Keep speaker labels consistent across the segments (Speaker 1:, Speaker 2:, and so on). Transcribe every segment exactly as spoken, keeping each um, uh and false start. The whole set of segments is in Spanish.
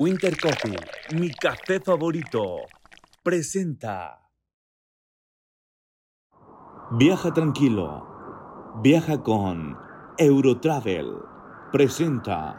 Speaker 1: Winter Coffee, mi café favorito, presenta. Viaja tranquilo. Viaja con Eurotravel. Presenta.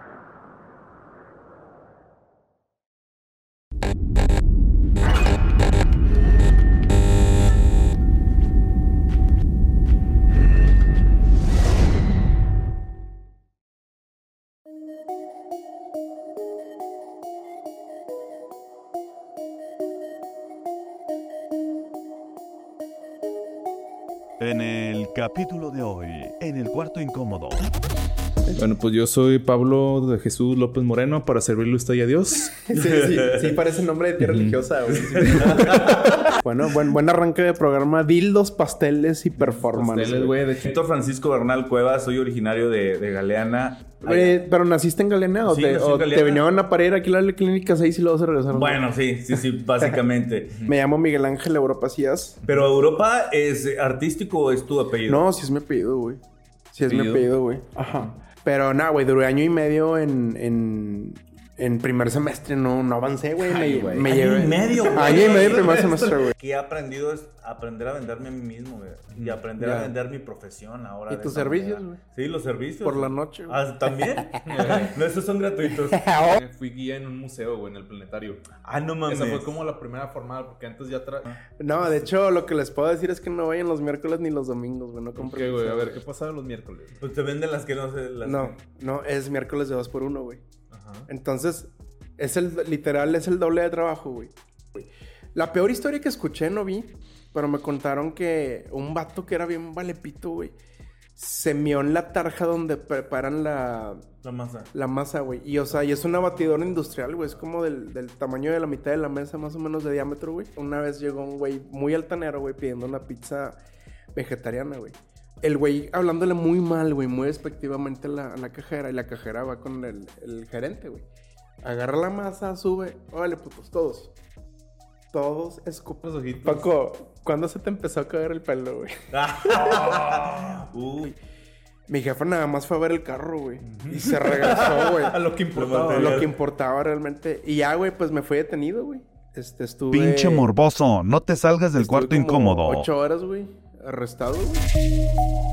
Speaker 2: En el capítulo de hoy, en el cuarto incómodo.
Speaker 3: Bueno, pues yo soy Pablo de Jesús López Moreno para servirle usted y a Dios.
Speaker 4: Sí, sí, sí, parece nombre de tía religiosa, güey. Bueno, buen, buen arranque de programa. Dildos, pasteles y performance.
Speaker 3: Pasteles, güey. De
Speaker 5: Héctor Francisco Bernal Cuevas, soy originario de, de Galeana.
Speaker 4: Eh, ¿Pero naciste en Galeana o,
Speaker 5: Sí,
Speaker 4: te,
Speaker 5: nací en
Speaker 4: o
Speaker 5: Galeana.
Speaker 4: te vinieron a parir aquí a la clínica seis y luego se regresaron?
Speaker 5: Bueno, sí, sí, sí, básicamente.
Speaker 4: Me llamo Miguel Ángel Europa Cías.
Speaker 5: Pero Europa, ¿es artístico o es tu apellido?
Speaker 4: No, sí es mi apellido, güey. Sí es mi
Speaker 3: ¿Apellido?
Speaker 4: apellido, güey. Ajá. Pero nada, güey, duré año y medio en... en... En primer semestre no, no avancé, güey.
Speaker 5: Ay,
Speaker 4: Me,
Speaker 5: güey.
Speaker 4: me
Speaker 5: Año
Speaker 4: llevé...
Speaker 5: y medio, güey.
Speaker 4: Año y medio en primer semestre, güey.
Speaker 5: Que he aprendido es aprender a venderme a mí mismo, güey. Y aprender
Speaker 4: Ya.
Speaker 5: a vender mi profesión ahora.
Speaker 4: ¿Y
Speaker 5: de
Speaker 4: tus
Speaker 5: esa
Speaker 4: servicios,
Speaker 5: manera.
Speaker 4: güey?
Speaker 5: Sí, los servicios.
Speaker 4: Por la noche, güey.
Speaker 5: Ah, ¿también? No, esos son gratuitos.
Speaker 3: Fui guía en un museo, güey, en el planetario.
Speaker 5: Ah, no mames.
Speaker 3: Esa fue como la primera formada, porque antes ya... Tra...
Speaker 4: No, de hecho, lo que les puedo decir es que no vayan los miércoles ni los domingos, güey. No compren.
Speaker 3: ¿Qué, güey? A
Speaker 4: pizza,
Speaker 3: ver, ¿qué pasaba los miércoles?
Speaker 5: Pues te venden las que no se... Las...
Speaker 4: No, no, es miércoles de dos por uno, güey.
Speaker 3: Ajá.
Speaker 4: Entonces, es el, literal, es el doble de trabajo, güey. La peor historia que escuché no vi, pero me contaron que un vato que era bien valepito, güey, se mió en la tarja donde preparan la,
Speaker 5: La masa.
Speaker 4: la masa, güey. Y, o sea, y es una batidora industrial, güey. Es como del, del tamaño de la mitad de la mesa, más o menos de diámetro, güey. Una vez llegó un güey muy altanero, güey, pidiendo una pizza vegetariana, güey. El güey hablándole muy mal, güey, muy despectivamente a la, a la cajera. Y la cajera va con el, el gerente, güey. Agarra la masa, sube. Órale, putos, todos. Todos escupen
Speaker 3: Los ojitos.
Speaker 4: Paco, ¿cuándo se te empezó a caer el pelo, güey?
Speaker 5: Uy.
Speaker 4: Mi jefa nada más fue a ver el carro, güey. Y se regresó, güey.
Speaker 3: A lo que importaba.
Speaker 4: Lo que importaba realmente. Y ya, güey, pues me fui detenido, güey. Este, estuve...
Speaker 2: Pinche morboso, no te salgas del
Speaker 4: estuve
Speaker 2: cuarto
Speaker 4: como
Speaker 2: incómodo.
Speaker 4: Ocho horas, güey. Arrestado, güey.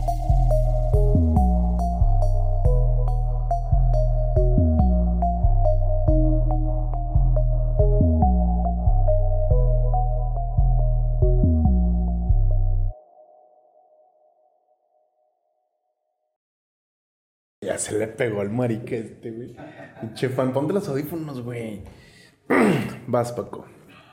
Speaker 4: Ya se le pegó al marica este, güey. Pinche fan, ponte los audífonos, güey. Vas, Paco.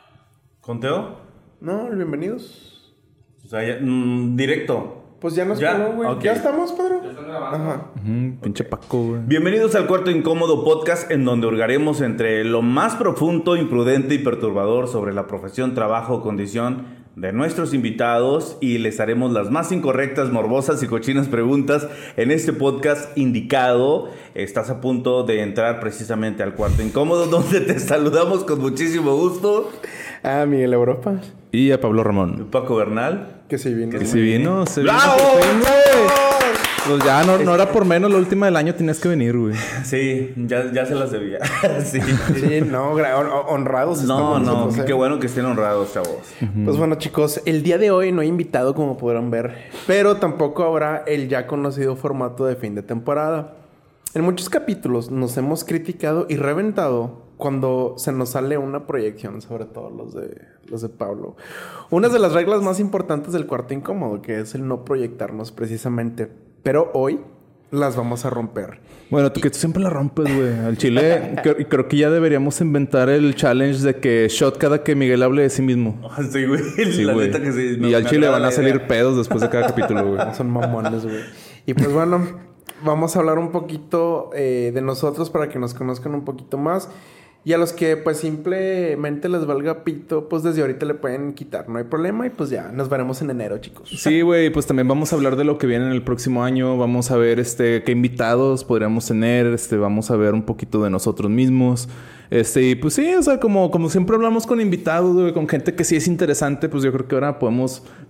Speaker 5: ¿Conteo?
Speaker 4: No, bienvenidos.
Speaker 5: O sea, ya, mm, directo.
Speaker 4: Pues ya nos
Speaker 5: Ya,
Speaker 4: quedó, güey.
Speaker 5: ok.
Speaker 4: ¿Ya estamos, Pedro? Ya están grabando. Ajá.
Speaker 3: Ujú, pinche Paco, güey.
Speaker 5: Bienvenidos al Cuarto Incómodo Podcast, en donde hurgaremos entre lo más profundo, imprudente y perturbador sobre la profesión, trabajo o condición de nuestros invitados y les haremos las más incorrectas, morbosas y cochinas preguntas en este podcast indicado. Estás a punto de entrar precisamente al Cuarto Incómodo, donde te saludamos con muchísimo gusto.
Speaker 4: Ah, Miguel Europa.
Speaker 3: Y a Pablo Ramón.
Speaker 5: Paco Bernal.
Speaker 4: Que sí vino.
Speaker 3: Que si vino, se vino.
Speaker 5: ¡Bravo!
Speaker 3: por fin, güey. Pues ya no, no era por menos, la última del año tenías que venir, güey.
Speaker 5: Sí, ya, ya se las debía. Sí.
Speaker 4: Sí, no, gra- hon- honrados
Speaker 5: No,
Speaker 4: estamos
Speaker 5: no,
Speaker 4: nosotros,
Speaker 5: qué
Speaker 4: ¿eh?
Speaker 5: bueno que estén honrados, chavos.
Speaker 4: Pues bueno, chicos, el día de hoy no hay invitado, como podrán ver. Pero tampoco habrá el ya conocido formato de fin de temporada. En muchos capítulos nos hemos criticado y reventado cuando se nos sale una proyección, sobre todo los de, los de Pablo. Una de las reglas más importantes del Cuarto Incómodo, que es el no proyectarnos precisamente. Pero hoy las vamos a romper.
Speaker 3: Bueno, tú que tú siempre la rompes, güey. Al chile, creo, creo que ya deberíamos inventar el challenge de que shot cada que Miguel hable de sí mismo.
Speaker 5: Sí, güey.
Speaker 3: Sí,
Speaker 5: la
Speaker 3: güey.
Speaker 5: neta que sí.
Speaker 3: Y
Speaker 5: me-
Speaker 3: al
Speaker 5: me
Speaker 3: chile
Speaker 5: agrada
Speaker 3: van a
Speaker 5: la
Speaker 3: salir
Speaker 5: idea.
Speaker 3: pedos después de cada capítulo, güey.
Speaker 4: Son mamones, güey. Y pues bueno, vamos a hablar un poquito eh, de nosotros para que nos conozcan un poquito más. Y a los que pues simplemente les valga pito, pues desde ahorita le pueden quitar, no hay problema. Y pues ya, nos veremos en enero, chicos.
Speaker 3: Sí, güey, pues también vamos a hablar de lo que viene en el próximo año. Vamos a ver este qué invitados podríamos tener. Este, vamos a ver un poquito de nosotros mismos. Este, y pues sí, o sea, como, como siempre hablamos con invitados, güey, con gente que sí es interesante, pues yo creo que ahora podemos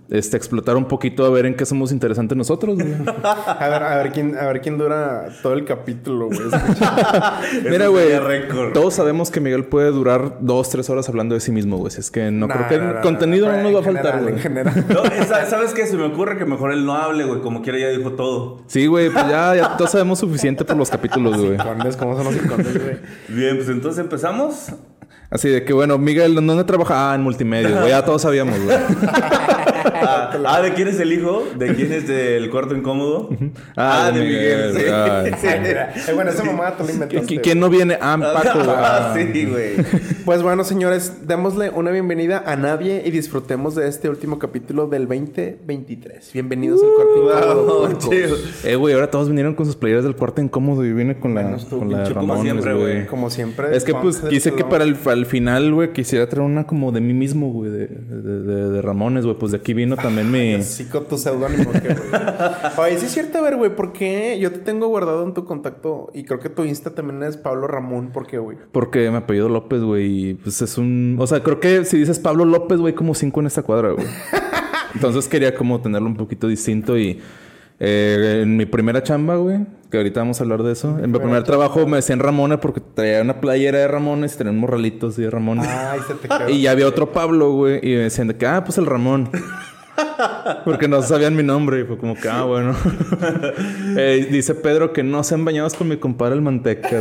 Speaker 3: este, explotar un poquito a ver en qué somos interesantes nosotros, güey.
Speaker 4: A ver, a ver quién, a ver quién dura todo el capítulo, güey.
Speaker 3: Mira, güey, todos sabemos que Miguel puede durar dos, tres horas hablando de sí mismo, güey. Es que no
Speaker 4: Nah,
Speaker 3: creo que
Speaker 4: nah,
Speaker 3: el
Speaker 4: nah,
Speaker 3: contenido
Speaker 4: nah,
Speaker 3: no nos va a
Speaker 4: en
Speaker 3: faltar,
Speaker 4: general,
Speaker 3: güey.
Speaker 4: En general.
Speaker 5: No, esa- ¿sabes qué? Se me ocurre que mejor él no hable, güey. Como quiera ya dijo todo.
Speaker 3: Sí, güey, pues ya, ya todos sabemos suficiente por los capítulos, güey.
Speaker 4: Condes, ¿cómo son los condes, güey?
Speaker 5: Bien, pues entonces empezamos.
Speaker 3: Así de que, bueno, Miguel, ¿dónde trabaja? Ah, en multimedia, güey. Ya todos sabíamos, güey.
Speaker 5: Ah, ah, ¿de quién es el hijo? ¿De quién es el cuarto incómodo?
Speaker 3: Ah, de Miguel,
Speaker 5: sí.
Speaker 3: ay, sí.
Speaker 4: Eh, bueno, esa mamada tú la inventaste.
Speaker 3: ¿Qui- ¿Quién no viene? Ah, Paco, güey.
Speaker 5: Ah, sí, güey.
Speaker 4: Pues bueno, señores, démosle una bienvenida a nadie y disfrutemos de este último capítulo del veinte veintitrés. Bienvenidos al cuarto incómodo.
Speaker 5: Wow,
Speaker 4: puercos.
Speaker 5: chido.
Speaker 3: Eh, güey, ahora todos vinieron con sus playeras del cuarto incómodo y viene con la,
Speaker 4: Bueno, estuvo
Speaker 3: con la de
Speaker 4: pinche como
Speaker 3: Ramones,
Speaker 5: siempre,
Speaker 3: güey.
Speaker 5: güey.
Speaker 4: Como siempre.
Speaker 3: Es que
Speaker 4: punk
Speaker 3: pues
Speaker 4: del
Speaker 3: quise que
Speaker 4: salón.
Speaker 3: para el al final, güey, quisiera traer una como de mí mismo, güey, de, de, de, de Ramones, güey. Pues de aquí vino también mi...
Speaker 4: Sí, con tu seudónimo, que, güey. Oye, sí es cierto, a ver, güey, ¿por qué yo te tengo guardado en tu contacto? Y creo que tu Insta también es Pablo Ramón, ¿por qué, güey?
Speaker 3: Porque me apellido López, güey. Y pues es un... O sea, creo que si dices Pablo López, güey, como cinco en esta cuadra, güey. Entonces quería como tenerlo un poquito distinto y... Eh, en mi primera chamba, güey, que ahorita vamos a hablar de eso. En mi primer trabajo me decían Ramones porque traía una playera de Ramones y tenía un morralito así de Ramones.
Speaker 4: Ay, se te quedó.
Speaker 3: Y ya había otro Pablo, güey, y me decían de que, ah, pues el Ramón. Porque no sabían mi nombre y fue como que, ah, bueno. Eh, dice Pedro que no sean bañados con mi compadre el Mantecas.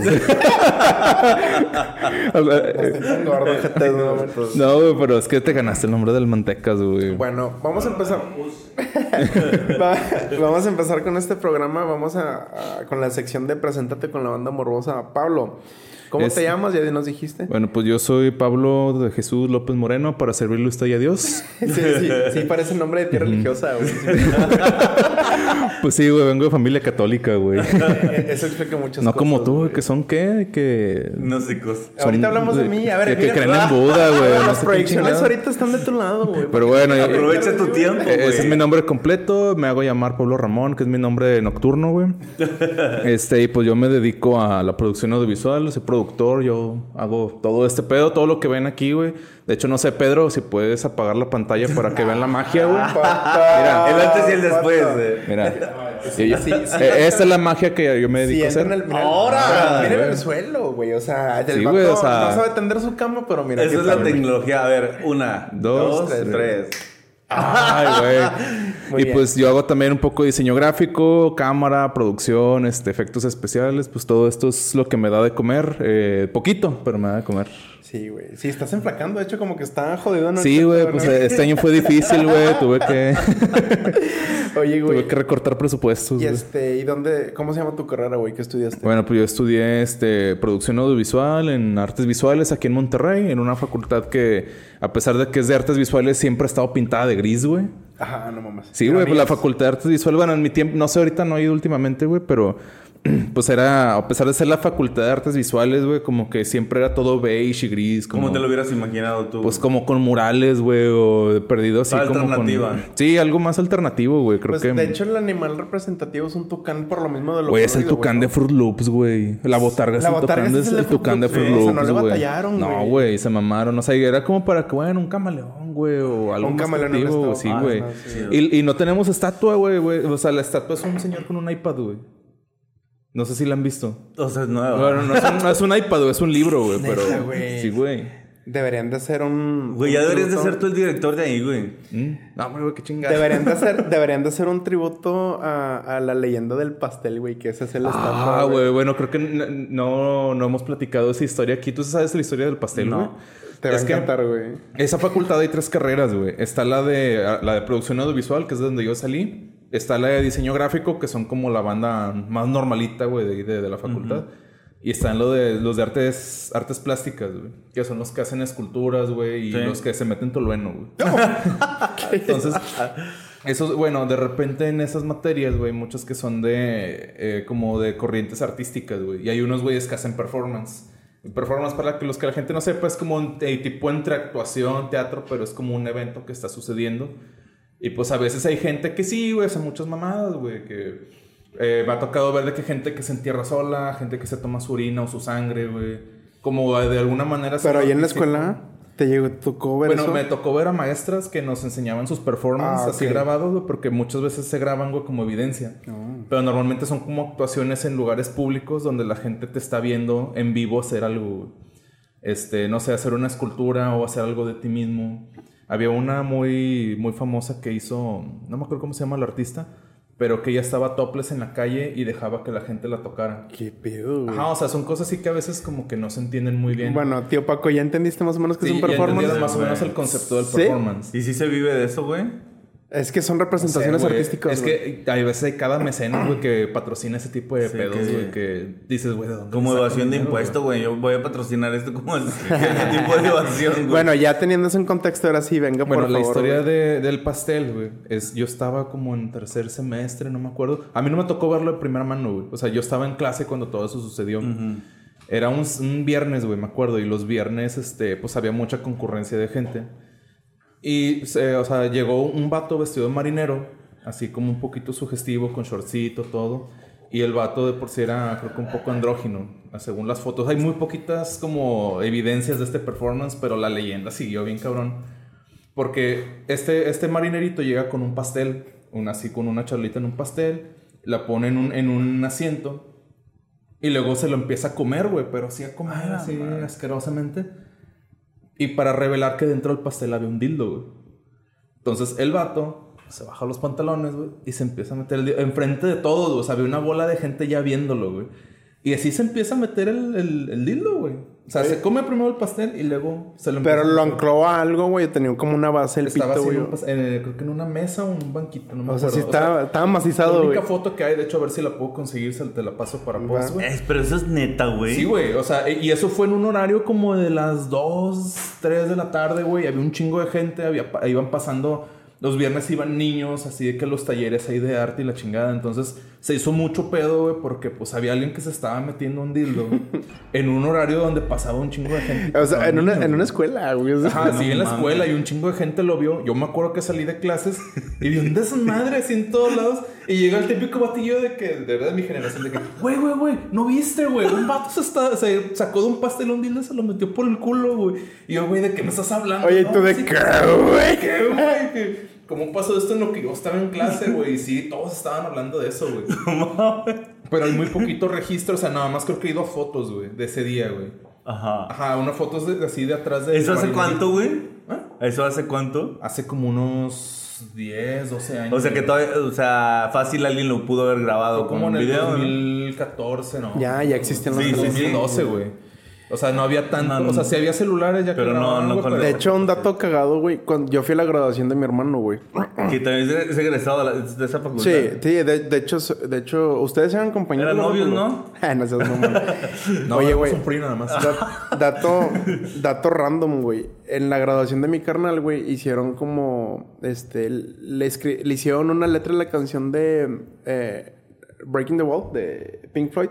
Speaker 4: Estoy tan gordo, gente, no, güey.
Speaker 3: No, güey, pero es que te ganaste el nombre del Mantecas, güey.
Speaker 4: Bueno, vamos a empezar. Va- vamos a empezar con este programa. Vamos a, a- con la sección de Preséntate con la banda morbosa. Pablo, ¿cómo
Speaker 3: Es-
Speaker 4: te llamas? Ya nos dijiste.
Speaker 3: Bueno, pues yo soy Pablo de Jesús López Moreno para servirle a usted y a Dios.
Speaker 4: Sí, sí, sí, parece nombre de tía religiosa, güey. Sí.
Speaker 3: Pues sí, güey, vengo de familia católica, güey.
Speaker 4: Eh, Eso explica muchas
Speaker 3: No
Speaker 4: cosas.
Speaker 3: como tú, güey,
Speaker 4: güey.
Speaker 3: que son qué, que...
Speaker 5: No sé cosas.
Speaker 4: Ahorita hablamos de mí. A ver,
Speaker 3: que, que
Speaker 4: mira.
Speaker 3: creen en Buda, güey. no
Speaker 4: Las
Speaker 3: sé qué
Speaker 4: proyecciones
Speaker 3: chingada.
Speaker 4: ahorita están de tu lado, güey.
Speaker 3: Pero bueno, yo-
Speaker 5: Aprovecha tu tiempo,
Speaker 3: Eh,
Speaker 5: güey.
Speaker 3: Ese es mi nombre completo. Me hago llamar Pablo Ramón, que es mi nombre nocturno, güey. Este, y pues yo me dedico a la producción audiovisual. Soy productor. Yo hago todo este pedo, todo lo que ven aquí, güey. De hecho, no sé, Pedro, si puedes apagar la pantalla para que vean la magia, güey.
Speaker 4: Mira,
Speaker 5: El antes y el después, güey.
Speaker 3: Mira.
Speaker 4: Sí, sí, sí.
Speaker 3: Eh, Esta es la magia que yo me
Speaker 4: Sí,
Speaker 3: dedico a
Speaker 4: entra
Speaker 3: hacer.
Speaker 4: en el, mira,
Speaker 5: ¡Ahora!
Speaker 4: Miren
Speaker 3: güey.
Speaker 4: el suelo, güey. O sea, el
Speaker 3: Sí,
Speaker 4: vato
Speaker 3: güey, o sea-
Speaker 4: no sabe tender su cama, pero mira.
Speaker 5: Esa
Speaker 4: qué
Speaker 5: es la
Speaker 4: tal.
Speaker 5: tecnología. A ver, una,
Speaker 3: Dos,
Speaker 5: dos,
Speaker 3: tres.
Speaker 5: tres.
Speaker 3: Ay, güey.
Speaker 4: Muy
Speaker 3: Y
Speaker 4: bien.
Speaker 3: pues yo hago también un poco de diseño gráfico, cámara, producción, este, efectos especiales. Pues todo esto es lo que me da de comer. Eh, poquito, pero me da de comer.
Speaker 4: Sí, güey. Sí, estás enflacando. De hecho, como que está jodido. ¿no?
Speaker 3: Sí, güey, pues este año fue difícil, güey. Tuve que,
Speaker 4: Oye, güey.
Speaker 3: tuve que recortar presupuestos.
Speaker 4: Y
Speaker 3: güey.
Speaker 4: este, ¿y dónde? ¿Cómo se llama tu carrera, güey? ¿Qué estudiaste?
Speaker 3: Bueno, pues yo estudié este, producción audiovisual en artes visuales aquí en Monterrey, en una facultad que, a pesar de que es de artes visuales, siempre ha estado pintada de gris, güey.
Speaker 4: Ajá, no mames.
Speaker 3: Sí, güey, pues la
Speaker 4: Ironías.
Speaker 3: facultad de artes visuales, bueno, en mi tiempo, no sé, ahorita no he ido últimamente, güey, pero pues era, a pesar de ser la facultad de artes visuales, güey, como que siempre era todo beige y gris. Como,
Speaker 5: ¿Cómo te lo hubieras imaginado tú?
Speaker 3: Pues como con murales, güey, o de perdido así como con...
Speaker 5: Alternativa.
Speaker 3: Sí, algo más alternativo, güey, creo
Speaker 4: Pues
Speaker 3: que...
Speaker 4: de hecho, el animal representativo es un tucán por lo mismo de lo
Speaker 3: Güey, es el
Speaker 4: colorido,
Speaker 3: tucán
Speaker 4: güey,
Speaker 3: de
Speaker 4: ¿no?
Speaker 3: Fruit Loops, güey. La botarga es
Speaker 4: La
Speaker 3: el
Speaker 4: botarga
Speaker 3: tucán,
Speaker 4: ese
Speaker 3: de,
Speaker 4: es el de
Speaker 3: el tucán de
Speaker 4: Fruit
Speaker 3: Fruit
Speaker 4: Loops,
Speaker 3: Loops,
Speaker 4: o sea, no le
Speaker 3: güey.
Speaker 4: batallaron,
Speaker 3: No,
Speaker 4: güey.
Speaker 3: güey, se mamaron. O sea, era como para que, bueno, un camaleón, güey, o algo
Speaker 4: Un
Speaker 3: más
Speaker 4: camaleón en
Speaker 3: creativo,
Speaker 4: estado.
Speaker 3: sí,
Speaker 4: Ah,
Speaker 3: güey.
Speaker 4: no, sí.
Speaker 3: y, y no tenemos estatua, güey, güey. O sea, la estatua es un señor con un iPad, güey. No sé si la han visto.
Speaker 5: O sea, es nueva.
Speaker 3: Bueno, no es un, no es un iPad, güey, es un libro, güey,
Speaker 4: Neta,
Speaker 3: pero...
Speaker 4: güey.
Speaker 3: Sí, güey.
Speaker 4: Deberían de ser un...
Speaker 5: Güey, ya
Speaker 4: un
Speaker 5: deberías de
Speaker 4: tributo.
Speaker 5: ser tú el director de ahí, güey.
Speaker 3: ¿Mm? No, hombre, güey, qué chingada.
Speaker 4: Deberían de hacer, deberían de hacer un tributo a, a la leyenda del pastel, güey, que ese es el
Speaker 3: Ah,
Speaker 4: estatua,
Speaker 3: güey, bueno, creo que n- no, no hemos platicado esa historia aquí. ¿Tú sabes la historia del pastel,
Speaker 5: No.
Speaker 3: güey?
Speaker 4: Te va
Speaker 3: Es
Speaker 4: a
Speaker 3: que-
Speaker 4: encantar, güey.
Speaker 3: Esa facultad hay tres carreras, güey. Está la de, la de producción audiovisual, que es de donde yo salí. Está la de diseño gráfico, que son como la banda más normalita, güey, de, de, de la facultad. Y están lo de, los de artes, artes plásticas, güey. Que son los que hacen esculturas, güey. Y
Speaker 5: Sí.
Speaker 3: los que se meten tolueno, güey. Entonces, esos, bueno, de repente en esas materias, güey, muchos que son de, eh, como de corrientes artísticas, güey. Y hay unos güeyes que hacen performance. Performance, para que los que la gente no sepa, es como un eh, tipo entre actuación, teatro, pero es como un evento que está sucediendo. Y pues a veces hay gente que sí, güey, hacen muchas mamadas, güey, que eh, me ha tocado ver de que gente que se entierra sola, gente que se toma su orina o su sangre, güey. Como eh, de alguna manera...
Speaker 4: Pero ahí en la
Speaker 3: artístico.
Speaker 4: escuela... ¿Te llegó, tocó ver
Speaker 3: bueno,
Speaker 4: eso?
Speaker 3: me tocó ver a maestras que nos enseñaban sus performances
Speaker 4: Ah,
Speaker 3: así
Speaker 4: ok.
Speaker 3: grabados, güey, porque muchas veces se graban, güey, como evidencia.
Speaker 4: Oh.
Speaker 3: Pero normalmente son como actuaciones en lugares públicos donde la gente te está viendo en vivo hacer algo, güey. Este, no sé, hacer una escultura o hacer algo de ti mismo. Había una muy, muy famosa que hizo, no me acuerdo cómo se llama la artista, pero que ella estaba topless en la calle y dejaba que la gente la tocara.
Speaker 4: ¿Qué pedo, güey?
Speaker 3: Ajá, o sea, son cosas así que a veces como que no se entienden muy bien.
Speaker 4: Bueno, tío Paco, ¿ya entendiste más o menos que
Speaker 3: sí,
Speaker 4: es un
Speaker 3: ya
Speaker 4: performance?
Speaker 3: entendieron más o
Speaker 5: güey.
Speaker 3: menos el concepto del
Speaker 4: ¿Sí?
Speaker 3: performance.
Speaker 5: ¿Y si se vive de eso, güey?
Speaker 4: Es que son representaciones
Speaker 3: Sí, güey.
Speaker 4: artísticas,
Speaker 3: Es
Speaker 4: güey.
Speaker 3: que hay veces hay cada mecenas, güey, que patrocina ese tipo de
Speaker 5: Sí,
Speaker 3: pedos,
Speaker 5: que-
Speaker 3: güey, que dices, güey, ¿de dónde
Speaker 5: Como
Speaker 3: le sacan
Speaker 5: evasión de
Speaker 3: dinero,
Speaker 5: impuesto, güey. Yo voy a patrocinar esto como el ¿qué tipo de evasión, güey?
Speaker 4: Bueno, ya teniendo eso en contexto, ahora sí, venga,
Speaker 3: Bueno,
Speaker 4: por
Speaker 3: la
Speaker 4: favor.
Speaker 3: historia
Speaker 4: güey.
Speaker 3: de, del pastel, güey, es... Yo estaba como en tercer semestre, no me acuerdo. A mí no me tocó verlo de primera mano, güey. O sea, yo estaba en clase cuando todo eso sucedió.
Speaker 5: Ujú.
Speaker 3: Era un, un viernes, güey, me acuerdo. Y los viernes, este, pues había mucha concurrencia de gente. Y, se- o sea, llegó un vato vestido de marinero, así como un poquito sugestivo, con shortcito, todo. Y el vato de por sí era, creo que un poco andrógino, según las fotos. Hay muy poquitas como evidencias de este performance, pero la leyenda siguió bien cabrón. Porque este, este marinerito llega con un pastel, un, así con una charlita en un pastel, la pone en un, en un asiento y luego se lo empieza a comer, güey, pero así a comer,
Speaker 5: Ah,
Speaker 3: así
Speaker 5: madre.
Speaker 3: asquerosamente. Y para revelar que dentro del pastel había un dildo, güey. Entonces el vato se baja los pantalones, güey, y se empieza a meter el dildo enfrente de todos, güey. O sea, había una bola de gente ya viéndolo, güey. Y así se empieza a meter el, el, el dildo, güey. O sea, se come primero el pastel y luego se lo empieza
Speaker 4: Pero
Speaker 3: a
Speaker 4: lo
Speaker 3: meter.
Speaker 4: ancló a algo, güey. Tenía como una base el
Speaker 3: Estaba
Speaker 4: pito,
Speaker 3: así en
Speaker 4: güey.
Speaker 3: un pas- en el- creo que en una mesa o en un banquito, no me
Speaker 4: O sea,
Speaker 3: acuerdo.
Speaker 4: sí estaba, estaba macizado,
Speaker 3: la
Speaker 4: güey.
Speaker 3: única foto que hay, de hecho, a ver si la puedo conseguir, se te la paso para post, güey.
Speaker 5: Es, pero eso es neta, güey.
Speaker 3: Sí, güey, o sea, y eso fue en un horario como de las dos, tres de la tarde, güey. Había un chingo de gente, había, pa- iban pasando, los viernes iban niños, así de que los talleres ahí de arte y la chingada. Entonces se hizo mucho pedo, güey, porque pues había alguien que se estaba metiendo un dildo en un horario donde pasaba un chingo de gente.
Speaker 4: O sea, en una,
Speaker 3: Niños,
Speaker 4: en una
Speaker 3: güey.
Speaker 4: escuela, güey. O sea,
Speaker 3: Ajá, sí, en la
Speaker 5: mames.
Speaker 3: escuela y un chingo de gente lo vio. Yo me acuerdo que salí de clases y vi un desmadre así en todos lados. Y llega el típico batillo de que, de verdad, de mi generación, de que, güey, güey, güey, ¿no viste, güey? Un vato se, está, se sacó de un pastel un dildo y se lo metió por el culo, güey. Y yo, güey, ¿de qué me estás hablando?
Speaker 4: Oye,
Speaker 3: No,
Speaker 4: ¿tú de
Speaker 3: sí,
Speaker 4: qué, güey?
Speaker 3: ¿Qué, güey? ¿Qué? ¿Cómo pasó esto en lo que yo estaba en clase, güey? Y sí, todos estaban hablando de eso, güey. Pero hay muy poquito registro, o sea, nada más creo que he ido a fotos, güey, de ese día, güey.
Speaker 5: Ajá.
Speaker 3: Ajá, unas fotos de, así de atrás de...
Speaker 5: ¿Eso hace
Speaker 3: marinerito.
Speaker 5: cuánto, güey?
Speaker 3: ¿Eh?
Speaker 5: ¿Eso hace cuánto?
Speaker 3: Hace como unos diez, doce años.
Speaker 5: O sea, que todavía, o sea, fácil alguien lo pudo haber grabado
Speaker 3: Fue
Speaker 5: con
Speaker 3: como
Speaker 5: un
Speaker 3: en el
Speaker 5: video, ¿no?
Speaker 3: dos mil catorce, ¿no?
Speaker 4: Ya, ya existían los
Speaker 5: Sí, sí,
Speaker 3: dos
Speaker 5: sí.
Speaker 3: mil doce, güey. O sea, no había tanto...
Speaker 5: No, no.
Speaker 3: O sea, sí había celulares ya que
Speaker 5: Pero no-
Speaker 3: grababan,
Speaker 5: no
Speaker 3: güey,
Speaker 5: con-
Speaker 3: pero-
Speaker 4: De hecho, un dato cagado, güey. Cuando yo fui a la graduación de mi hermano, güey.
Speaker 5: Que también es es egresado de, la- de esa facultad.
Speaker 4: Sí, sí, de, de hecho, de hecho, ustedes eran compañeros.
Speaker 5: Eran novios,
Speaker 4: güey?
Speaker 5: ¿no?
Speaker 4: Ah, no seas mamón.
Speaker 3: No,
Speaker 4: Oye,
Speaker 3: éramos
Speaker 4: güey.
Speaker 3: un PRI nada más.
Speaker 4: Da- dato, dato random, güey. En la graduación de mi carnal, güey, hicieron como, este, le, escri- le hicieron una letra de la canción de eh, Breaking the Wall de Pink Floyd.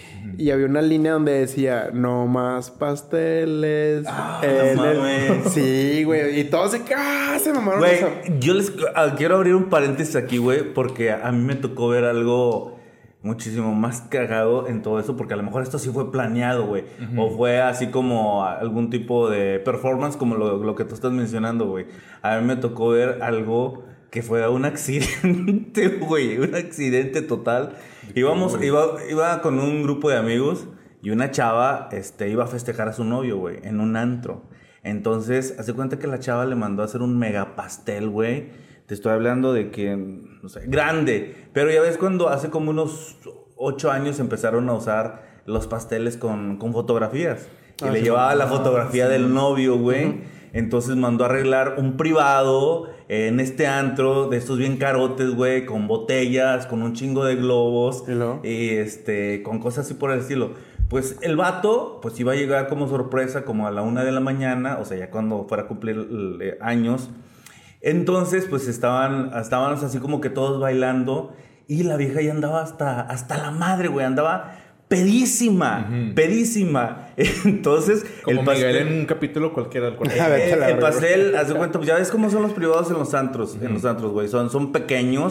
Speaker 4: Y había una línea donde decía, no más pasteles. en
Speaker 5: no
Speaker 4: el-".
Speaker 5: mames.
Speaker 4: Sí, güey. Y todos se, ¡ah! se mamaron.
Speaker 5: Güey,
Speaker 4: esa-
Speaker 5: yo les ah, quiero abrir un paréntesis aquí, güey, porque a mí me tocó ver algo muchísimo más cagado en todo eso, porque a lo mejor esto sí fue planeado, güey. O fue así como algún tipo de performance, como lo, lo que tú estás mencionando, güey. A mí me tocó ver algo que fue un accidente, güey, un accidente total. Íbamos, iba, iba con un grupo de amigos y una chava este, iba a festejar a su novio, güey, en un antro. Entonces, hace cuenta que la chava le mandó a hacer un mega pastel, güey. Te estoy hablando de que, no sé, grande. Pero ya ves cuando hace como unos ocho años empezaron a usar los pasteles con, con fotografías. Y
Speaker 4: Ah,
Speaker 5: le
Speaker 4: sí.
Speaker 5: llevaba la fotografía
Speaker 3: sí.
Speaker 5: del novio, güey. Entonces mandó a arreglar un privado en este antro de estos bien carotes, güey, con botellas, con un chingo de globos
Speaker 4: ¿Y luego?
Speaker 5: y este, con cosas así por el estilo. Pues el vato, pues iba a llegar como sorpresa como a la una de la mañana, o sea, ya cuando fuera a cumplir eh, años. Entonces, pues estaban, estábamos así como que todos bailando y la vieja ya andaba hasta, hasta la madre, güey, andaba pedísima,
Speaker 3: Ujú.
Speaker 5: pedísima. Entonces,
Speaker 3: Como
Speaker 5: el
Speaker 3: Miguel
Speaker 5: pastel...
Speaker 3: en un capítulo cualquiera del cuartel.
Speaker 4: A ver,
Speaker 5: Eh,
Speaker 4: te la
Speaker 5: el
Speaker 4: verga.
Speaker 5: pastel, haz de cuenta, pues ya ves cómo son los privados en los antros, en los antros, güey. Son, son pequeños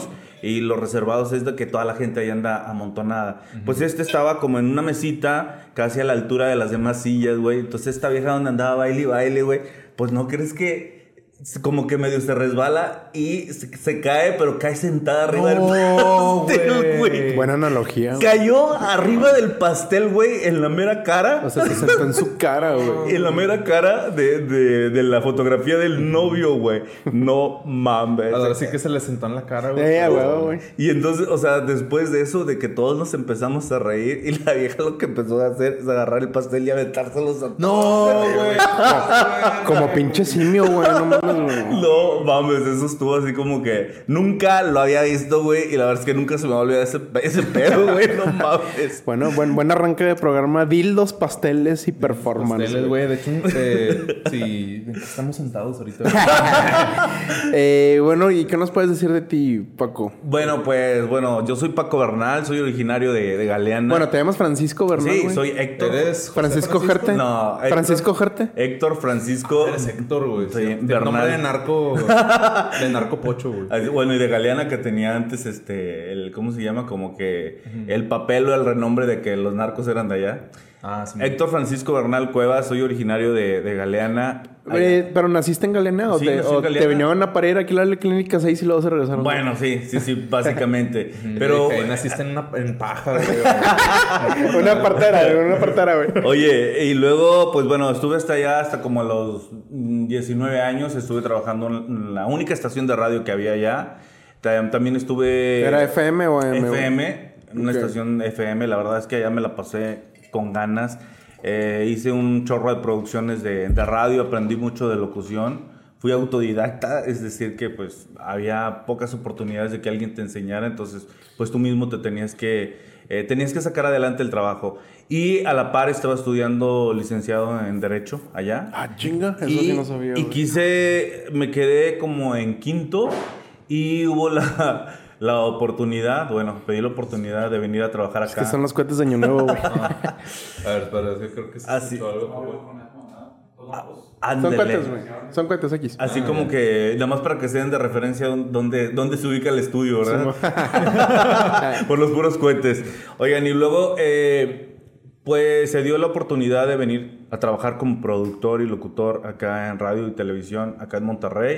Speaker 5: y los reservados es de que toda la gente ahí anda amontonada. Uh-huh. Pues este estaba como en una mesita, casi a la altura de las demás sillas, güey. Entonces esta vieja donde andaba baile y baile, güey, pues no crees que como que medio se resbala y se, se cae, pero cae sentada arriba
Speaker 3: no,
Speaker 5: del pastel, güey.
Speaker 4: Buena analogía.
Speaker 5: Cayó arriba del pastel, güey, en la mera cara.
Speaker 4: O sea, se sentó en su cara, güey.
Speaker 5: En la mera cara de, de, de la fotografía del novio, güey. No mames.
Speaker 3: Ahora sí que se le sentó en la cara, güey.
Speaker 4: Eh, güey, güey.
Speaker 5: Y entonces, o sea, después de eso, de que todos nos empezamos a reír y la vieja lo que empezó a hacer es agarrar el pastel y aventárselos a todos.
Speaker 3: No, güey.
Speaker 4: Como pinche simio, güey. No mames.
Speaker 5: No mames, eso estuvo así como que nunca lo había visto, güey. Y la verdad es que nunca se me va a olvidar ese, ese pedo, güey. No mames.
Speaker 4: Bueno, buen, buen arranque de programa. Dildos, pasteles y performance.
Speaker 3: Pasteles, güey. De hecho, eh, sí, estamos sentados ahorita.
Speaker 4: eh, bueno, ¿y qué nos puedes decir de ti, Paco?
Speaker 5: Bueno, pues, bueno, yo soy Paco Bernal, soy originario de, de Galeana.
Speaker 4: Bueno, ¿te llamas Francisco Bernal?
Speaker 5: Sí,
Speaker 4: güey?
Speaker 5: soy Héctor.
Speaker 3: ¿Eres
Speaker 4: Francisco,
Speaker 3: Francisco
Speaker 4: Gerte?
Speaker 5: No, Héctor,
Speaker 4: ¿Francisco Gerte?
Speaker 5: Héctor Francisco.
Speaker 3: Eres Héctor, güey.
Speaker 5: Sí,
Speaker 3: Sí,
Speaker 5: Bernal.
Speaker 3: nombre de narco. De narco pocho, güey.
Speaker 5: Así, bueno, y de Galeana que tenía antes, este, el, ¿cómo se llama? Como que uh-huh. el papel o el renombre de que los narcos eran de allá.
Speaker 3: Ah, sí.
Speaker 5: Héctor Francisco Bernal Cuevas, soy originario de, de Galeana.
Speaker 4: Eh, ¿Pero naciste en Galeana o,
Speaker 5: Sí,
Speaker 4: te,
Speaker 5: nací en
Speaker 4: o
Speaker 5: Galeana.
Speaker 4: te vinieron a parir aquí a la clínica seis y luego se regresaron?
Speaker 5: Bueno, sí, sí, sí, básicamente. Pero...
Speaker 3: Dije, naciste en, una, en paja, güey.
Speaker 4: Una partera, güey, una partera, güey.
Speaker 5: Oye, y luego, pues bueno, estuve hasta allá, hasta como a los diecinueve años, estuve trabajando en la única estación de radio que había allá. También estuve...
Speaker 4: ¿Era F M o M?
Speaker 5: F M, una okay. estación F M. La verdad es que allá me la pasé con ganas. Eh, hice un chorro de producciones de, de radio, aprendí mucho de locución. Fui autodidacta, es decir que pues había pocas oportunidades de que alguien te enseñara, entonces pues tú mismo te tenías que, eh, tenías que sacar adelante el trabajo. Y a la par estaba estudiando licenciado en Derecho allá.
Speaker 4: Ah, chinga, eso
Speaker 5: y,
Speaker 4: sí no sabía.
Speaker 5: Y
Speaker 4: güey.
Speaker 5: quise, me quedé como en quinto y hubo la... La oportunidad, bueno, pedí la oportunidad de venir a trabajar acá.
Speaker 4: Es que son los cohetes de Año Nuevo, güey.
Speaker 3: Ah. A ver, espera, es que creo que se
Speaker 5: ah, sí.
Speaker 3: algo.
Speaker 5: Ah,
Speaker 4: son cohetes, güey. Son cohetes X.
Speaker 5: Así ah, como que, nada más para que se den de referencia dónde, dónde se ubica el estudio, ¿verdad? Sí. Por los puros cohetes. Oigan, y luego, eh, pues se dio la oportunidad de venir a trabajar como productor y locutor acá en radio y televisión, acá en Monterrey.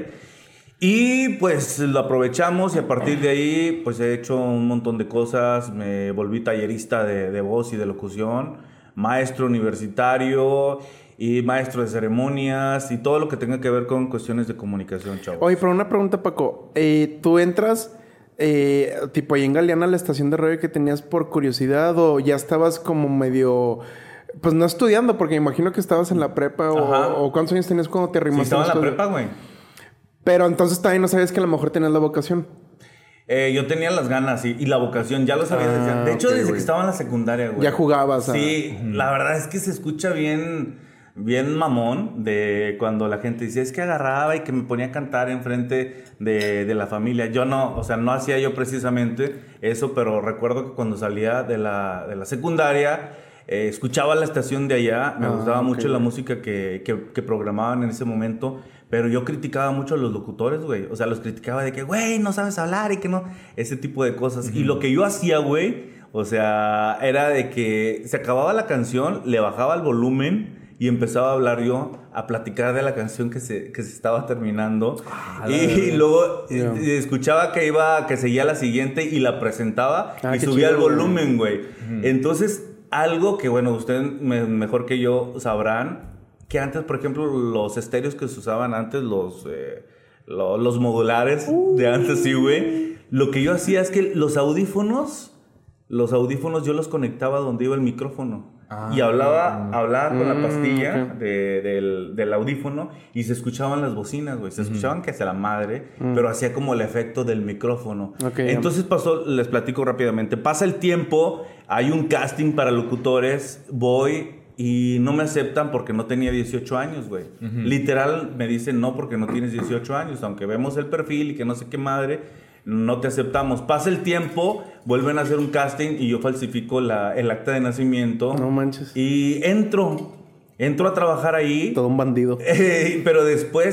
Speaker 5: Y pues lo aprovechamos y a partir de ahí pues he hecho un montón de cosas. Me volví tallerista de, de voz y de locución, maestro universitario y maestro de ceremonias y todo lo que tenga que ver con cuestiones de comunicación, chavos.
Speaker 4: Oye, pero una pregunta, Paco. Eh, ¿Tú entras eh, tipo ahí en Galeana, la estación de radio que tenías por curiosidad o ya estabas como medio... Pues no estudiando, porque imagino que estabas en la prepa o, o ¿cuántos años tenías cuando te arrimaste?
Speaker 5: Sí, estaba en la prepa, güey.
Speaker 4: Pero entonces también no sabías que a lo mejor tenías la vocación.
Speaker 5: Eh, yo tenía las ganas y, y la vocación, ya lo sabía.
Speaker 4: Ah,
Speaker 5: desde, de hecho,
Speaker 4: okay,
Speaker 5: desde
Speaker 4: güey.
Speaker 5: que estaba en la secundaria, güey.
Speaker 4: Ya jugabas.
Speaker 5: Sí,
Speaker 4: a...
Speaker 5: la verdad es que se escucha bien, bien mamón de cuando la gente dice, es que agarraba y que me ponía a cantar enfrente de, de la familia. Yo no, o sea, no hacía yo precisamente eso, pero recuerdo que cuando salía de la, de la secundaria... Eh, escuchaba la estación de allá, me ah, gustaba okay. mucho la música que, que, que programaban en ese momento, pero yo criticaba mucho a los locutores, güey. O sea, los criticaba de que, güey, no sabes hablar y que no... Ese tipo de cosas. Uh-huh. Y lo que yo hacía, güey, o sea, era de que se acababa la canción, le bajaba el volumen y empezaba a hablar yo, a platicar de la canción que se, que se estaba terminando. Ah, y, y luego yeah. escuchaba que iba, que seguía la siguiente y la presentaba ah, y subía chido, el volumen, güey. Uh-huh. Entonces... Algo que, bueno, ustedes me, mejor que yo sabrán, que antes, por ejemplo, los estéreos que se usaban antes, los, eh, lo, los modulares uh. de antes, sí, güey. Lo que yo hacía es que los audífonos, los audífonos yo los conectaba donde iba el micrófono. Ah, y hablaba, hablaba con mm, la pastilla okay. de, del, del audífono y se escuchaban las bocinas, güey. Se uh-huh. escuchaban que hacia la madre, uh-huh. pero hacía como el efecto del micrófono. Okay, Entonces pasó, les platico rápidamente. Pasa el tiempo, hay un casting para locutores, voy y no me aceptan porque no tenía dieciocho años, güey. Uh-huh. Literal me dicen no porque no tienes dieciocho años, aunque vemos el perfil y que no sé qué madre... No te aceptamos. Pasa el tiempo, vuelven a hacer un casting y yo falsifico la, el acta de nacimiento.
Speaker 4: No manches.
Speaker 5: Y entro, entro a trabajar ahí.
Speaker 4: Todo un bandido.
Speaker 5: Eh, pero después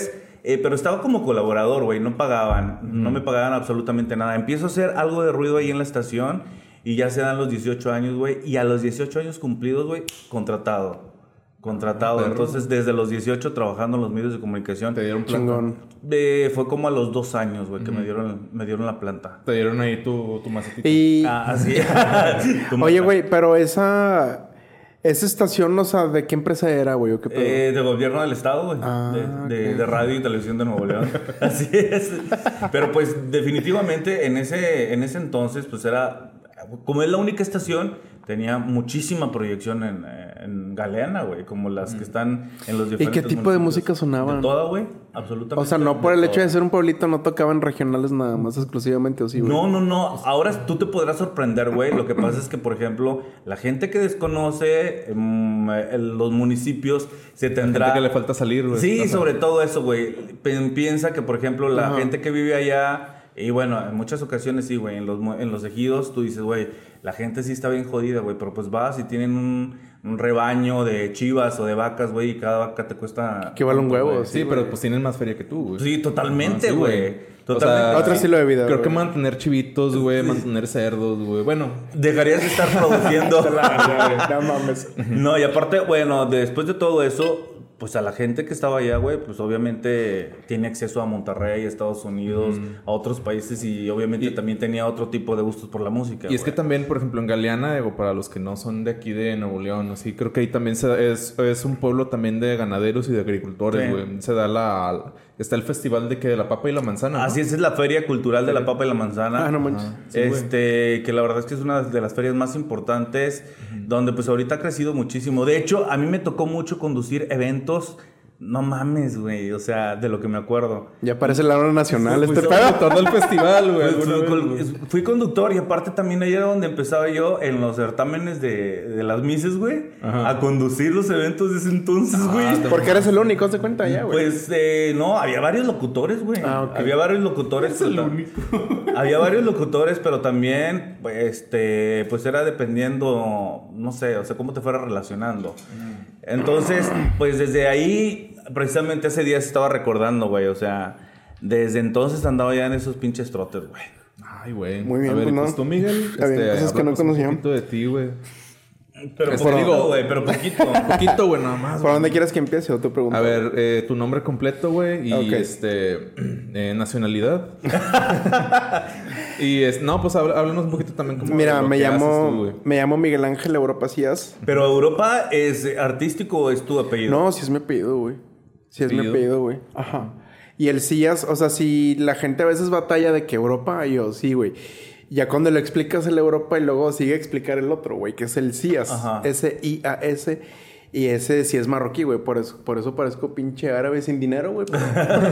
Speaker 5: Eh, pero estaba como colaborador, güey. No pagaban. Uh-huh. No me pagaban absolutamente nada. Empiezo a hacer algo de ruido ahí en la estación. Y ya se dan los dieciocho años, güey. Y a los dieciocho años cumplidos, güey, contratado. Contratado. Pero, entonces, desde los dieciocho trabajando en los medios de comunicación.
Speaker 3: Te dieron planta.
Speaker 5: Eh, fue como a los dos años, güey, que uh-huh. me dieron me dieron la planta.
Speaker 3: Te dieron ahí tu, tu macetita.
Speaker 4: Y...
Speaker 5: Ah, así.
Speaker 4: Oye, güey, pero esa... Esa estación, o sea, ¿de qué empresa era, güey?
Speaker 5: Eh, de gobierno del estado, güey. Ah, de, de, okay. de radio y televisión de Nuevo León. Así es. Pero pues definitivamente en ese, en ese entonces, pues era... Como es la única estación, tenía muchísima proyección en, en Galeana, güey. Como las que están en los diferentes...
Speaker 4: ¿Y qué tipo de música sonaban?
Speaker 5: De toda, güey. Absolutamente.
Speaker 4: O sea, no por el toda. hecho de ser un pueblito no tocaban regionales nada más exclusivamente, ¿o sí, güey?
Speaker 5: No, no, no. Ahora tú te podrás sorprender, güey. Lo que pasa es que, por ejemplo, la gente que desconoce um, el, los municipios se tendrá...
Speaker 3: La gente que le falta salir, güey.
Speaker 5: Sí, sobre todo eso, güey. Piensa que, por ejemplo, la Ajá. gente que vive allá... Y bueno, en muchas ocasiones sí, güey. En los, en los ejidos tú dices, güey, la gente sí está bien jodida, güey. Pero pues vas y tienen un, un rebaño de chivas o de vacas, güey. Y cada vaca te cuesta...
Speaker 4: Que vale un huevo.
Speaker 3: Sí, sí, pero pues tienen más feria que tú, güey.
Speaker 5: Sí, totalmente, güey.
Speaker 3: Sí, totalmente.
Speaker 4: O sea, otro estilo de vida,
Speaker 3: Creo
Speaker 4: güey.
Speaker 3: que mantener chivitos, güey. Sí. Mantener cerdos, güey. Bueno.
Speaker 5: Dejarías de estar produciendo.
Speaker 4: No mames.
Speaker 5: No, y aparte, bueno, después de todo eso... Pues a la gente que estaba allá, güey, pues obviamente tiene acceso a Monterrey, a Estados Unidos, mm. a otros países y obviamente y, también tenía otro tipo de gustos por la música.
Speaker 3: Y es wey. que también, por ejemplo, en Galeana, digo, para los que no son de aquí de Nuevo León, así creo que ahí también se, es, es un pueblo también de ganaderos y de agricultores, güey. Sí. Se da la... Está el festival de que de la papa y la manzana, ¿no?
Speaker 5: Así es, es la feria cultural de la papa y la manzana.
Speaker 4: Ah, no manches.
Speaker 5: Sí, este, que la verdad es que es una de las ferias más importantes, uh-huh. donde pues ahorita ha crecido muchísimo. De hecho, a mí me tocó mucho conducir eventos. No mames, güey. O sea, de lo que me acuerdo.
Speaker 4: Ya parece la hora nacional
Speaker 5: fui,
Speaker 4: este
Speaker 5: fui
Speaker 4: pedo.
Speaker 5: todo el festival, güey. Fui, fui, fui conductor y aparte también ahí era donde empezaba yo en los certámenes de, de las Mises, güey. A conducir los eventos de ese entonces, güey.
Speaker 4: Ah, porque eres el único, ¿se cuenta ya, güey?
Speaker 5: Pues, eh, no, había varios locutores, güey.
Speaker 4: Ah, okay.
Speaker 5: Había varios locutores.
Speaker 3: Es el único.
Speaker 5: Había varios locutores, pero también, este, pues era dependiendo, no sé, o sea, cómo te fuera relacionando. Entonces, pues desde ahí, precisamente ese día se estaba recordando, güey. O sea, desde entonces andaba ya en esos pinches trotes, güey.
Speaker 3: Ay, güey.
Speaker 4: Muy bien,
Speaker 3: a ver,
Speaker 4: pues,
Speaker 3: pues
Speaker 4: no.
Speaker 3: tú, Miguel.
Speaker 4: A ver,
Speaker 3: este,
Speaker 4: cosas que no conocía.
Speaker 3: Un poquito de ti, güey.
Speaker 5: Pero es poquito, güey, pero poquito.
Speaker 3: Poquito, güey, nada más.
Speaker 4: ¿Por dónde quieres que empiece o tu pregunta?
Speaker 3: A ver, eh, tu nombre completo, güey, y
Speaker 4: okay.
Speaker 3: este... Eh, nacionalidad. Y es... No, pues háblanos un poquito también como...
Speaker 4: Mira, me llamo... Tú, me llamo Miguel Ángel Europa Cías.
Speaker 5: ¿Pero Europa es artístico o es tu apellido?
Speaker 4: No, sí es mi apellido, güey. Sí es mi apellido, güey. Ajá. Y el Cías, o sea, si la gente a veces batalla de que Europa, yo sí, güey. Ya cuando le explicas el Europa y luego sigue a explicar el otro, güey, que es el Cías. S I A S. Y ese sí es marroquí, güey. Por eso, por eso parezco pinche árabe sin dinero, güey. Pero...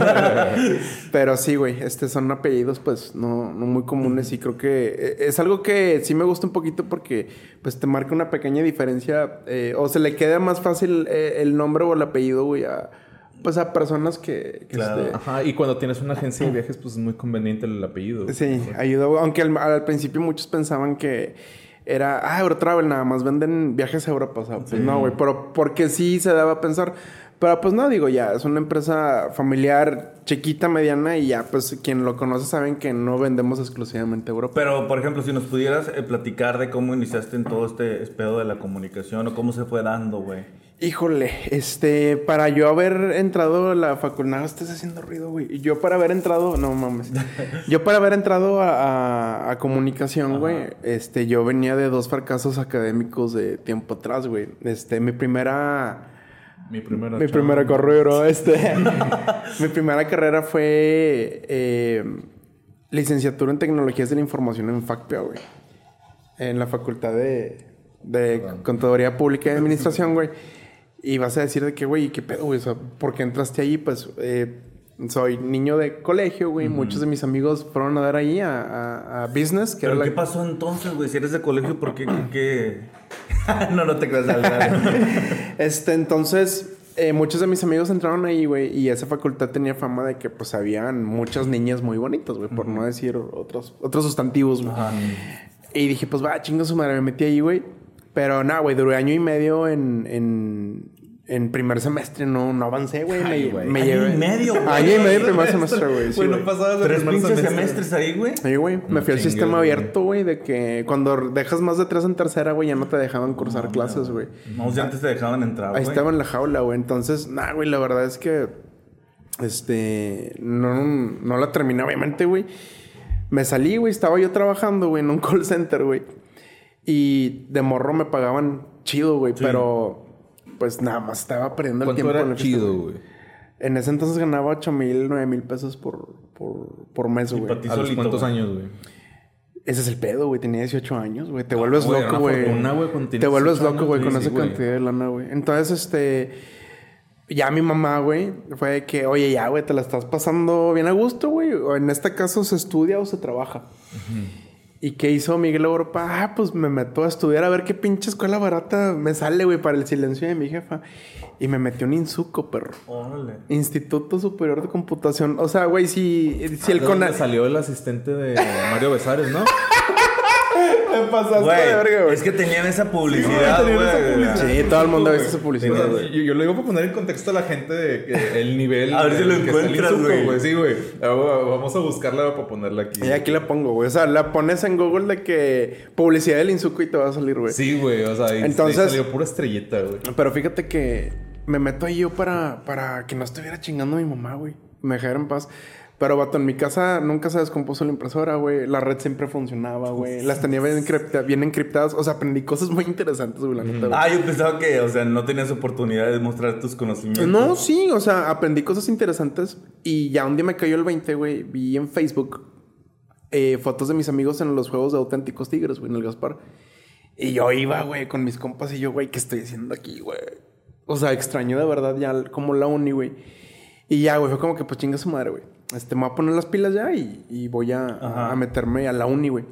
Speaker 4: pero sí, güey. Este son apellidos, pues, no, no muy comunes. Y creo que es algo que sí me gusta un poquito porque, pues, te marca una pequeña diferencia. Eh, o se le queda más fácil eh, el nombre o el apellido, güey, a... Pues a personas que... que
Speaker 3: claro.
Speaker 4: este...
Speaker 3: Ajá, y cuando tienes una agencia de viajes, pues es muy conveniente el apellido.
Speaker 4: Sí, ¿sí? Ayuda. Aunque al, al principio muchos pensaban que era... Ah, Eurotravel, nada más venden viajes a Europa. O sea, pues sí. no, güey. Pero porque sí se daba a pensar... Pero pues no, digo, ya. Es una empresa familiar chiquita, mediana. Y ya, pues quien lo conoce saben que no vendemos exclusivamente a Europa.
Speaker 5: Pero, por ejemplo, si nos pudieras eh, platicar de cómo iniciaste en todo este pedo de la comunicación... O cómo se fue dando, güey.
Speaker 4: Híjole, este, para yo haber entrado a la facultad, no, estás haciendo ruido, güey. Yo para haber entrado, no mames. Yo para haber entrado a, a, a comunicación, güey, este, yo venía de dos fracasos académicos de tiempo atrás, güey. Este, mi primera...
Speaker 3: Mi primera...
Speaker 4: Mi primera carrera, este... mi primera carrera fue eh, licenciatura en Tecnologías de la Información en FACPIA, güey. En la Facultad de, de bueno. Contaduría Pública y Administración, güey. Y vas a decir de que, güey, ¿qué pedo, güey? O sea, ¿por qué entraste ahí? Pues, eh, soy niño de colegio, güey. Uh-huh. Muchos de mis amigos fueron a dar ahí a, a, a business. Que
Speaker 5: ¿Pero
Speaker 4: era
Speaker 5: qué
Speaker 4: la...
Speaker 5: pasó entonces, güey? Si eres de colegio, ¿por qué? ¿Qué, qué? no, no te creas al
Speaker 4: Este, entonces... Eh, muchos de mis amigos entraron ahí, güey. Y esa facultad tenía fama de que, pues, habían muchas niñas muy bonitas, güey. Uh-huh. Por no decir otros, otros sustantivos, güey. Uh-huh. Y dije, pues, va, chingo su madre. Me metí ahí, güey. Pero nada, güey, duré año y medio en, en, en primer semestre no, no avancé, güey.
Speaker 5: Ay,
Speaker 4: Me,
Speaker 5: güey.
Speaker 4: me
Speaker 5: Año
Speaker 4: llevé...
Speaker 5: y medio, güey.
Speaker 4: Año y medio en primer semestre, güey. Sí,
Speaker 3: Güey, no
Speaker 4: güey.
Speaker 3: pasabas de
Speaker 5: Tres
Speaker 3: primer
Speaker 5: pinches
Speaker 3: semestre.
Speaker 5: semestres ahí, güey.
Speaker 4: Sí, güey. Me
Speaker 3: No
Speaker 4: fui al
Speaker 3: chingues,
Speaker 4: sistema
Speaker 3: güey.
Speaker 4: abierto, güey, de que cuando dejas más de tres en tercera, güey, ya no te dejaban cursar clases, güey.
Speaker 5: No, ya antes te dejaban entrar, güey.
Speaker 4: Ahí estaba en la jaula, güey. Entonces, nah, güey, la verdad es que... Este... No, no la terminé, obviamente, güey. Me salí, güey. Estaba yo trabajando, güey, en un call center, güey. Y de morro me pagaban chido, güey.
Speaker 5: Sí.
Speaker 4: Pero... Pues nada más estaba perdiendo el
Speaker 3: ¿Cuánto
Speaker 4: tiempo. en
Speaker 3: era
Speaker 4: el
Speaker 3: chido,
Speaker 4: sistema.
Speaker 3: güey?
Speaker 4: En ese entonces ganaba ocho mil, nueve mil pesos por, por, por mes,
Speaker 5: Y
Speaker 4: güey.
Speaker 5: pa' ti
Speaker 3: ¿A los
Speaker 5: solito,
Speaker 3: cuántos
Speaker 5: güey.
Speaker 3: años, güey?
Speaker 4: Ese es el pedo, güey. Tenía dieciocho años, güey. Te vuelves
Speaker 3: güey,
Speaker 4: loco,
Speaker 3: una
Speaker 4: güey.
Speaker 3: fortuna, güey, cuando
Speaker 4: Te
Speaker 3: tienes
Speaker 4: vuelves
Speaker 3: dieciocho
Speaker 4: loco, güey,
Speaker 3: años,
Speaker 4: con
Speaker 3: sí,
Speaker 4: esa
Speaker 3: güey.
Speaker 4: cantidad de lana, güey. Entonces, este... Ya mi mamá, güey, fue de que... Oye, ya, güey, te la estás pasando bien a gusto, güey. O en este caso, ¿se estudia o se trabaja? ¿Y qué hizo Miguel Europa? Ah, pues me meto a estudiar a ver qué pinche escuela barata me sale, güey, para el silencio de mi jefa. Y me metió un INSUCO, perro.
Speaker 5: Órale.
Speaker 4: Instituto Superior de Computación. O sea, güey, si, si el
Speaker 3: ¿De dónde
Speaker 4: CONA...
Speaker 3: salió el asistente de Mario Besares, no?
Speaker 4: Me pasaste
Speaker 5: Güey,
Speaker 4: de verga, güey.
Speaker 5: es que tenían esa publicidad,
Speaker 3: tenían esa
Speaker 5: güey.
Speaker 3: publicidad.
Speaker 4: Sí, todo el mundo ha visto
Speaker 3: Güey.
Speaker 4: esa publicidad,
Speaker 3: O sea,
Speaker 4: güey.
Speaker 3: Yo, yo lo digo para poner en contexto a la gente de que el nivel...
Speaker 5: A ver si lo
Speaker 3: que está el
Speaker 5: encuentras,
Speaker 3: Izuku,
Speaker 5: güey.
Speaker 3: Sí, güey. Ah, vamos a buscarla para ponerla aquí.
Speaker 4: Y aquí la pongo, güey. O sea, la pones en Google de que publicidad del Insuco y te va a salir, güey.
Speaker 3: Sí, güey. O sea, y
Speaker 4: Entonces-
Speaker 3: ahí salió pura estrellita, güey.
Speaker 4: Pero fíjate que me meto ahí yo para, para que no estuviera chingando a mi mamá, güey. Me dejara en paz. Pero, vato, en mi casa nunca se descompuso la impresora, güey. La red siempre funcionaba, güey. Las tenía bien, encripta- bien encriptadas. O sea, aprendí cosas muy interesantes, güey, la neta, güey.
Speaker 5: Ah, yo pensaba que, o sea, no tenías oportunidad de mostrar tus conocimientos.
Speaker 4: No, sí, o sea, aprendí cosas interesantes. Y ya un día me cayó el veinte, güey. Vi en Facebook eh, fotos de mis amigos en los juegos de Auténticos Tigres, güey, en el Gaspar. Y yo iba, güey, con mis compas y yo, güey, ¿qué estoy haciendo aquí, güey? O sea, extraño de verdad ya como la uni, güey. Y ya, güey, fue como que pues chinga su madre, güey. Este, me voy a poner las pilas ya y, y voy a, a, a meterme a la uni, güey.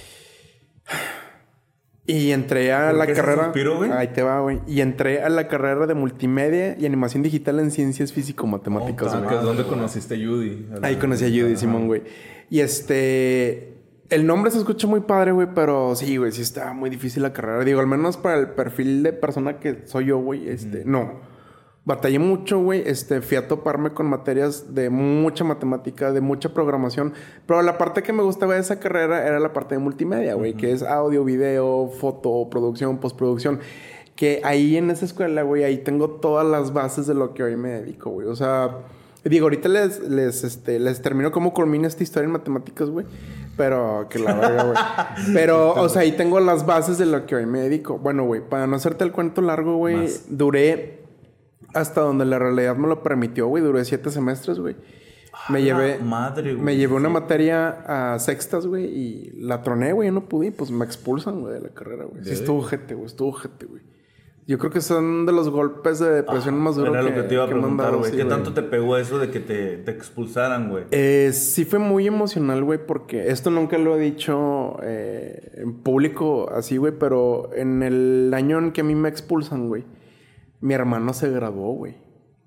Speaker 4: Y entré a
Speaker 5: ¿Por
Speaker 4: la
Speaker 5: qué ese
Speaker 4: carrera...
Speaker 5: suspiro, güey?
Speaker 4: Ahí te va, güey. Y entré a la carrera de multimedia y animación digital en ciencias físico-matemáticas,
Speaker 3: Ah,
Speaker 4: güey.
Speaker 3: que es donde conociste a Judy.
Speaker 4: Ahí conocí a Judy, Simón, güey. Y este... El nombre se escucha muy padre, güey, pero sí, güey, sí está muy difícil la carrera. Digo, al menos para el perfil de persona que soy yo, güey, este... No. Batallé mucho, güey. Este, fui a toparme con materias de mucha matemática, de mucha programación. Pero la parte que me gustaba de esa carrera era la parte de multimedia, güey. Uh-huh. Que es audio, video, foto, producción, postproducción. Que ahí en esa escuela, güey, ahí tengo todas las bases de lo que hoy me dedico, güey. O sea... Digo, ahorita les, les, este, les termino cómo culmina esta historia en matemáticas, güey. Pero que la verga, güey. Pero, o sea, ahí tengo las bases de lo que hoy me dedico. Bueno, güey, para no hacerte el cuento largo, güey, duré... Hasta donde la realidad me lo permitió, güey. Duré siete semestres, güey. Me llevé...
Speaker 5: Madre, güey.
Speaker 4: Me llevé una materia a sextas, güey. Y la troné, güey. Yo no pude. Y pues me expulsan, güey, de la carrera, güey. Sí, estuvo ojete, güey. Estuvo ojete, güey. Yo creo que son de los golpes de depresión ah, más duros
Speaker 5: que... Era lo que te iba a preguntar, güey.
Speaker 4: Sí,
Speaker 5: ¿Qué
Speaker 4: güey.
Speaker 5: tanto te pegó eso de que te, te expulsaran, güey?
Speaker 4: Eh, sí fue muy emocional, güey. Porque esto nunca lo he dicho eh, en público así, güey. Pero en el año en que a mí me expulsan, güey, mi hermano se graduó, güey.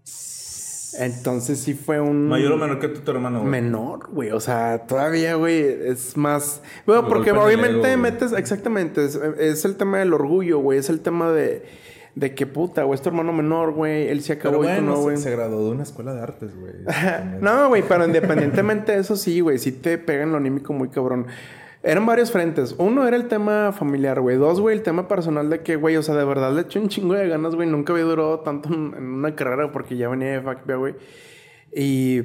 Speaker 4: Entonces sí fue un...
Speaker 5: ¿Mayor o menor que tu, tu hermano, güey?
Speaker 4: Menor, güey. O sea, todavía, güey, es más... Bueno, el porque obviamente ego, metes... Exactamente. Es, es el tema del orgullo, güey. Es el tema de... De que puta, güey, es tu hermano menor, güey. Él se acabó
Speaker 3: pero,
Speaker 4: y tú no, güey.
Speaker 3: Se, se graduó de una escuela de artes, güey.
Speaker 4: No, güey, pero independientemente de eso, sí, güey. Sí te pegan lo anímico muy cabrón. Eran varios frentes. Uno era el tema familiar, güey. Dos, güey, el tema personal de que, güey, o sea, de verdad le eché un chingo de ganas, güey. Nunca había durado tanto en, en una carrera porque ya venía de F A C, güey. Y...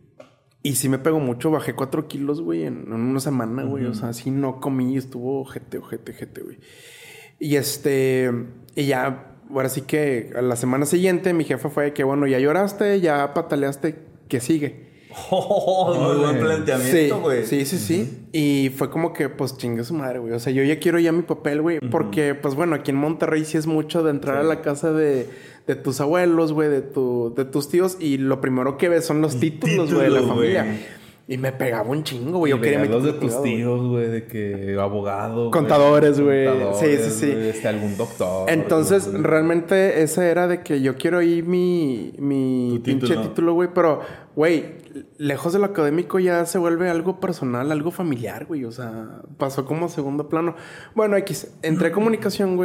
Speaker 4: Y sí me pegó mucho. Bajé cuatro kilos, güey, en, en una semana, güey. Uh-huh. O sea, sí no comí. Estuvo ojete, ojete, ojete, güey. Y este... Y ya... Ahora sí que a la semana siguiente mi jefa fue de que, bueno, ya lloraste, ya pataleaste, ¿qué sigue?
Speaker 5: Oh, muy buen planteamiento, güey.
Speaker 4: Sí, sí, sí, sí. Uh-huh. Y fue como que, pues, chingue su madre, güey. O sea, yo ya quiero ya mi papel, güey. Uh-huh. Porque, pues, bueno, aquí en Monterrey sí es mucho de entrar sí. a la casa de, de tus abuelos, güey, de, tu, de tus tíos. Y lo primero que ves son los títulos, güey, de la familia. Wey. Y me pegaba un chingo, güey. Yo quería mi
Speaker 3: los de tus tíos, güey, de que abogado.
Speaker 4: Contadores, güey. Sí, sí, sí.
Speaker 3: Wey, este, algún doctor.
Speaker 4: Entonces, wey. realmente ese era de que yo quiero ir mi, mi pinche título, título, güey. Pero, güey, lejos de lo académico ya se vuelve algo personal, algo familiar, güey. O sea, pasó como segundo plano. Bueno, X. Entré a comunicación, güey.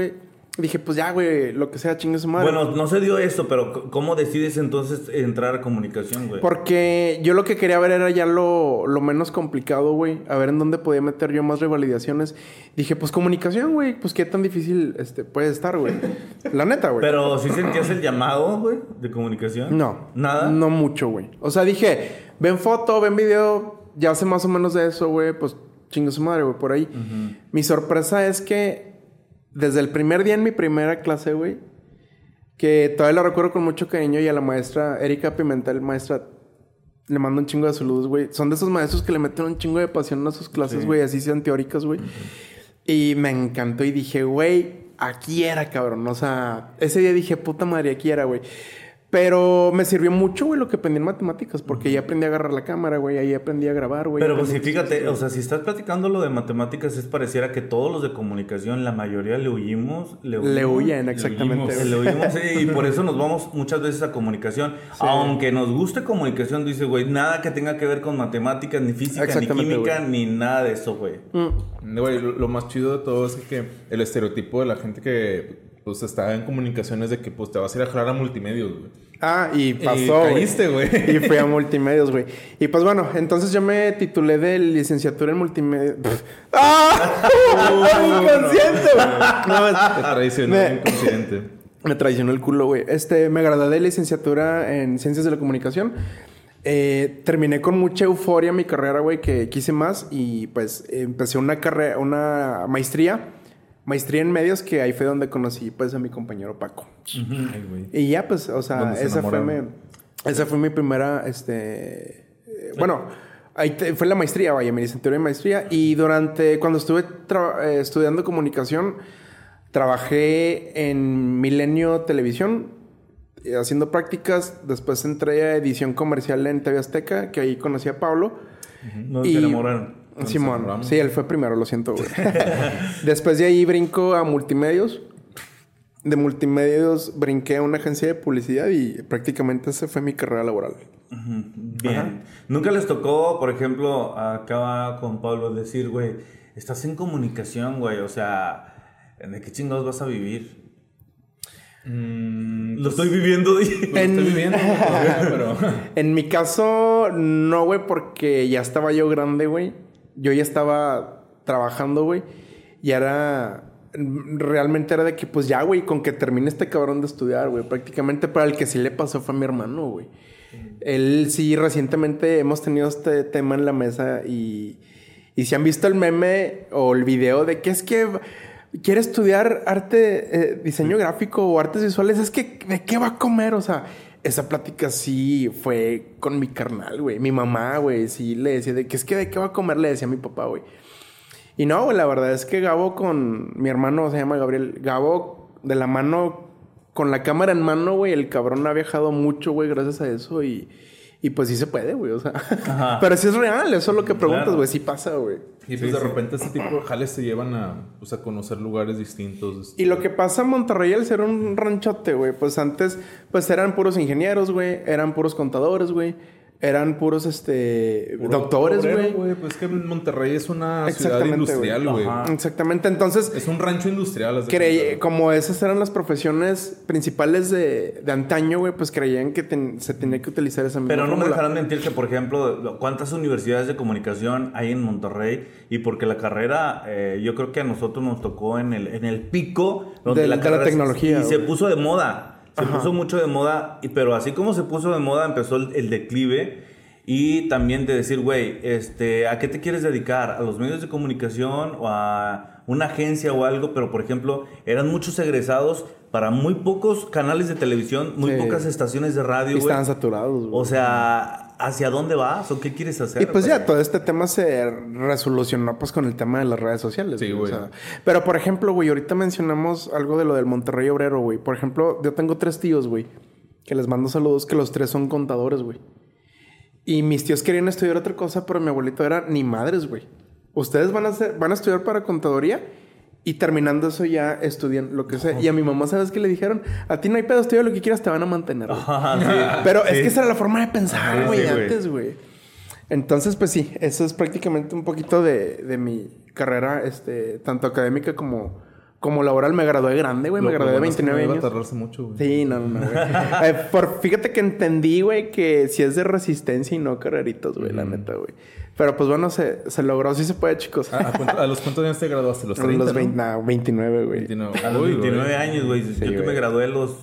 Speaker 4: Dije, pues ya, güey, lo que sea, chingue su madre.
Speaker 5: Bueno, no se dio eso, pero ¿cómo decides entonces entrar a comunicación, güey?
Speaker 4: Porque yo lo que quería ver era ya lo, lo menos complicado, güey. A ver en dónde podía meter yo más revalidaciones. Dije, pues comunicación, güey. Pues qué tan difícil este, puede estar, güey. La neta, güey.
Speaker 5: Pero ¿sí sentías el llamado, güey, de comunicación?
Speaker 4: No.
Speaker 5: ¿Nada?
Speaker 4: No mucho, güey. O sea, dije, ven foto, ven video. Ya sé más o menos de eso, güey. Pues chingue su madre, güey, por ahí. Uh-huh. Mi sorpresa es que desde el primer día en mi primera clase, güey, que todavía lo recuerdo con mucho cariño, y a la maestra Erika Pimentel, maestra, le mando un chingo de saludos, güey. Son de esos maestros que le meten un chingo de pasión a sus clases, güey, sí. Así sean teóricas, güey. Uh-huh. Y me encantó y dije, güey, aquí era, cabrón. O sea, ese día dije, puta madre, aquí era, güey. Pero me sirvió mucho, güey, lo que aprendí en matemáticas. Porque ahí aprendí a agarrar la cámara, güey. Ahí aprendí a grabar, güey.
Speaker 5: Pero pues sí, fíjate, o sea, si estás platicando lo de matemáticas, es pareciera que todos los de comunicación, la mayoría le huimos. Le, huimos,
Speaker 4: le huyen, exactamente.
Speaker 5: Le huimos, sí, y por eso nos vamos muchas veces a comunicación. Sí. Aunque nos guste comunicación, dice, güey, nada que tenga que ver con matemáticas, ni física, ni química, güey. Ni nada de eso, güey.
Speaker 3: Mm. Güey, lo, lo más chido de todo es que el estereotipo de la gente que pues está en comunicaciones de que pues te vas a ir a jalar a multimedios, güey.
Speaker 4: Ah, y pasó,
Speaker 3: y caíste, güey.
Speaker 4: Y fui a multimedios, güey. Y pues bueno, entonces yo me titulé de licenciatura en multimedia. ¡Ah! ¡Oh, inconsciente, güey! No,
Speaker 3: te traicionó el inconsciente.
Speaker 4: Me traicionó el culo, güey. Este, me gradué de licenciatura en Ciencias de la Comunicación. Eh, terminé con mucha euforia mi carrera, güey, que quise más. Y pues empecé una carrera, una maestría. Maestría en medios, que ahí fue donde conocí, pues, a mi compañero Paco. Uh-huh. Ay, y ya, pues, o sea, esa fue, mi, esa fue mi primera, este... Eh, bueno, ahí te, fue la maestría, vaya, mi licenciatura en maestría. Y durante... Cuando estuve tra- eh, estudiando comunicación, trabajé en Milenio Televisión, eh, haciendo prácticas. Después entré a edición comercial en T V Azteca, que ahí conocí a Pablo.
Speaker 5: Uh-huh. ¿No te enamoraron?
Speaker 4: Simón, sí, él fue primero, lo siento, güey. Después de ahí brinco a multimedios. De multimedios brinqué a una agencia de publicidad y prácticamente esa fue mi carrera laboral.
Speaker 5: Uh-huh. Bien. Ajá. ¿Nunca les tocó, por ejemplo, acá con Pablo, decir, güey, estás en comunicación, güey, o sea, ¿de qué chingados vas a vivir? Mm, lo estoy viviendo.
Speaker 3: Lo en... estoy viviendo. pero...
Speaker 4: En mi caso, no, güey, porque ya estaba yo grande, güey. Yo ya estaba trabajando, güey. Y era... Realmente era de que, pues ya, güey, con que termine este cabrón de estudiar, güey. Prácticamente para el que sí le pasó fue a mi hermano, güey. Mm. Él sí, recientemente hemos tenido este tema en la mesa y... Y si han visto el meme o el video de que es que... quiere estudiar arte, eh, diseño gráfico o artes visuales, es que ¿de qué va a comer? O sea, esa plática sí fue con mi carnal, güey. Mi mamá, güey, sí le decía de que es que ¿de qué va a comer? Le decía a mi papá, güey. Y no, güey, la verdad es que Gabo con... Mi hermano se llama Gabriel. Gabo, de la mano, con la cámara en mano, güey, el cabrón ha viajado mucho, güey, gracias a eso y... Y pues sí se puede, güey, o sea. Ajá. Pero sí es real, eso es lo que preguntas, güey. Claro. Sí pasa, güey.
Speaker 3: Y pues sí, de sí. repente ese tipo de jales te llevan a, pues, a conocer lugares distintos. Este...
Speaker 4: Y lo que pasa en Monterrey al ser un ranchote, güey, pues antes, pues eran puros ingenieros, güey. Eran puros contadores, güey. Eran puros, este... Puro, doctores, güey.
Speaker 3: Pues que Monterrey es una ciudad industrial, güey.
Speaker 4: Exactamente. Entonces...
Speaker 3: Es un rancho industrial.
Speaker 4: Creí, como esas eran las profesiones principales de, de antaño, güey, pues creían que ten, se tenía que utilizar esa misma
Speaker 5: Pero no
Speaker 4: fórmula.
Speaker 5: me dejarán mentir que, por ejemplo, ¿cuántas universidades de comunicación hay en Monterrey? Y porque la carrera, eh, yo creo que a nosotros nos tocó en el, en el pico... Donde
Speaker 4: de la,
Speaker 5: la,
Speaker 4: de la tecnología.
Speaker 5: Y se puso de moda. Se Ajá. puso mucho de moda, y, pero así como se puso de moda, empezó el, el declive. Y también de decir, güey, este, ¿a qué te quieres dedicar? ¿A los medios de comunicación o a una agencia o algo? Pero, por ejemplo, eran muchos egresados para muy pocos canales de televisión, muy sí. pocas estaciones de radio, güey.
Speaker 4: Estaban saturados, güey.
Speaker 5: O sea, ¿hacia dónde vas o qué quieres hacer?
Speaker 4: Y pues güey? ya, todo este tema se resolucionó pues con el tema de las redes sociales.
Speaker 3: Sí, güey.
Speaker 4: O sea, pero, por ejemplo, güey, ahorita mencionamos algo de lo del Monterrey Obrero, güey. Por ejemplo, yo tengo tres tíos, güey, que les mando saludos, que los tres son contadores, güey. Y mis tíos querían estudiar otra cosa, pero mi abuelito era ni madres, güey. Ustedes van a hacer, van a estudiar para contaduría y terminando eso ya estudian lo que sea. Uh-huh. Y a mi mamá, ¿sabes qué le dijeron? A ti no hay pedo, estudia lo que quieras, te van a mantener. Uh-huh, sí. Pero sí. es que esa era la forma de pensar, güey, sí, antes, güey. Entonces, pues sí, eso es prácticamente un poquito de, de mi carrera, este, tanto académica como como laboral me gradué grande, güey. Me
Speaker 3: Lo-
Speaker 4: gradué
Speaker 3: lo
Speaker 4: de
Speaker 3: bueno es que
Speaker 4: veintinueve
Speaker 3: no
Speaker 4: años.
Speaker 3: iba a tardarse mucho, güey.
Speaker 4: Sí, no, no, no, güey. Eh, por, fíjate que entendí, güey, que si es de resistencia y no carreritos, güey, la neta, güey. Pero pues bueno, se, se logró. Sí se puede, chicos.
Speaker 3: ¿A, a cuánto- a los cuántos años te graduaste? ¿Los
Speaker 4: A
Speaker 3: treinta,
Speaker 4: los
Speaker 3: no?
Speaker 4: veinte, no, veintinueve, güey.
Speaker 3: veintinueve.
Speaker 5: A los
Speaker 3: Uy,
Speaker 5: veintinueve
Speaker 3: güey.
Speaker 5: años, güey.
Speaker 4: Sí,
Speaker 5: Yo que me
Speaker 4: güey.
Speaker 5: gradué a los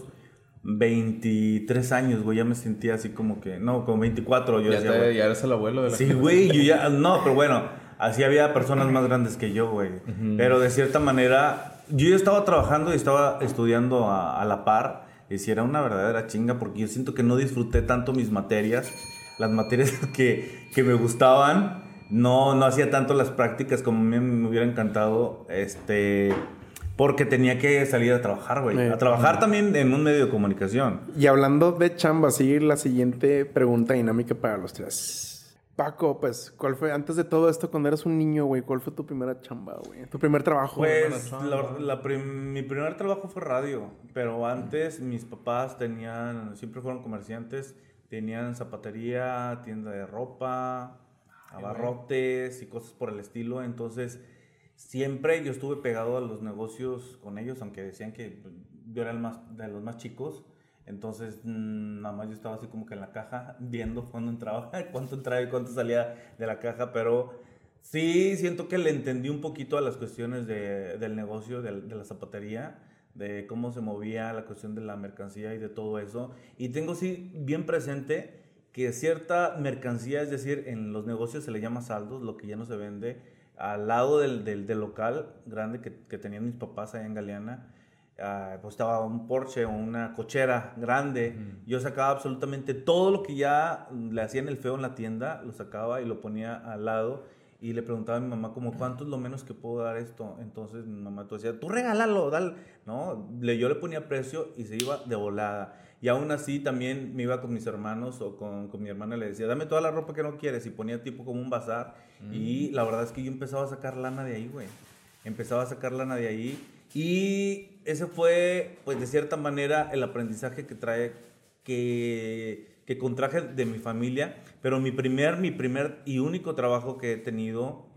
Speaker 5: veintitrés años, güey. Ya me sentía así como que... No, como veinticuatro. Yo
Speaker 3: Ya,
Speaker 5: decía,
Speaker 3: te-
Speaker 5: güey.
Speaker 3: ya eres el abuelo de la
Speaker 5: Sí, güey. Yo ya... No, pero bueno. Así había personas más grandes que yo, güey. Pero de cierta manera... Yo ya estaba trabajando y estaba estudiando a, a la par. Y si era una verdadera chinga. Porque yo siento que no disfruté tanto mis materias. Las materias que, que me gustaban... No, no hacía tanto las prácticas como a mí me hubiera encantado, este, porque tenía que salir a trabajar, güey.
Speaker 4: Eh.
Speaker 5: A trabajar también en un medio de comunicación.
Speaker 4: Y hablando de chamba, sigue la siguiente pregunta dinámica para los tres. Paco, pues, ¿cuál fue, antes de todo esto, cuando eras un niño, güey, cuál fue tu primera chamba, güey? Tu primer trabajo.
Speaker 5: Pues,
Speaker 4: güey.
Speaker 5: la, la prim- mi primer trabajo fue radio, pero antes mis papás tenían, siempre fueron comerciantes, tenían zapatería, tienda de ropa, abarrotes y cosas por el estilo. Entonces siempre yo estuve pegado a los negocios con ellos, aunque decían que yo era el más, de los más chicos. Entonces mmm, nada más yo estaba así como que en la caja viendo cuándo entraba, cuánto entraba y cuánto salía de la caja. Pero sí siento que le entendí un poquito a las cuestiones de, del negocio, de, de la zapatería, de cómo se movía la cuestión de la mercancía y de todo eso. Y tengo sí bien presente que cierta mercancía, es decir, en los negocios se le llama saldos, lo que ya no se vende, al lado del, del, del local grande que, que tenían mis papás allá en Galeana, uh, pues estaba un Porsche o una cochera grande. Mm. Yo sacaba absolutamente todo lo que ya le hacían el feo en la tienda, lo sacaba y lo ponía al lado. Y le preguntaba a mi mamá como, ¿cuánto es lo menos que puedo dar esto? Entonces mi mamá tú decía, tú regálalo, dale. No, le, yo le ponía precio y se iba de volada. Y aún así también me iba con mis hermanos o con, con mi hermana, le decía, dame toda la ropa que no quieres. Y ponía tipo como un bazar. Mm. Y la verdad es que yo empezaba a sacar lana de ahí, güey. Empezaba a sacar lana de ahí. Y ese fue, pues de cierta manera, el aprendizaje que trae, que... que contraje de mi familia, pero mi primer, mi primer y único trabajo que he tenido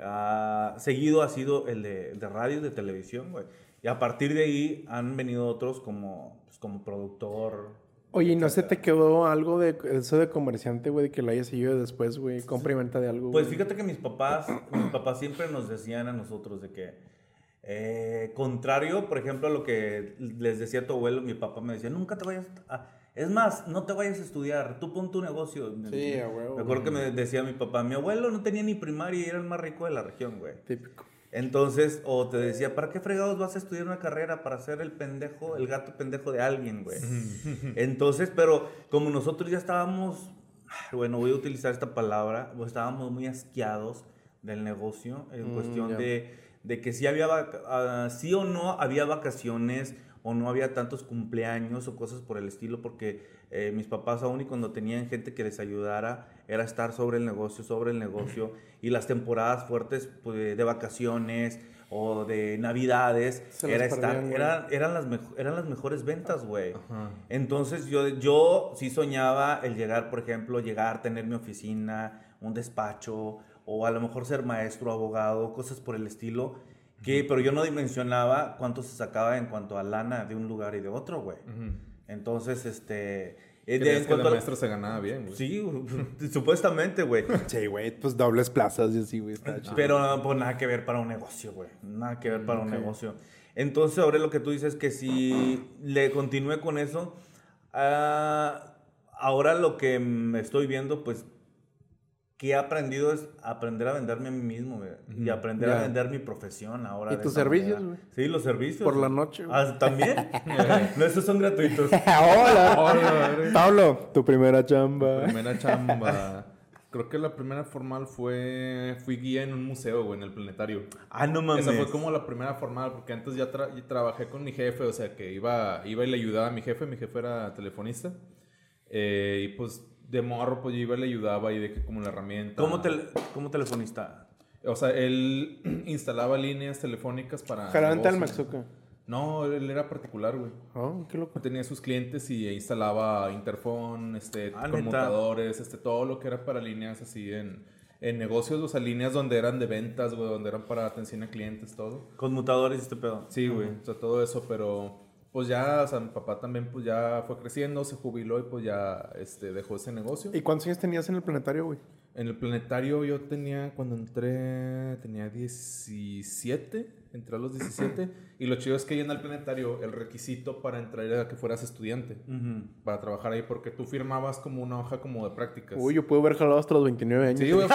Speaker 5: uh, seguido ha sido el de, de radio y de televisión, güey. Y a partir de ahí han venido otros como, pues, como productor.
Speaker 4: Oye, ¿y no se te quedó algo de eso de comerciante, güey, de que lo hayas seguido después, güey? Compra y venta de algo,
Speaker 5: Pues
Speaker 4: güey.
Speaker 5: fíjate que mis papás, mis papás siempre nos decían a nosotros de que, eh, contrario, por ejemplo, a lo que les decía tu abuelo, mi papá me decía, nunca te vayas a... Es más, no te vayas a estudiar, tú pon tu negocio.
Speaker 4: Sí, a huevo.
Speaker 5: Me acuerdo que me decía mi papá, mi abuelo no tenía ni primaria y era el más rico de la región, güey.
Speaker 4: Típico.
Speaker 5: Entonces, o te decía, ¿para qué fregados vas a estudiar una carrera? Para ser el pendejo, el gato pendejo de alguien, güey. Entonces, pero como nosotros ya estábamos, bueno, voy a utilizar esta palabra, pues estábamos muy asqueados del negocio, en mm, cuestión de, de que si había, uh, sí o no había vacaciones, o no había tantos cumpleaños o cosas por el estilo, porque eh, mis papás aún y cuando tenían gente que les ayudara, era estar sobre el negocio, sobre el negocio, y las temporadas fuertes pues, de vacaciones o de navidades,
Speaker 4: Se
Speaker 5: era
Speaker 4: los
Speaker 5: estar,
Speaker 4: perdían,
Speaker 5: eran, eran, las mejo- eran las mejores ventas, güey. Entonces yo, yo sí soñaba el llegar, por ejemplo, llegar, tener mi oficina, un despacho, o a lo mejor ser maestro, abogado, cosas por el estilo. Que, pero yo no dimensionaba cuánto se sacaba en cuanto a lana de un lugar y de otro, güey. Uh-huh. Entonces, este...
Speaker 3: Eh, de, en cuanto que de maestro a... se ganaba bien, güey.
Speaker 5: Sí, supuestamente, güey.
Speaker 4: Sí, güey, pues dobles plazas y así, güey.
Speaker 5: Pero pues nada que ver para un negocio, güey. Nada que ver para okay. un negocio. Entonces, ahora lo que tú dices es que si le continúe con eso, uh, ahora lo que me estoy viendo, pues... que he aprendido es aprender a venderme a mí mismo, güey. Uh-huh. Y aprender yeah. a vender mi profesión ahora.
Speaker 4: ¿Y tus servicios, güey?
Speaker 5: Sí, los servicios.
Speaker 4: Por la noche,
Speaker 5: güey. Ah, ¿también? No, esos son gratuitos.
Speaker 4: Hola. Hola, Pablo, tu primera chamba.
Speaker 3: Tu primera chamba. Creo que la primera formal fue... Fui guía en un museo, güey, en el Planetario.
Speaker 5: Ah, no mames.
Speaker 3: Esa fue como la primera formal, porque antes ya tra- trabajé con mi jefe, o sea, que iba, iba y le ayudaba a mi jefe. Mi jefe era telefonista. Eh, y pues... De morro, pues yo iba y le ayudaba y de que como la herramienta.
Speaker 5: ¿Cómo, tele, cómo telefonista?
Speaker 3: O sea, él instalaba líneas telefónicas para...
Speaker 4: ¿Gerente Telmex o qué?
Speaker 3: No, él era particular, güey.
Speaker 4: Oh, qué loco.
Speaker 3: Tenía sus clientes y instalaba interfón, este, ah, conmutadores, este, todo lo que era para líneas así en, en negocios, o sea, líneas donde eran de ventas, güey, donde eran para atención a clientes, todo.
Speaker 5: Conmutadores y este pedo.
Speaker 3: Sí, güey, o sea, todo eso, pero pues ya, o sea, mi papá también pues ya fue creciendo, se jubiló y pues ya este, dejó ese negocio.
Speaker 4: ¿Y cuántos años tenías en el planetario, güey?
Speaker 3: En el planetario yo tenía, cuando entré, tenía diecisiete, entré a los diecisiete. Y lo chido es que ahí en el planetario el requisito para entrar era que fueras estudiante.
Speaker 5: Uh-huh.
Speaker 3: Para trabajar ahí, porque tú firmabas como una hoja como de prácticas.
Speaker 4: Uy, yo puedo haber jalado hasta los veintinueve años.
Speaker 3: Sí, güey.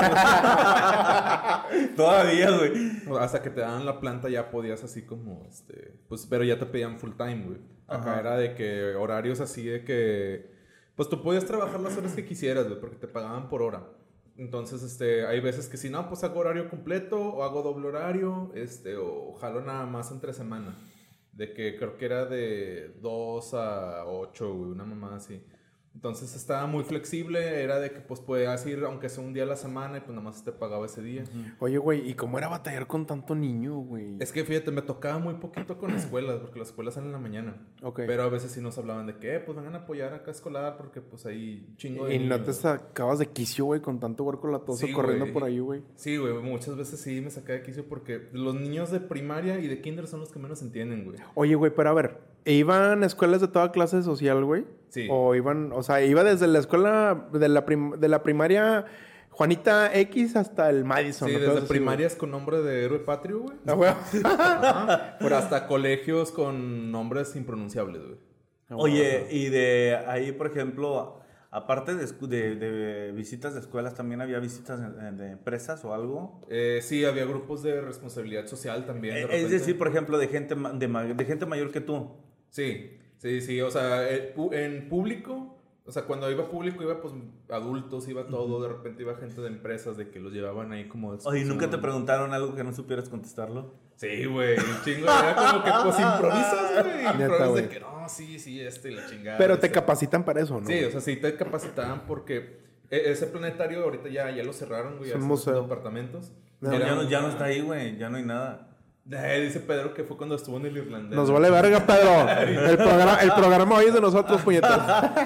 Speaker 5: Todavía, güey.
Speaker 3: Hasta que te daban la planta ya podías así como, este... Pues, pero ya te pedían full time, güey. Acá
Speaker 5: Ajá.
Speaker 3: era de que horarios así de que... Pues tú podías trabajar las horas que quisieras, güey, porque te pagaban por hora. Entonces, este, hay veces que si no, pues hago horario completo o hago doble horario, este, o jalo nada más entre semana. De que creo que era de dos a ocho, güey, una mamá así. Entonces estaba muy flexible, era de que pues podías ir aunque sea un día a la semana y pues nada más te pagaba ese día.
Speaker 4: Oye, güey, ¿y cómo era batallar con tanto niño, güey?
Speaker 3: Es que fíjate, me tocaba muy poquito con escuelas, porque las escuelas salen en la mañana.
Speaker 4: Ok.
Speaker 3: Pero a veces sí nos hablaban de que, eh, pues vengan a apoyar acá escolar, porque pues ahí chingo de
Speaker 4: Y no
Speaker 3: niños.
Speaker 4: te sacabas de quicio, güey, con tanto huerco latoso
Speaker 3: Sí,
Speaker 4: corriendo
Speaker 3: güey.
Speaker 4: por ahí, güey.
Speaker 3: Sí, güey, muchas veces sí me saqué de quicio porque los niños de primaria y de kinder son los que menos entienden, güey.
Speaker 4: Oye, güey, pero a ver, ¿iban a escuelas de toda clase social, güey?
Speaker 3: Sí.
Speaker 4: O iban, o sea, iba desde la escuela de la, prim- de la primaria Juanita X hasta el Madison.
Speaker 3: Sí,
Speaker 4: ¿no?
Speaker 3: desde
Speaker 4: Cosas así,
Speaker 3: primarias con nombre de héroe patrio, güey.
Speaker 4: güey. Ah, güey.
Speaker 3: Ajá. Pero hasta colegios con nombres impronunciables, güey.
Speaker 5: Oye, y de ahí, por ejemplo, aparte de, escu- de, de visitas de escuelas, ¿también había visitas de, de empresas o algo?
Speaker 3: Eh, sí, había grupos de responsabilidad social también. de
Speaker 5: Eh,
Speaker 3: repente.
Speaker 5: Es decir, por ejemplo, de gente, ma- de, ma- de gente mayor que tú.
Speaker 3: Sí, sí, sí. O sea, el pu- en público, o sea, cuando iba público iba pues adultos, iba todo. De repente iba gente de empresas de que los llevaban ahí como... de
Speaker 5: Oye, ¿nunca te
Speaker 3: excursión.
Speaker 5: preguntaron algo que no supieras contestarlo?
Speaker 3: Sí, güey, un chingo. Era como que pues improvisas, güey.
Speaker 4: Neta,
Speaker 3: Improvisas
Speaker 4: güey.
Speaker 3: de que no, sí, sí, este y la chingada.
Speaker 4: Pero te
Speaker 3: este.
Speaker 4: capacitan para eso, ¿no?
Speaker 3: Sí, o sea, sí te capacitaban porque e- ese planetario ahorita ya, ya lo cerraron, güey.
Speaker 4: Es un
Speaker 3: ya
Speaker 4: museo.
Speaker 3: son departamentos.
Speaker 4: No,
Speaker 5: Ya,
Speaker 3: Era-
Speaker 5: no, ya no está ahí, güey. Ya no hay nada.
Speaker 3: Eh, dice Pedro que fue cuando estuvo en el irlandés.
Speaker 4: Nos vale verga, Pedro. El programa, el programa hoy es de nosotros, puñetas.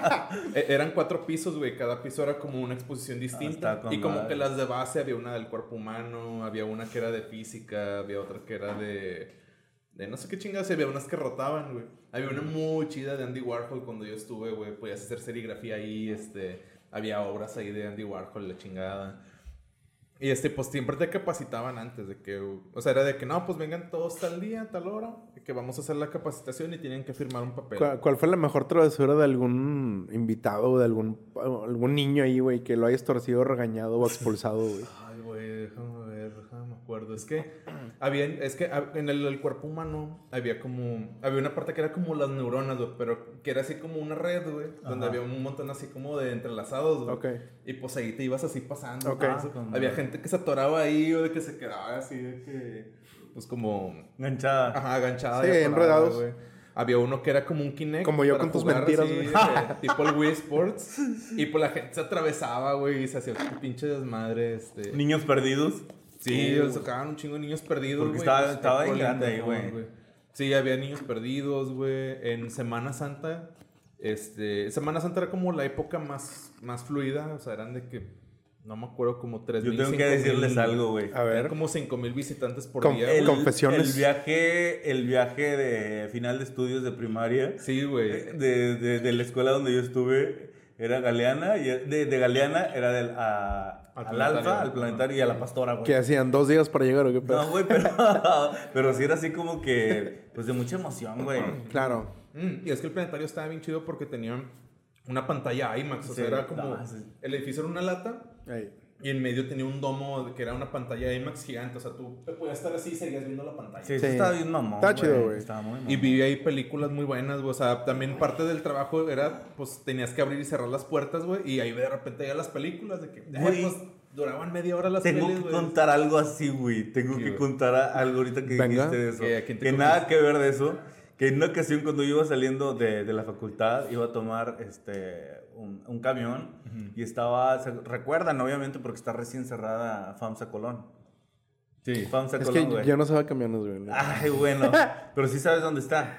Speaker 3: Eh, Eran cuatro pisos, güey. Cada piso era como una exposición distinta.
Speaker 5: Ah, está con
Speaker 3: y como
Speaker 5: madre.
Speaker 3: que las de base había una del cuerpo humano, había una que era de física, había otra que era de... de no sé qué chingadas, había unas que rotaban, güey. Había una muy chida de Andy Warhol cuando yo estuve, güey. Podías hacer serigrafía ahí, este... Había obras ahí de Andy Warhol, la chingada. Y este, pues siempre te capacitaban antes de que... O sea, era de que no, pues vengan todos tal día, tal hora, que vamos a hacer la capacitación y tienen que firmar un papel.
Speaker 4: ¿Cuál, cuál fue la mejor travesura de algún invitado o de algún, algún niño ahí, güey, que lo hayas torcido, regañado o expulsado, güey?
Speaker 3: Ay, güey, déjame ver, déjame me acuerdo. Es que había, es que en el, el cuerpo humano había como, había una parte que era como las neuronas, güey, pero que era así como una red, güey, donde había un montón así como de entrelazados, güey.
Speaker 4: Ok.
Speaker 3: Y pues ahí te ibas así pasando.
Speaker 4: Ok.
Speaker 3: Ah, había gente que se atoraba ahí o de que se quedaba así, de que, pues como,
Speaker 5: Enganchada.
Speaker 3: ajá, aganchada.
Speaker 4: Sí,
Speaker 3: y atorada,
Speaker 4: enredados.
Speaker 3: güey. Había uno que era como un Kinect.
Speaker 4: Como yo
Speaker 3: para
Speaker 4: con tus
Speaker 3: jugar
Speaker 4: mentiras,
Speaker 3: así,
Speaker 4: güey.
Speaker 3: de que, tipo el Wii Sports. Y pues la gente se atravesaba, güey, y se hacía un pinche desmadre, este...
Speaker 5: Niños perdidos.
Speaker 3: Sí,
Speaker 5: Uh,
Speaker 3: sacaban un chingo de niños perdidos,
Speaker 5: Porque
Speaker 3: güey.
Speaker 5: estaba-
Speaker 3: Pues,
Speaker 5: estaba
Speaker 3: está
Speaker 5: bien grande ahí,
Speaker 3: coleando,
Speaker 5: güey.
Speaker 3: Sí, había niños perdidos, güey. En Semana Santa, este... Semana Santa era como la época más, más fluida. O sea, eran de que... No me acuerdo, como tres
Speaker 5: Yo
Speaker 3: mil,
Speaker 5: tengo que
Speaker 3: cinco mil,
Speaker 5: decirles algo, güey.
Speaker 4: A ver.
Speaker 3: Eran como cinco mil visitantes por
Speaker 4: Con-
Speaker 3: día,
Speaker 5: El,
Speaker 3: güey.
Speaker 4: Confesiones.
Speaker 5: El viaje, el viaje de final de estudios de primaria.
Speaker 3: Sí, güey.
Speaker 5: De, de, de la escuela donde yo estuve era Galeana. Y de, de Galeana era del, a,
Speaker 3: Al
Speaker 5: al
Speaker 3: planetario.
Speaker 5: Alfa, al planetario y a la Pastora, güey.
Speaker 4: ¿Qué hacían? ¿Dos días para llegar o qué pedo?
Speaker 5: No, güey, pero, pero sí era así como que, pues de mucha emoción, güey.
Speaker 4: Claro.
Speaker 3: Mm, y es que el planetario estaba bien chido porque tenía una pantalla IMAX. O sea,
Speaker 5: Sí,
Speaker 3: era como...
Speaker 5: no, sí.
Speaker 3: El edificio era una lata...
Speaker 4: Ey.
Speaker 3: Y en medio tenía un domo que era una pantalla IMAX gigante. O sea, tú podías estar así y seguías viendo la pantalla.
Speaker 5: Sí,
Speaker 4: Sí.
Speaker 5: eso estaba bien mamón.
Speaker 4: Estaba chido, güey.
Speaker 5: Estaba muy mamón.
Speaker 3: Y vi ahí películas muy buenas, güey. O sea, también parte del trabajo era, pues, tenías que abrir y cerrar las puertas, güey. Y ahí de repente ya las películas de que, eh,
Speaker 5: Güey.
Speaker 3: pues, duraban media hora las
Speaker 5: Tengo
Speaker 3: pelis,
Speaker 5: que
Speaker 3: güey.
Speaker 5: contar algo así, güey. Tengo
Speaker 3: Sí,
Speaker 5: que
Speaker 3: güey.
Speaker 5: contar a- algo ahorita que
Speaker 4: Venga.
Speaker 5: dijiste de eso.
Speaker 3: ¿Qué? ¿A quién te
Speaker 5: Que
Speaker 3: confieso?
Speaker 5: nada que ver de eso. Que en una ocasión cuando yo iba saliendo de, de la facultad, iba a tomar este un, un camión y estaba, se recuerdan obviamente porque está recién cerrada FAMSA Colón.
Speaker 3: Sí.
Speaker 5: FAMSA
Speaker 4: Es
Speaker 5: Colón,
Speaker 4: que
Speaker 5: güey.
Speaker 4: yo no sabía camiones, güey.
Speaker 5: Ay, bueno. Pero sí sabes dónde está.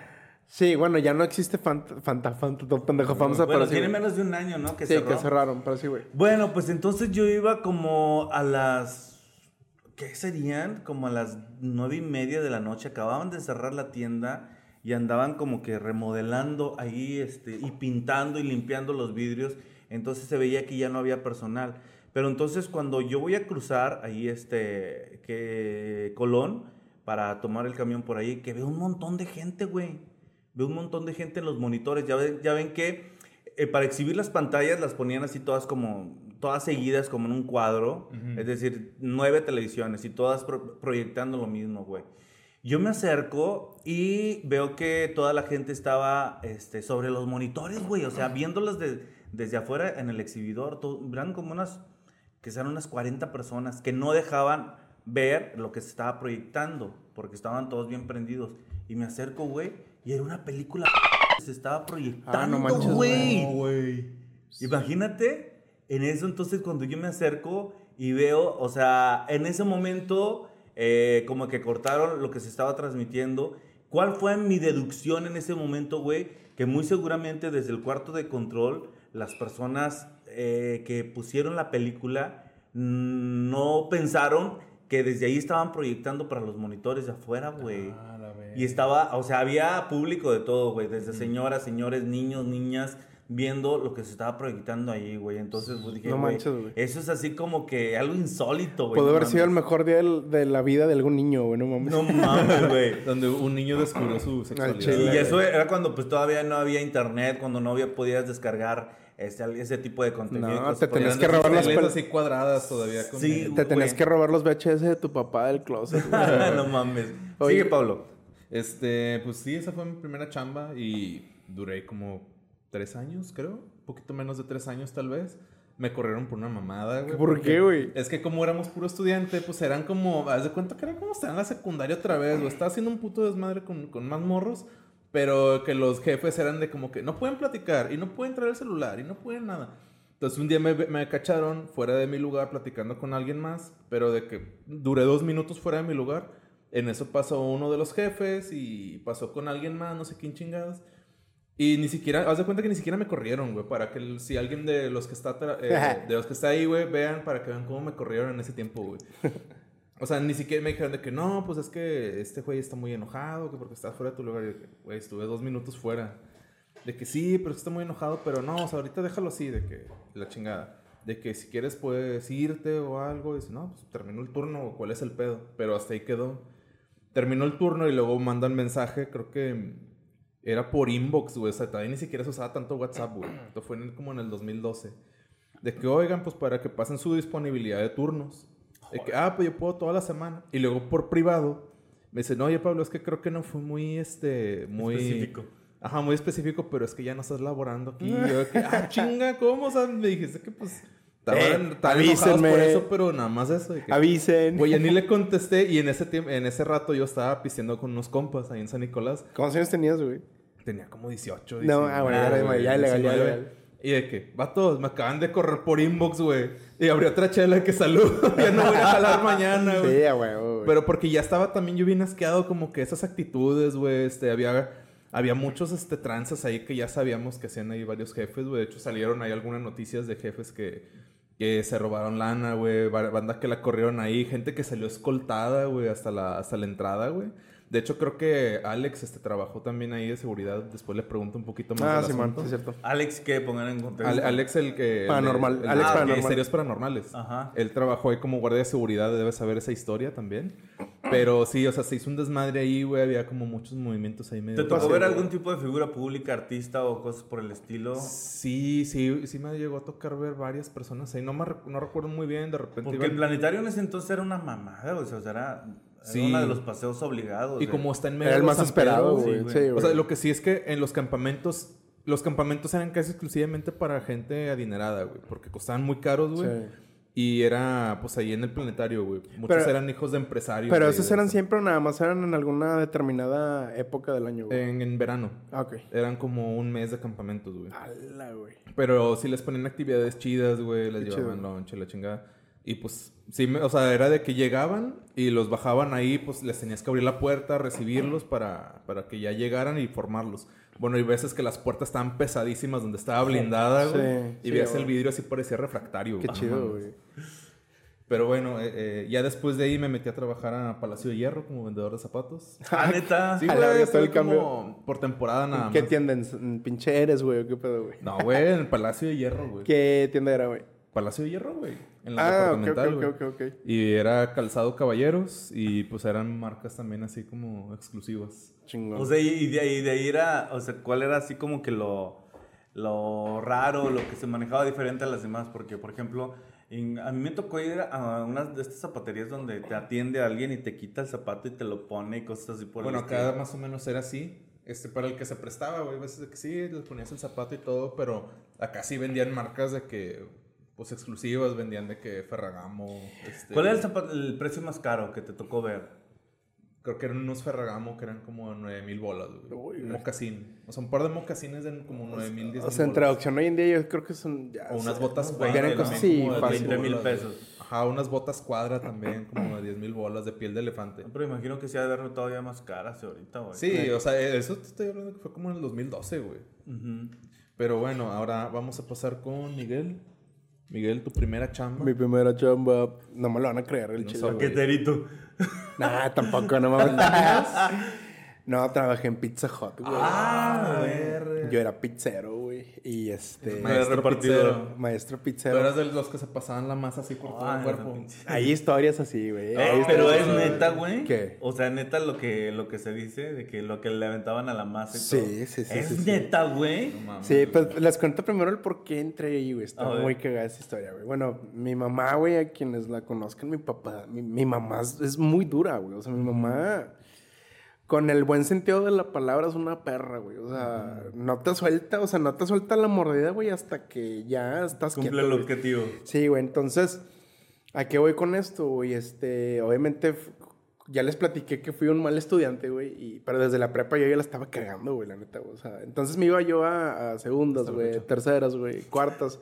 Speaker 4: Sí, bueno, ya no existe Fanta, Fanta, Fanta, pendejo, Famsa,
Speaker 5: Bueno,
Speaker 4: pero sí,
Speaker 5: tiene
Speaker 4: güey.
Speaker 5: menos de un año, ¿no? Que
Speaker 4: Sí,
Speaker 5: cerró.
Speaker 4: que cerraron, pero sí, güey.
Speaker 5: Bueno, pues entonces yo iba como a las... ¿Qué serían? Como a las nueve y media de la noche. Acababan de cerrar la tienda y andaban como que remodelando ahí este, y pintando y limpiando los vidrios. Entonces se veía que ya no había personal. Pero entonces cuando yo voy a cruzar ahí este... que Colón para tomar el camión por ahí, que veo un montón de gente, güey. Veo un montón de gente en los monitores. Ya ven, ya ven que eh, para exhibir las pantallas las ponían así todas como... todas seguidas como en un cuadro. Uh-huh. Es decir, nueve televisiones y todas pro- proyectando lo mismo, güey. Yo me acerco y veo que toda la gente estaba este, sobre los monitores, güey. O sea, viéndolas de, desde afuera en el exhibidor. Todo, eran como unas... que eran unas cuarenta personas que no dejaban ver lo que se estaba proyectando. Porque estaban todos bien prendidos. Y me acerco, güey, y era una película que se estaba proyectando,
Speaker 4: ah, no manches,
Speaker 5: güey.
Speaker 3: No, güey.
Speaker 5: Imagínate, en eso entonces cuando yo me acerco y veo, o sea, en ese momento eh, como que cortaron lo que se estaba transmitiendo. ¿Cuál fue mi deducción en ese momento, güey? Que muy seguramente desde el cuarto de control, las personas eh, que pusieron la película mmm, no pensaron que desde ahí estaban proyectando para los monitores de afuera, güey. Ah, y estaba, o sea, había público de todo, güey. Desde señoras, señores, niños, niñas, viendo lo que se estaba proyectando ahí, güey. Entonces, pues dije,
Speaker 4: no
Speaker 5: güey,
Speaker 4: manches, güey.
Speaker 5: eso es así como que algo insólito, güey.
Speaker 4: Pudo
Speaker 5: no
Speaker 4: haber
Speaker 5: mames.
Speaker 4: sido el mejor día del, de la vida de algún niño, güey. No mames.
Speaker 5: No mames, güey.
Speaker 3: Donde un niño descubrió su sexualidad.
Speaker 5: Y eso era cuando pues todavía no había internet, cuando no había, podías descargar este, ese tipo de contenido.
Speaker 4: No,
Speaker 5: Cosas
Speaker 4: te
Speaker 5: por
Speaker 4: tenías
Speaker 5: ahí.
Speaker 4: que robar las
Speaker 3: pelis
Speaker 4: pel-
Speaker 3: así cuadradas todavía. Con
Speaker 5: Sí,
Speaker 4: Te tenías
Speaker 5: güey.
Speaker 4: que robar los V H S de tu papá del closet, güey.
Speaker 5: No mames.
Speaker 4: Oye.
Speaker 5: Sigue, Pablo.
Speaker 3: Este, pues sí, esa fue mi primera chamba y duré como tres años, creo. Un poquito menos de tres años, tal vez. Me corrieron por una mamada, güey.
Speaker 4: ¿Por qué, güey?
Speaker 3: Es que como éramos puro estudiante, pues eran como... Haz de cuenta que era como estar en la secundaria otra vez, güey. Estaba haciendo un puto desmadre con, con más morros. Pero que los jefes eran de como que no pueden platicar y no pueden traer el celular y no pueden nada. Entonces un día me, me cacharon fuera de mi lugar platicando con alguien más. Pero de que duré dos minutos fuera de mi lugar. En eso pasó uno de los jefes y pasó con alguien más, no sé quién chingados. Y ni siquiera, haz de cuenta que ni siquiera me corrieron, güey, para que el- si alguien de los que está tra- eh, de los que está ahí, güey, vean, para que vean cómo me corrieron en ese tiempo, güey. O sea, ni siquiera me dijeron de que no, pues es que este güey está muy enojado, que porque estás fuera de tu lugar. Y yo, güey, estuve dos minutos fuera. De que sí, pero es que está muy enojado, pero no, o sea, ahorita déjalo así, de que la chingada. De que si quieres puedes irte o algo. Y dice, no, pues terminó el turno, o cuál es el pedo. Pero hasta ahí quedó. Terminó el turno y luego mandan mensaje, creo que era por inbox, güey. O sea, todavía ni siquiera se usaba tanto WhatsApp, güey. Esto fue en el- como en el dos mil doce. De que, oigan, pues para que pasen su disponibilidad de turnos. De que, ah, pues yo puedo toda la semana. Y luego por privado me dicen, oye, Pablo, es que creo que no fue muy, este, muy...
Speaker 5: Específico.
Speaker 3: Ajá, muy específico, pero es que ya no estás laborando aquí. Y yo de que, ah, chinga, ¿cómo? O sea, me dijiste que, pues... Estaban,
Speaker 4: Eh,
Speaker 3: estaban enojados
Speaker 4: avísenme.
Speaker 3: por eso, pero nada más eso. De que,
Speaker 4: Avisen.
Speaker 3: güey, ya ni le contesté. Y en ese tiempo, en ese rato yo estaba pisteando con unos compas ahí en San Nicolás.
Speaker 4: ¿Cuántos años tenías, güey?
Speaker 3: Tenía como dieciocho,
Speaker 4: No,
Speaker 3: diecinueve,
Speaker 4: ah, bueno, ya era-
Speaker 3: güey,
Speaker 4: ya es legal, ya es
Speaker 3: diecinueve.
Speaker 4: legal.
Speaker 3: Y de que, vatos, me acaban de correr por inbox, güey. Y abrí otra chela que salud. Ya no voy a jalar mañana, güey.
Speaker 4: Sí, a huevo, güey.
Speaker 3: Pero porque ya estaba también yo bien asqueado como que esas actitudes, güey. Este, había, había muchos este, tranzas ahí que ya sabíamos que hacían ahí varios jefes, güey. De hecho, salieron ahí algunas noticias de jefes que, que se robaron lana, güey. Ba- Banda que la corrieron ahí. Gente que salió escoltada, güey, hasta la, hasta la entrada, güey. De hecho, creo que Alex este, trabajó también ahí de seguridad. Después le pregunto un poquito más
Speaker 4: Ah,
Speaker 3: del
Speaker 4: sí, man,
Speaker 3: asunto.
Speaker 4: sí, es cierto.
Speaker 5: Alex, ¿qué? Pongan en contexto.
Speaker 3: Ale- Alex, el que... el
Speaker 4: Paranormal.
Speaker 3: de- el
Speaker 4: Alex
Speaker 3: de
Speaker 4: Paranormal.
Speaker 3: Misterios Paranormales.
Speaker 5: Ajá.
Speaker 3: Él trabajó ahí como guardia de seguridad. Debe saber esa historia también. Pero sí, o sea, se hizo un desmadre ahí, güey. Había como muchos movimientos ahí medio...
Speaker 5: ¿Te tocó
Speaker 3: raros,
Speaker 5: ver
Speaker 3: güey.
Speaker 5: algún tipo de figura pública, artista o cosas por el estilo?
Speaker 3: Sí, sí, sí me llegó a tocar ver varias personas ahí. No, me, rec- no recuerdo muy bien, de repente...
Speaker 5: Porque
Speaker 3: iban-
Speaker 5: el planetario en ese entonces era una mamada, güey. O sea, era, era
Speaker 3: Sí.
Speaker 5: uno de los paseos obligados.
Speaker 3: Y
Speaker 5: güey.
Speaker 3: como está en medio
Speaker 4: Era el
Speaker 3: de
Speaker 4: más
Speaker 3: San
Speaker 4: esperado,
Speaker 3: Pedro,
Speaker 4: güey.
Speaker 5: güey.
Speaker 4: Sí, güey.
Speaker 3: O sea, lo que sí es que en los campamentos... Los campamentos eran casi exclusivamente para gente adinerada, güey. Porque costaban muy caros, güey.
Speaker 4: Sí.
Speaker 3: Y era, pues, ahí en el planetario, güey. Muchos
Speaker 4: Pero-
Speaker 3: eran hijos de empresarios.
Speaker 4: Pero
Speaker 3: güey,
Speaker 4: esos
Speaker 3: de
Speaker 4: eran
Speaker 3: eso.
Speaker 4: siempre o nada más eran en alguna determinada época del año, güey.
Speaker 3: En, en verano.
Speaker 4: Ah, ok.
Speaker 3: Eran como un mes de campamentos, güey.
Speaker 4: Ala, güey.
Speaker 3: Pero sí les ponían actividades chidas, güey. Les
Speaker 4: Qué
Speaker 3: llevaban
Speaker 4: chido.
Speaker 3: lunch y la chingada. Y pues, sí, me- o sea, era de que llegaban y los bajaban ahí, pues les tenías que abrir la puerta, recibirlos para, para que ya llegaran y formarlos. Bueno, hay veces que las puertas estaban pesadísimas donde estaba blindada, güey.
Speaker 4: Sí,
Speaker 3: y
Speaker 4: sí,
Speaker 3: veías
Speaker 4: güey.
Speaker 3: el vidrio así parecía refractario,
Speaker 4: Qué
Speaker 3: güey.
Speaker 4: chido, güey.
Speaker 3: Pero bueno, eh, eh, ya después de ahí me metí a trabajar a Palacio de Hierro como vendedor de zapatos.
Speaker 5: Ah, neta.
Speaker 3: Sí,
Speaker 4: A la
Speaker 3: güey,
Speaker 4: verga,
Speaker 3: estuve
Speaker 4: todo el cambio.
Speaker 3: como por temporada nada
Speaker 4: ¿Qué
Speaker 3: más.
Speaker 4: tienda? ¿En- en pinche eres, güey? ¿O qué pedo, güey?
Speaker 3: No, güey, en el Palacio de Hierro, güey.
Speaker 4: ¿Qué tienda era, güey?
Speaker 3: Palacio de Hierro, güey. En la
Speaker 4: Ah, ok,
Speaker 3: departamental,
Speaker 4: ok,
Speaker 3: güey.
Speaker 4: ok, ok, ok.
Speaker 3: Y era Calzado Caballeros y pues eran marcas también así como exclusivas.
Speaker 4: Chingón.
Speaker 5: O sea, y y de ahí, de ahí era, o sea, ¿cuál era así como que lo, lo raro, lo que se manejaba diferente a las demás? Porque, por ejemplo, en- a mí me tocó ir a unas de estas zapaterías donde te atiende alguien y te quita el zapato y te lo pone y cosas así por
Speaker 3: Bueno,
Speaker 5: el
Speaker 3: acá
Speaker 5: estilo.
Speaker 3: más o menos era así. Este, para el que se prestaba, güey. A veces de que sí, le ponías el zapato y todo, pero acá sí vendían marcas de que, pues exclusivas, vendían de que Ferragamo. Este,
Speaker 5: ¿Cuál era el, zapato- el precio más caro que te tocó ver?
Speaker 3: Creo que eran unos Ferragamo que eran como nueve mil bolas, güey.
Speaker 4: Uy,
Speaker 3: Un mocasín. O sea, un par de mocasines de como nueve mil, diez
Speaker 4: O
Speaker 3: mil
Speaker 4: sea, en
Speaker 3: bolas.
Speaker 4: traducción hoy en día yo creo que son... Ya,
Speaker 3: O unas
Speaker 4: sea,
Speaker 3: botas
Speaker 5: unos
Speaker 3: cuadra.
Speaker 4: vienen
Speaker 5: veinte,
Speaker 4: cosas
Speaker 3: también
Speaker 4: así,
Speaker 3: como de
Speaker 4: fácil.
Speaker 5: veinte mil
Speaker 3: bolas,
Speaker 5: pesos.
Speaker 3: güey. Ajá, unas botas cuadra también, como de diez mil bolas de piel de elefante.
Speaker 5: Pero imagino que sí ha de haber todavía más caras ahorita, güey.
Speaker 3: Sí, o sea, eso te estoy hablando que fue como en el dos mil doce, güey.
Speaker 5: Ujú.
Speaker 3: Pero bueno, ahora vamos a pasar con Miguel. Miguel, tu primera chamba.
Speaker 4: Mi primera chamba... No me lo van a creer el
Speaker 3: No
Speaker 4: chile,
Speaker 3: sé,
Speaker 4: güey.
Speaker 5: Paqueterito.
Speaker 4: Nah, tampoco, no mames. No, trabajé en Pizza Hut, güey.
Speaker 5: Ah,
Speaker 3: ver.
Speaker 4: Yo era pizzero, güey. Y este...
Speaker 3: Maestro
Speaker 5: repartidor.
Speaker 3: pizzero.
Speaker 4: Maestro
Speaker 3: Tú
Speaker 4: pizzero.
Speaker 3: eras de los que se pasaban la masa así por todo
Speaker 5: Ah,
Speaker 3: el cuerpo.
Speaker 5: pinche.
Speaker 4: Hay historias así, güey.
Speaker 5: Eh,
Speaker 4: Hay
Speaker 5: pero
Speaker 4: historias
Speaker 5: es
Speaker 4: así.
Speaker 5: neta, güey.
Speaker 4: ¿Qué?
Speaker 5: O sea, neta lo que, lo que se dice de que lo que le aventaban a la masa y
Speaker 4: Sí,
Speaker 5: todo.
Speaker 4: sí, sí,
Speaker 5: Es
Speaker 4: sí, sí.
Speaker 5: neta, güey.
Speaker 3: No mames.
Speaker 4: Sí, pues les cuento primero el por qué entré ahí, güey. Está
Speaker 5: A ver.
Speaker 4: muy cagada esa historia, güey. Bueno, mi mamá, güey, a quienes la conozcan, mi papá, mi, mi mamá es, es muy dura, güey. O sea, mi mamá, con el buen sentido de la palabra, es una perra, güey. O sea, no te suelta, o sea, no te suelta la mordida, güey, hasta que ya estás
Speaker 5: Cumple
Speaker 4: quieto,
Speaker 5: el
Speaker 4: güey.
Speaker 5: objetivo.
Speaker 4: Sí, güey, entonces, ¿a qué voy con esto, güey? Este, obviamente, f- ya les platiqué que fui un mal estudiante, güey, y, pero desde la prepa yo ya la estaba cagando, güey, la neta, güey. O sea, entonces me iba yo a, a segundas,
Speaker 3: Hasta la
Speaker 4: güey,
Speaker 3: fecha.
Speaker 4: terceras, güey, cuartas.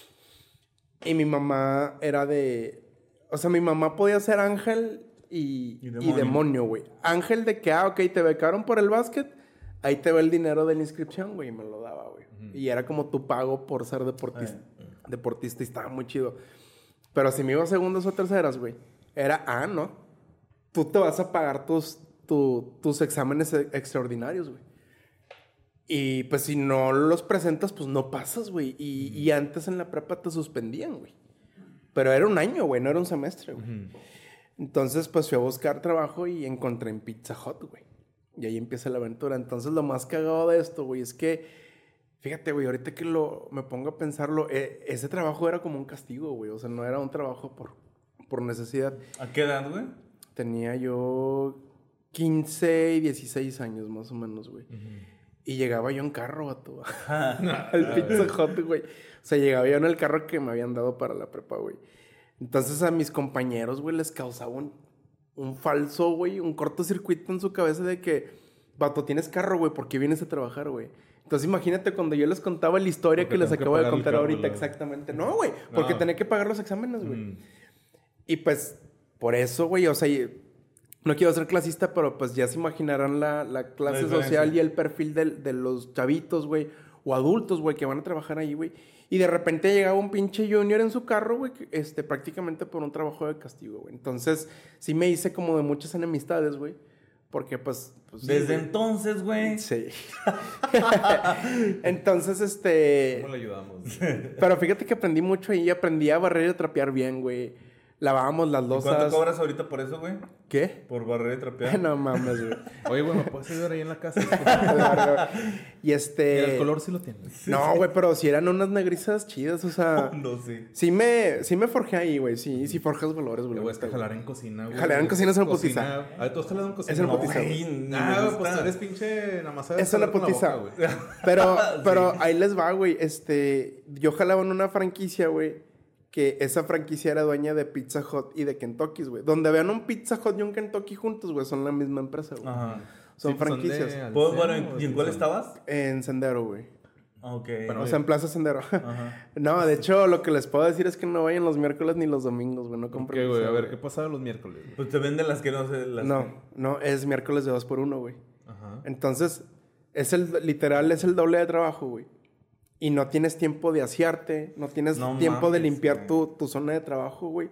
Speaker 4: Y mi mamá era de... O sea, mi mamá podía ser ángel y,
Speaker 5: Y
Speaker 4: y
Speaker 5: demonio.
Speaker 4: demonio, güey. Ángel de que, ah, ok, te becaron por el básquet, ahí te va el dinero de la inscripción, güey, y me lo daba, güey. Y era como tu pago por ser deportista. Deportista y estaba muy chido. Pero si me iba a segundas o terceras, güey, era, ah, no. Tú te vas a pagar tus, tu- tus exámenes e- extraordinarios, güey. Y pues si no los presentas, pues no pasas, güey. Y, y antes en la prepa te suspendían, güey. Pero era un año, güey, no era un semestre, güey. Entonces, pues fui a buscar trabajo y encontré en Pizza Hut, güey. Y ahí empieza la aventura. Entonces, lo más cagado de esto, güey, es que, fíjate, güey, ahorita que lo, me pongo a pensarlo, eh, ese trabajo era como un castigo, güey. O sea, no era un trabajo por, por necesidad.
Speaker 5: ¿A qué edad, güey?
Speaker 4: Tenía yo quince y dieciséis años, más o menos, güey. Y llegaba yo en carro, vato. Al Pizza Hut, güey. O sea, llegaba yo en el carro que me habían dado para la prepa, güey. Entonces a mis compañeros, güey, les causaba un, un falso, güey, un cortocircuito en su cabeza de que, vato, tienes carro, güey, ¿por qué vienes a trabajar, güey? Entonces imagínate cuando yo les contaba la historia
Speaker 3: Porque
Speaker 4: que les
Speaker 3: tengo que
Speaker 4: acabo de
Speaker 3: pagar el
Speaker 4: contar
Speaker 3: carro,
Speaker 4: ahorita,
Speaker 3: la-
Speaker 4: exactamente. No, güey, porque
Speaker 3: No.
Speaker 4: tenía que pagar los exámenes, güey.
Speaker 3: Mm.
Speaker 4: Y pues, por eso, güey, o sea, y- no quiero ser clasista, pero pues ya se imaginarán la, la clase
Speaker 5: diferencia.
Speaker 4: social y el perfil del- de, los chavitos, güey, o adultos, güey, que van a trabajar ahí, güey. Y de repente llegaba un pinche junior en su carro, güey, que, este, prácticamente por un trabajo de castigo, güey. Entonces, sí me hice como de muchas enemistades, güey, porque pues... pues sí,
Speaker 5: Desde
Speaker 4: güey.
Speaker 5: entonces, güey.
Speaker 4: Sí. Entonces, este...
Speaker 3: ¿Cómo le ayudamos?
Speaker 4: Pero fíjate que aprendí mucho ahí, aprendí a barrer y a trapear bien, güey. Lavábamos las
Speaker 5: ¿Y
Speaker 4: losas.
Speaker 5: ¿Cuánto cobras ahorita por eso, güey?
Speaker 4: ¿Qué?
Speaker 5: Por barrer y trapear.
Speaker 4: No mames, güey.
Speaker 3: Oye, bueno, ¿puedes ayudar ahí en la casa?
Speaker 4: Y este...
Speaker 3: Mira, el color sí lo tienes.
Speaker 4: No, güey, pero si eran unas negrizas chidas, o sea...
Speaker 5: No sé.
Speaker 4: Sí me, sí me forjé ahí, güey. Sí, sí forjas valores, güey.
Speaker 3: Le voy a jalar en cocina, güey.
Speaker 4: Jalar en cocina es una putiza.
Speaker 3: A ver, ¿tú has jalado en cocina?
Speaker 4: Es una
Speaker 3: No,
Speaker 4: putiza,
Speaker 3: güey.
Speaker 5: güey. Ni me
Speaker 3: Ah,
Speaker 5: gusta.
Speaker 3: pues tú eres pinche... Nada más sabes
Speaker 4: Es una
Speaker 3: jalar con la
Speaker 4: putiza.
Speaker 3: boca, güey.
Speaker 4: Pero, pero ahí les va, güey. Este... Yo jalaba en una franquicia, güey. Que esa franquicia era dueña de Pizza Hut y de Kentucky's, güey. Donde vean un Pizza Hut y un Kentucky juntos, güey. Son la misma empresa, güey.
Speaker 5: Ajá.
Speaker 4: Son
Speaker 3: Sí, pues,
Speaker 4: franquicias.
Speaker 3: de
Speaker 5: Pues,
Speaker 3: Alsea,
Speaker 5: bueno,
Speaker 3: ¿o
Speaker 5: ¿y
Speaker 3: de
Speaker 5: en cuál
Speaker 3: son?
Speaker 5: estabas?
Speaker 4: En Sendero, güey.
Speaker 5: Ok.
Speaker 3: Bueno,
Speaker 4: O sea, en Plaza Sendero.
Speaker 5: Ajá.
Speaker 4: No, de hecho, lo que les puedo decir es que no vayan los miércoles ni los domingos, güey. No
Speaker 3: ¿Por
Speaker 4: compren
Speaker 3: qué, güey?
Speaker 4: pizza,
Speaker 3: A ver, ¿qué pasaba los miércoles? güey?
Speaker 5: Pues te venden las que no sé. Las
Speaker 4: No, no, es miércoles de dos por uno, güey.
Speaker 3: Ajá.
Speaker 4: Entonces, es el, literal, es el doble de trabajo, güey. Y no tienes tiempo de asearte, no tienes
Speaker 5: No
Speaker 4: tiempo de
Speaker 5: mames,
Speaker 4: limpiar
Speaker 5: güey.
Speaker 4: tu, tu zona de trabajo, güey.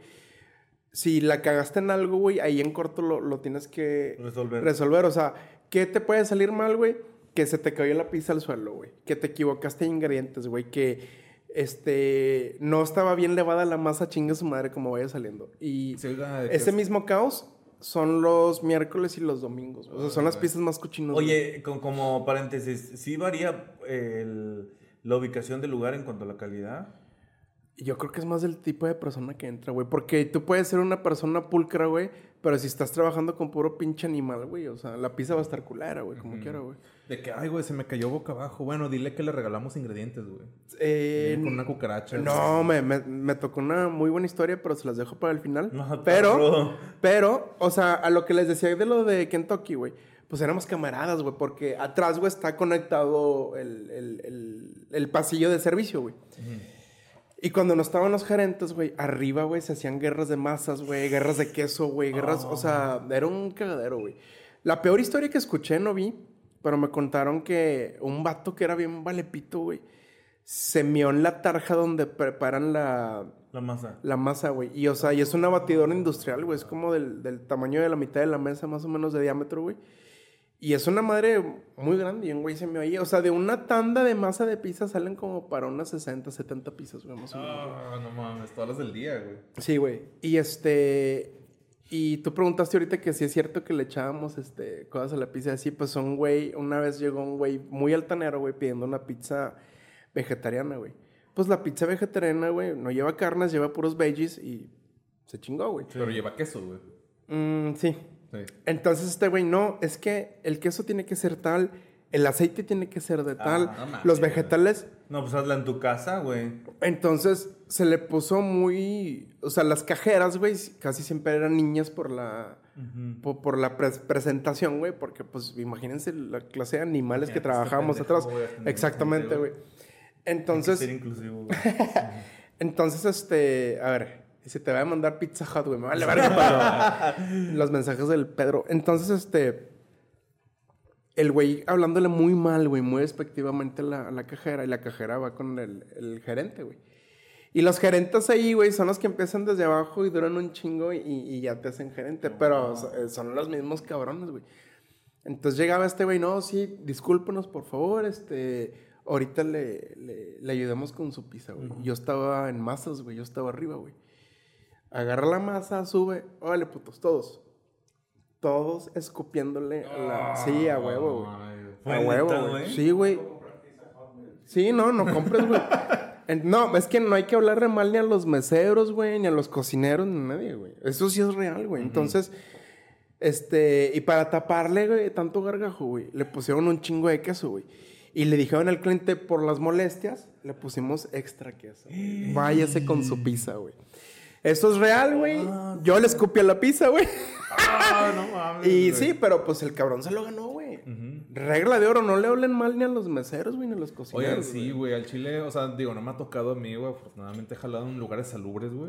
Speaker 4: Si la cagaste en algo, güey, ahí en corto lo, lo tienes que
Speaker 5: Resolver.
Speaker 4: resolver. O sea, ¿qué te puede salir mal, güey? Que se te cayó la pizza al suelo, güey. Que te equivocaste en ingredientes, güey. Que, este, no estaba bien levada la masa, chinga su madre como vaya saliendo. Y
Speaker 3: Sí, oiga, de que
Speaker 4: ese
Speaker 3: es-
Speaker 4: mismo caos son los miércoles y los domingos. O sea, son las pizzas más cochinas. güey.
Speaker 5: Oye, con- como paréntesis, ¿sí varía el- la ubicación del lugar en cuanto a la calidad?
Speaker 4: Yo creo que es más del tipo de persona que entra, güey. Porque tú puedes ser una persona pulcra, güey. Pero si estás trabajando con puro pinche animal, güey. O sea, la pizza va a estar culera, güey. Como quiera, güey.
Speaker 3: De que, ay, güey, se me cayó boca abajo. Bueno, dile que le regalamos ingredientes, güey.
Speaker 4: Eh,
Speaker 3: Viene con una cucaracha.
Speaker 4: No, me, me, me tocó una muy buena historia, pero se las dejo para el final.
Speaker 5: No,
Speaker 4: pero,
Speaker 5: cabrón.
Speaker 4: pero, o sea, a lo que les decía de lo de Kentucky, güey. Pues éramos camaradas, güey. Porque atrás, güey, está conectado el, el, el, el pasillo de servicio, güey. Y cuando no estaban los gerentes, güey, arriba, güey, se hacían guerras de masas, güey, guerras de queso, güey, guerras, o sea, era un cagadero, güey. La peor historia que escuché no vi, pero me contaron que un vato que era bien valepito, güey, se meó en la tarja donde preparan la,
Speaker 5: La masa.
Speaker 4: la masa, güey. Y, o sea, y es una batidora industrial, güey, es como del, del tamaño de la mitad de la mesa, más o menos de diámetro, güey. Y es una madre muy grande y un güey se me oye. O sea, de una tanda de masa de pizza salen como para unas sesenta, setenta pizzas, güey, más o menos.
Speaker 3: Ah, no mames, todas las del día, güey.
Speaker 4: Sí, güey. Y este... Y tú preguntaste ahorita que si es cierto que le echábamos este, cosas a la pizza así. Pues un güey... Una vez llegó un güey muy altanero, güey, pidiendo una pizza vegetariana, güey. Pues la pizza vegetariana, güey, no lleva carnes, lleva puros veggies y se chingó, güey.
Speaker 3: Pero lleva queso, güey.
Speaker 4: Mm, sí.
Speaker 3: Sí.
Speaker 4: Entonces este güey, no, es que el queso tiene que ser tal, el aceite tiene que ser de tal,
Speaker 3: no mames,
Speaker 4: los vegetales.
Speaker 5: No, pues hazla en tu casa, güey.
Speaker 4: Entonces se le puso muy, o sea, las cajeras, güey, casi siempre eran niñas por la, po- por, la pres- presentación, güey, porque pues imagínense la clase de animales que
Speaker 3: Imagínate este
Speaker 4: trabajábamos
Speaker 3: pendejo,
Speaker 4: atrás.
Speaker 3: güey, atender
Speaker 4: Exactamente,
Speaker 3: gente,
Speaker 4: güey.
Speaker 3: güey.
Speaker 4: Entonces,
Speaker 5: Ser inclusivo, güey.
Speaker 4: entonces, este, a ver, y se te va a mandar Pizza Hut, güey, me vale verga, pero los mensajes del Pedro. Entonces, este, el güey hablándole muy mal, güey, muy despectivamente a la, a la cajera, y la cajera va con el, el gerente, güey. Y los gerentes ahí, güey, son los que empiezan desde abajo y duran un chingo y, y ya te hacen gerente, pero o sea, son los mismos cabrones, güey. Entonces llegaba este güey, no, sí, discúlpenos, por favor, este, ahorita le, le, le ayudamos con su pizza, güey. Yo estaba en masas, güey, yo estaba arriba, güey. Agarra la masa, sube, órale, putos, todos. Todos escupiéndole a la... Sí, a huevo, güey.
Speaker 5: ¿Fue
Speaker 4: A huevo,
Speaker 5: neta,
Speaker 4: güey.
Speaker 5: güey?
Speaker 4: Sí, güey. Sí, no, no compres, güey. En- No, es que no hay que hablarle mal ni a los meseros, güey, ni a los cocineros, ni a nadie, güey. Eso sí es real, güey. Entonces, este... Y para taparle, güey, tanto gargajo, güey, le pusieron un chingo de queso, güey. Y le dijeron al cliente, por las molestias, le pusimos extra queso. güey. Váyase con su pizza, güey. Eso es real, güey. Yo le escupí a la pizza, güey.
Speaker 3: Ah, no mames.
Speaker 4: Y
Speaker 3: güey.
Speaker 4: sí, pero pues el cabrón se lo ganó, güey. Regla de oro, no le hablen mal ni a los meseros, güey, ni a los cocineros.
Speaker 3: Oigan, sí, güey, al chile, o sea, digo, no me ha tocado a mí, güey, afortunadamente he jalado en lugares salubres, güey.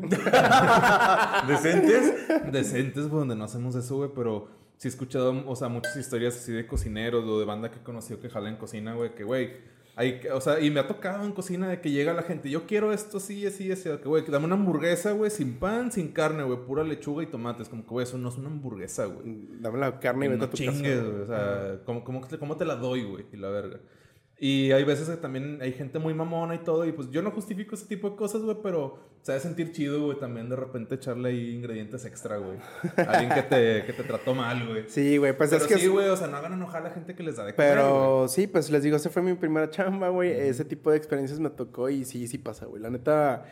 Speaker 5: ¿Decentes?
Speaker 3: Decentes, güey, donde no hacemos eso, güey, pero sí he escuchado, o sea, muchas historias así de cocineros o de banda que he conocido que jala en cocina, güey, que, güey, hay, que- o sea, y me ha tocado en cocina de que llega la gente, yo quiero esto, sí, así, así, que, güey, que dame una hamburguesa, güey, sin pan, sin carne, güey, pura lechuga y tomates, como que, güey, eso no es una hamburguesa, güey.
Speaker 4: Dame la carne y vete
Speaker 3: No
Speaker 4: a tu
Speaker 3: chingues,
Speaker 4: casa.
Speaker 3: güey. O sea, ¿cómo, cómo, te- cómo te la doy, güey? Y la verga. Y hay veces que también hay gente muy mamona y todo. Y pues yo no justifico ese tipo de cosas, güey. Pero se debe sentir chido, güey. También de repente echarle ahí ingredientes extra, güey. Alguien que te, que te trató mal, güey.
Speaker 4: Sí, güey, pues
Speaker 3: Pero
Speaker 4: es que...
Speaker 3: sí, güey. O sea, no hagan enojar a la gente que les da de comer, güey.
Speaker 4: Pero sí, pues les digo, esa fue mi primera chamba, güey. Ese tipo de experiencias me tocó y sí, sí pasa, güey. La neta...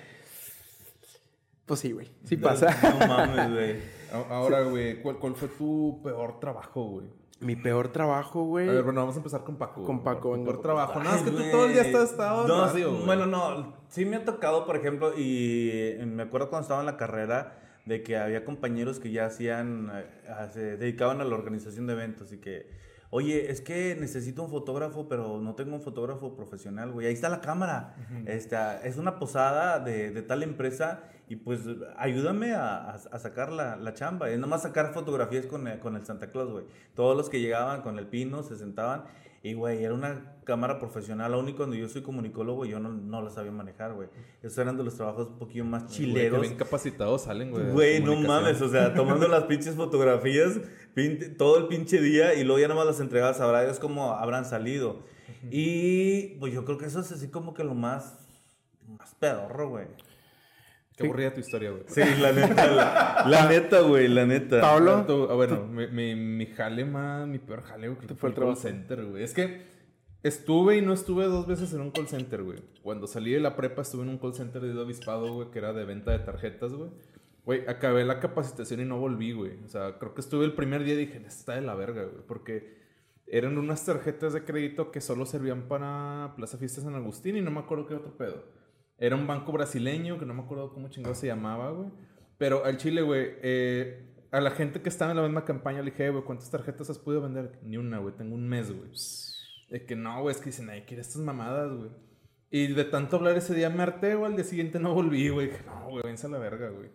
Speaker 4: Pues sí, güey. Sí pasa.
Speaker 5: No mames, güey.
Speaker 3: A- Ahora, güey, ¿cuál, ¿cuál fue tu peor trabajo, güey?
Speaker 4: Mi peor trabajo, güey.
Speaker 3: A ver, bueno, vamos a empezar con Paco.
Speaker 4: Con
Speaker 3: güey.
Speaker 4: Paco,
Speaker 3: Tu
Speaker 4: venga,
Speaker 3: peor
Speaker 4: Paco.
Speaker 3: trabajo. No, es que tú
Speaker 5: Ay,
Speaker 3: todo el día
Speaker 5: güey.
Speaker 3: estás estado
Speaker 5: No,
Speaker 3: radio, güey.
Speaker 5: bueno, no. Sí me ha tocado, por ejemplo, y eh, me acuerdo cuando estaba en la carrera, de que había compañeros que ya hacían, eh, se dedicaban a la organización de eventos y que, oye, es que necesito un fotógrafo, pero no tengo un fotógrafo profesional, güey. Ahí está la cámara. Uh-huh. Esta, es una posada de, de tal empresa y pues ayúdame a, a, a sacar la, la chamba. Es nomás sacar fotografías con el, con el Santa Claus, güey. Todos los que llegaban con el pino se sentaban y, güey, era una cámara profesional. Aún y cuando yo soy comunicólogo, yo no, no la sabía manejar, güey. Esos eran de los trabajos un poquito más chileros.
Speaker 3: Güey, que bien capacitados salen, güey.
Speaker 5: Güey, no mames, o sea, tomando las pinches fotografías pin, todo el pinche día y luego ya nomás las entregabas a Dios como habrán salido. Uh-huh. Y pues yo creo que eso es así como que lo más, más pedorro, güey.
Speaker 3: Qué aburrida tu historia, güey.
Speaker 5: Sí, la neta, la, la neta, güey, la neta.
Speaker 4: Pablo.
Speaker 3: Tú, ah, bueno, mi, mi, mi jale más, mi peor jale, güey, que fue el call center, güey. Es que estuve y no estuve dos veces en un call center, güey. Cuando salí de la prepa estuve en un call center de Obispado, güey, que era de venta de tarjetas, güey. Güey, acabé la capacitación y no volví, güey. O sea, creo que estuve el primer día y dije, está de la verga, güey. Porque eran unas tarjetas de crédito que solo servían para Plaza Fiesta San Agustín y no me acuerdo qué otro pedo. Era un banco brasileño que no me acuerdo cómo chingado se llamaba, güey. Pero al chile, güey, eh, a la gente que estaba en la misma campaña le dije, güey, ¿cuántas tarjetas has podido vender? Ni una, güey, tengo un mes, güey. De que no, güey, es que dicen, nadie quiere estas mamadas, güey. Y de tanto hablar ese día me harté, güey, al día siguiente no volví, güey. Dije, no, güey, vence a la verga, güey.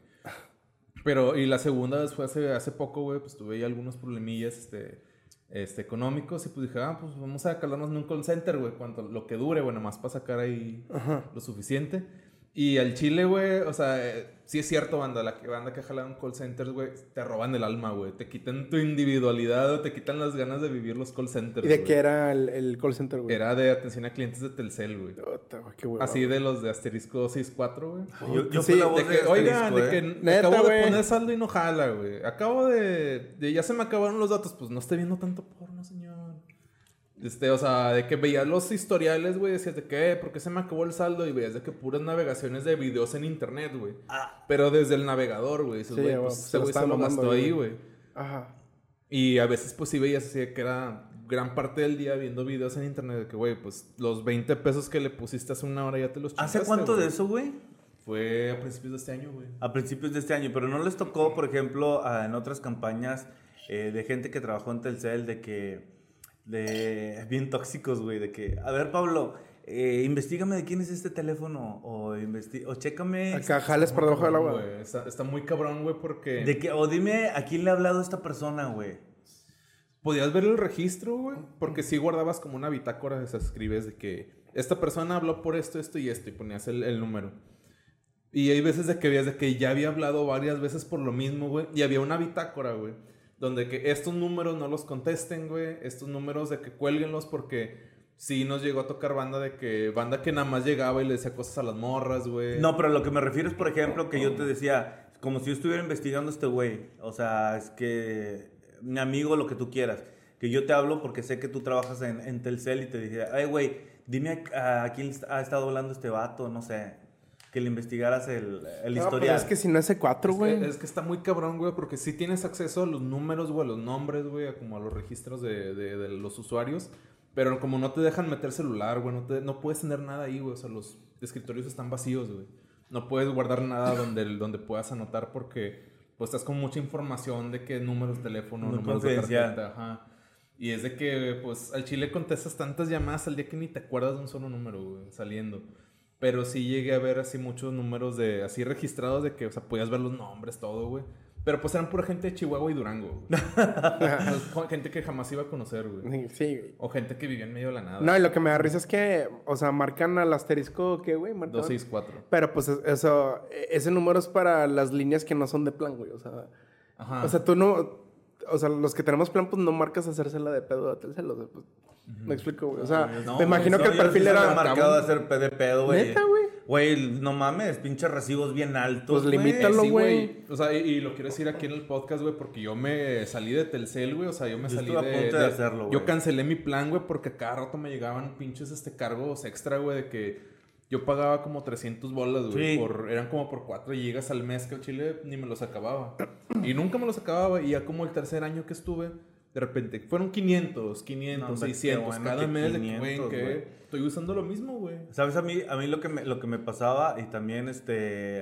Speaker 3: Pero, y la segunda vez fue hace, hace poco, güey, pues tuve ahí algunos problemillas, este... Este, económicos y pues dije, ah, pues vamos a calarnos en un call center, güey, cuanto lo que dure, bueno, más para sacar ahí Ajá. lo suficiente. Y al chile, güey, o sea, eh, sí es cierto, banda, la banda que jala en call centers, güey, te roban el alma, güey, te quitan tu individualidad, te quitan las ganas de vivir los call centers.
Speaker 4: ¿Y de
Speaker 3: güey.
Speaker 4: qué era el, el call center, güey?
Speaker 3: Era de atención a clientes de Telcel, güey.
Speaker 4: Qué hueva,
Speaker 3: Así de los de asterisco sesenta y cuatro, güey.
Speaker 5: Yo, yo
Speaker 3: sí,
Speaker 5: fui la voz
Speaker 3: de que,
Speaker 5: de
Speaker 3: oigan, de
Speaker 5: eh.
Speaker 3: que
Speaker 4: Neta,
Speaker 3: acabo
Speaker 4: güey.
Speaker 3: de poner saldo y no jala, güey. Acabo de, de... Ya se me acabaron los datos. Pues no esté viendo tanto porno, señor. Este, o sea, de que veías los historiales, güey, decías de que, ¿por qué se me acabó el saldo? Y veías de que puras navegaciones de videos en internet, güey. Ah. Pero desde el navegador, güey. Dices, güey,
Speaker 4: Sí,
Speaker 3: pues
Speaker 4: se
Speaker 3: ese
Speaker 4: lo
Speaker 3: güey se
Speaker 4: estaba
Speaker 3: lo
Speaker 4: mamando
Speaker 3: gastó
Speaker 4: ahí,
Speaker 3: ahí,
Speaker 4: güey.
Speaker 3: güey.
Speaker 4: Ajá.
Speaker 3: Y a veces, pues sí veías así de que era gran parte del día viendo videos en internet. De que, güey, pues los veinte pesos que le pusiste hace una hora ya te los chingaste.
Speaker 5: ¿Hace cuánto
Speaker 3: güey.
Speaker 5: de eso, güey?
Speaker 3: Fue a principios de este año, güey.
Speaker 5: A principios de este año, pero no les tocó, por ejemplo, a, en otras campañas eh, de gente que trabajó en Telcel, de que... De bien tóxicos, güey, de que, a ver, Pablo, eh, investígame de quién es este teléfono, o, investi o chécame...
Speaker 4: Acá jales por debajo del agua.
Speaker 3: Güey. Está, está muy cabrón, güey, porque...
Speaker 5: De que, o dime a quién le ha hablado esta persona, güey.
Speaker 3: Podías ver el registro, güey, porque sí guardabas como una bitácora, o sea, escribes de que esta persona habló por esto, esto y esto, y ponías el, el número. Y hay veces de que veías de que ya había hablado varias veces por lo mismo, güey, y había una bitácora, güey, donde que estos números no los contesten, güey, estos números de que cuélguenlos porque sí nos llegó a tocar banda de que, banda que nada más llegaba y le decía cosas a las morras, güey.
Speaker 5: No, pero lo que me refiero es, por ejemplo, que yo te decía, como si yo estuviera investigando a este güey, o sea, es que mi amigo, lo que tú quieras, que yo te hablo porque sé que tú trabajas en, en Telcel y te dije, ay, güey, dime a, a quién ha estado hablando este vato, no sé. Que le investigaras el, el
Speaker 4: no,
Speaker 5: historial.
Speaker 4: Pero es que si no es C cuatro, güey.
Speaker 3: Es, es que está muy cabrón, güey, porque sí tienes acceso a los números, güey, a los nombres, güey, como a los registros de, de, de los usuarios. Pero como no te dejan meter celular, güey, no, te, no puedes tener nada ahí, güey. O sea, los escritorios están vacíos, güey. No puedes guardar nada donde, donde puedas anotar porque pues estás con mucha información de qué números de teléfono,
Speaker 5: Muy
Speaker 3: números de tarjeta, ajá. Y es de que, pues, al chile contestas tantas llamadas al día que ni te acuerdas de un solo número, güey, saliendo. Pero sí llegué a ver así muchos números de así registrados de que, o sea, podías ver los nombres, todo, güey. Pero pues eran pura gente de Chihuahua y Durango, güey. Gente que jamás iba a conocer, güey.
Speaker 4: Sí, güey.
Speaker 3: O gente que vivía en medio de la nada.
Speaker 4: No, y lo que me da risa es que, o sea, marcan al asterisco, ¿qué, güey?
Speaker 3: dos seis cuatro.
Speaker 4: Pero pues eso, ese número es para las líneas que no son de plan, güey. O sea,
Speaker 3: Ajá.
Speaker 4: O sea, tú no... O sea, los que tenemos plan, pues no marcas hacérsela de pedo a Telcel. O sea, pues, uh-huh. Me explico, güey. O sea,
Speaker 5: no,
Speaker 4: me imagino
Speaker 5: no,
Speaker 4: que el perfil
Speaker 5: sí
Speaker 4: era...
Speaker 5: marcado de hacer de pedo, güey.
Speaker 4: ¿Neta, güey?
Speaker 5: Güey, no mames, pinches recibos bien altos,
Speaker 4: Pues limítalo,
Speaker 3: Sí,
Speaker 4: güey.
Speaker 3: O sea, y, y lo quiero decir aquí en el podcast, güey, porque yo me salí de Telcel, güey. O sea, yo me
Speaker 5: yo
Speaker 3: salí
Speaker 5: estuve
Speaker 3: de...
Speaker 5: a punto de, de hacerlo, güey.
Speaker 3: Yo cancelé mi plan, güey, porque cada rato me llegaban pinches este cargos extra, güey, de que... Yo pagaba como trescientos bolas, güey.
Speaker 5: Sí.
Speaker 3: Por, eran como por cuatro gigas al mes que el chile ni me los acababa. Y nunca me los acababa. Y ya como el tercer año que estuve, de repente, fueron quinientos, quinientos, no, seiscientos. Bueno, cada mes de que, güey, que estoy usando lo mismo, güey.
Speaker 5: ¿Sabes? A mí, a mí lo, que me, lo que me pasaba, y también, este...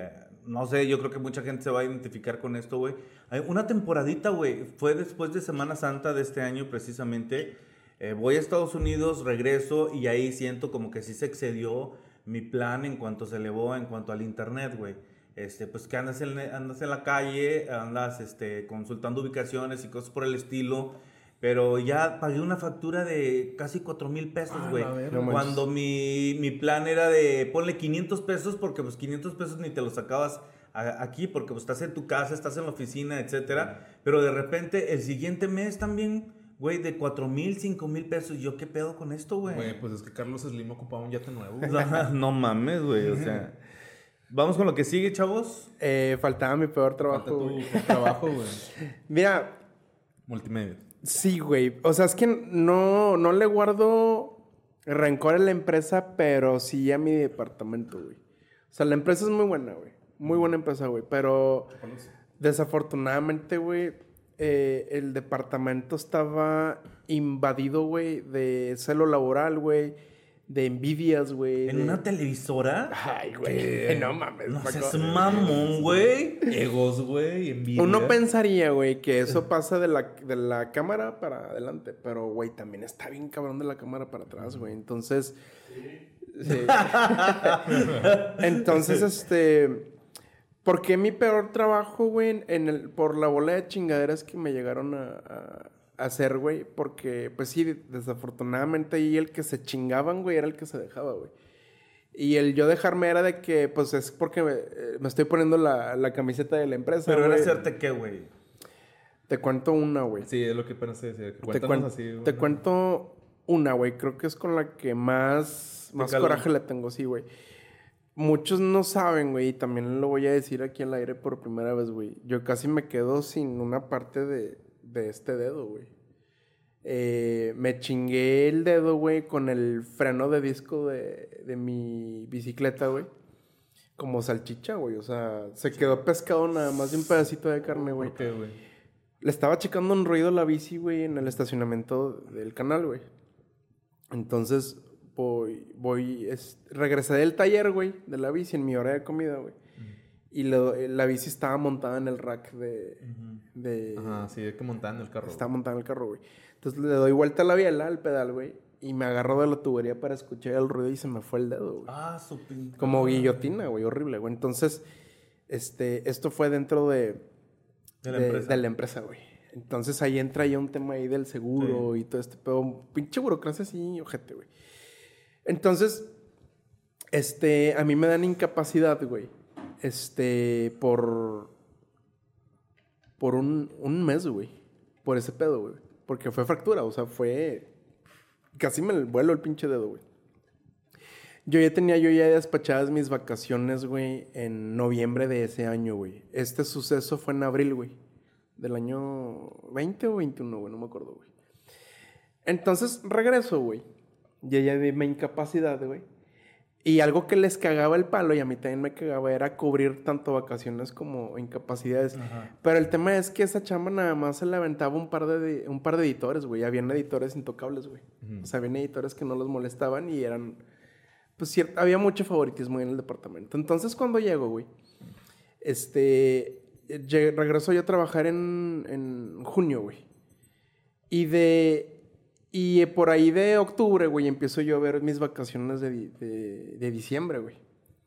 Speaker 5: no sé, yo creo que mucha gente se va a identificar con esto, güey. Hay una temporadita, güey, fue después de Semana Santa de este año precisamente. Eh, voy a Estados Unidos, regreso y ahí siento como que sí se excedió mi plan en cuanto se elevó, en cuanto al internet, güey. Este, pues que andas en, andas en la calle, andas este, consultando ubicaciones y cosas por el estilo. Pero ya pagué una factura de casi cuatro mil pesos, güey.
Speaker 3: Ah, ver,
Speaker 4: no
Speaker 5: cuando mi, mi plan era de ponle quinientos pesos, porque pues quinientos pesos ni te los sacabas a, aquí, porque pues estás en tu casa, estás en la oficina, etcétera. Pero de repente el siguiente mes también, güey, de cuatro mil, cinco mil pesos. ¿Yo qué pedo con esto, güey?
Speaker 3: Güey, pues es que Carlos Slim ocupaba un yate nuevo.
Speaker 5: No mames, güey, o sea. Vamos con lo que sigue, chavos.
Speaker 4: Eh, faltaba mi peor trabajo,
Speaker 3: Falta tu
Speaker 4: güey.
Speaker 3: trabajo, güey.
Speaker 4: Mira,
Speaker 3: Multimedia.
Speaker 4: sí, güey. O sea, es que no, no le guardo rencor a la empresa, pero sí a mi departamento, güey. O sea, la empresa es muy buena, güey. Muy buena empresa, güey. Pero desafortunadamente, güey, eh, el departamento estaba invadido, güey, de celo laboral, güey. De envidias, güey.
Speaker 5: ¿En
Speaker 4: de...
Speaker 5: una televisora?
Speaker 4: Ay, güey. No mames.
Speaker 5: No
Speaker 4: Paco.
Speaker 5: seas mamón, güey.
Speaker 3: Egos, güey, envidia.
Speaker 4: Uno pensaría, güey, que eso pasa de la, de la cámara para adelante. Pero, güey, también está bien cabrón de la cámara para atrás, güey. Entonces... Sí. Entonces, este... ¿Por qué mi peor trabajo, güey? En el, por la bola de chingaderas que me llegaron a... a hacer, güey, porque, pues sí, desafortunadamente ahí el que se chingaban, güey, era el que se dejaba, güey. Y el yo dejarme era de que, pues es porque me, eh, me estoy poniendo la, la camiseta de la empresa,
Speaker 5: Pero era
Speaker 4: güey.
Speaker 5: hacerte qué, güey.
Speaker 4: Te cuento una, güey.
Speaker 3: Sí, es lo que pensé decir.
Speaker 4: Te,
Speaker 3: Cuéntanos
Speaker 4: cuen-
Speaker 3: así, güey.
Speaker 4: te cuento una, güey. Creo que es con la que más, más
Speaker 5: caló.
Speaker 4: coraje le tengo, sí, güey. Muchos no saben, güey, y también lo voy a decir aquí al aire por primera vez, güey. Yo casi me quedo sin una parte de, de este dedo, güey. Eh, me chingué el dedo, güey, con el freno de disco de, de mi bicicleta, güey. Como salchicha, güey. O sea, se quedó pescado nada más de un pedacito de carne, güey.
Speaker 3: ¿Por qué, güey?
Speaker 4: Le estaba checando un ruido a la bici, güey, en el estacionamiento del canal, güey. Entonces, voy, voy, es, regresé del taller, güey, de la bici en mi hora de comida, güey. Y lo, la bici estaba montada en el rack de... de
Speaker 3: Ajá, sí, hay que montar en el carro.
Speaker 4: Estaba montada en el carro, güey. Entonces le doy vuelta a la biela, al pedal, güey. Y me agarro de la tubería para escuchar el ruido y se me fue el dedo, güey.
Speaker 5: Ah, su pinche.
Speaker 4: Como guillotina, güey, horrible, güey. Entonces, este, esto fue dentro de...
Speaker 5: De la empresa.
Speaker 4: De la empresa, güey. Entonces ahí entra ya un tema ahí del seguro
Speaker 5: Sí.
Speaker 4: y todo este pedo. Pinche burocracia así, ojete, güey. Entonces, este, a mí me dan incapacidad, güey. Este, por... Por un, un mes, güey. Por ese pedo, güey. Porque fue fractura, o sea, fue... Casi me vuelo el pinche dedo, güey. Yo ya tenía yo ya despachadas mis vacaciones, güey, en noviembre de ese año, güey. Este suceso fue en abril, güey. Del año veinte o veintiuno, güey, no me acuerdo, güey. Entonces, regreso, güey. Ya ya di mi incapacidad, güey. Y algo que les cagaba el palo, y a mí también me cagaba, era cubrir tanto vacaciones como incapacidades.
Speaker 5: Ajá.
Speaker 4: Pero el tema es que esa chamba nada más se le aventaba un par de, un par de editores, güey. Habían editores intocables, güey.
Speaker 3: Ujú.
Speaker 4: O sea, habían editores que no los molestaban y eran... Pues cierto, había mucho favoritismo en el departamento. Entonces, cuando llego, güey, este... lleg- regreso yo a trabajar en, en junio, güey. Y de... Y eh, por ahí de octubre, güey, empiezo yo a ver mis vacaciones de, di- de, de diciembre, güey.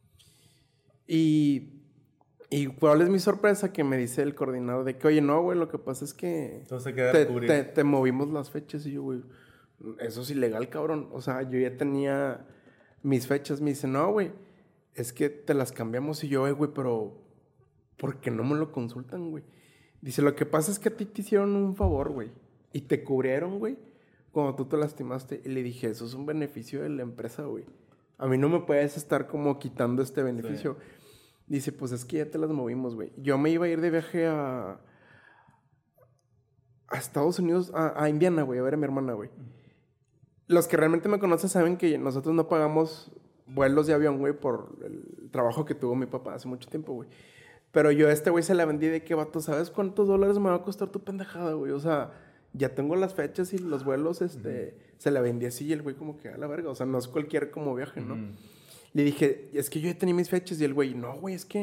Speaker 4: Y... Y cuál es mi sorpresa que me dice el coordinador de que, oye, no, güey, lo que pasa es que...
Speaker 5: Entonces queda
Speaker 4: te,
Speaker 5: cubrir.
Speaker 4: te, te movimos las fechas. Y yo, güey, eso es ilegal, cabrón. O sea, yo ya tenía mis fechas. Me dice, no, güey, es que te las cambiamos. Y yo, "Eh, güey, pero ¿por qué no me lo consultan, güey?" Dice, lo que pasa es que a ti te hicieron un favor, güey. Y te cubrieron, güey, cuando tú te lastimaste. Y le dije, eso es un beneficio de la empresa, güey. A mí no me puedes estar como quitando este beneficio. Dice, pues es que ya te las movimos, güey. Yo me iba a ir de viaje a... A Estados Unidos, a, a Indiana, güey, a ver a mi hermana, güey. Los que realmente me conocen saben que nosotros no pagamos vuelos de avión, güey, por el trabajo que tuvo mi papá hace mucho tiempo, güey. Pero yo a este güey se la vendí de que, vato, ¿sabes cuántos dólares me va a costar tu pendejada, güey? O sea, ya tengo las fechas y los vuelos, este... Uh-huh. Se la vendí así y el güey como que a la verga. O sea, no es cualquier como viaje, ¿no? Uh-huh. Le dije, es que yo ya tenía mis fechas. Y el güey, no, güey, es que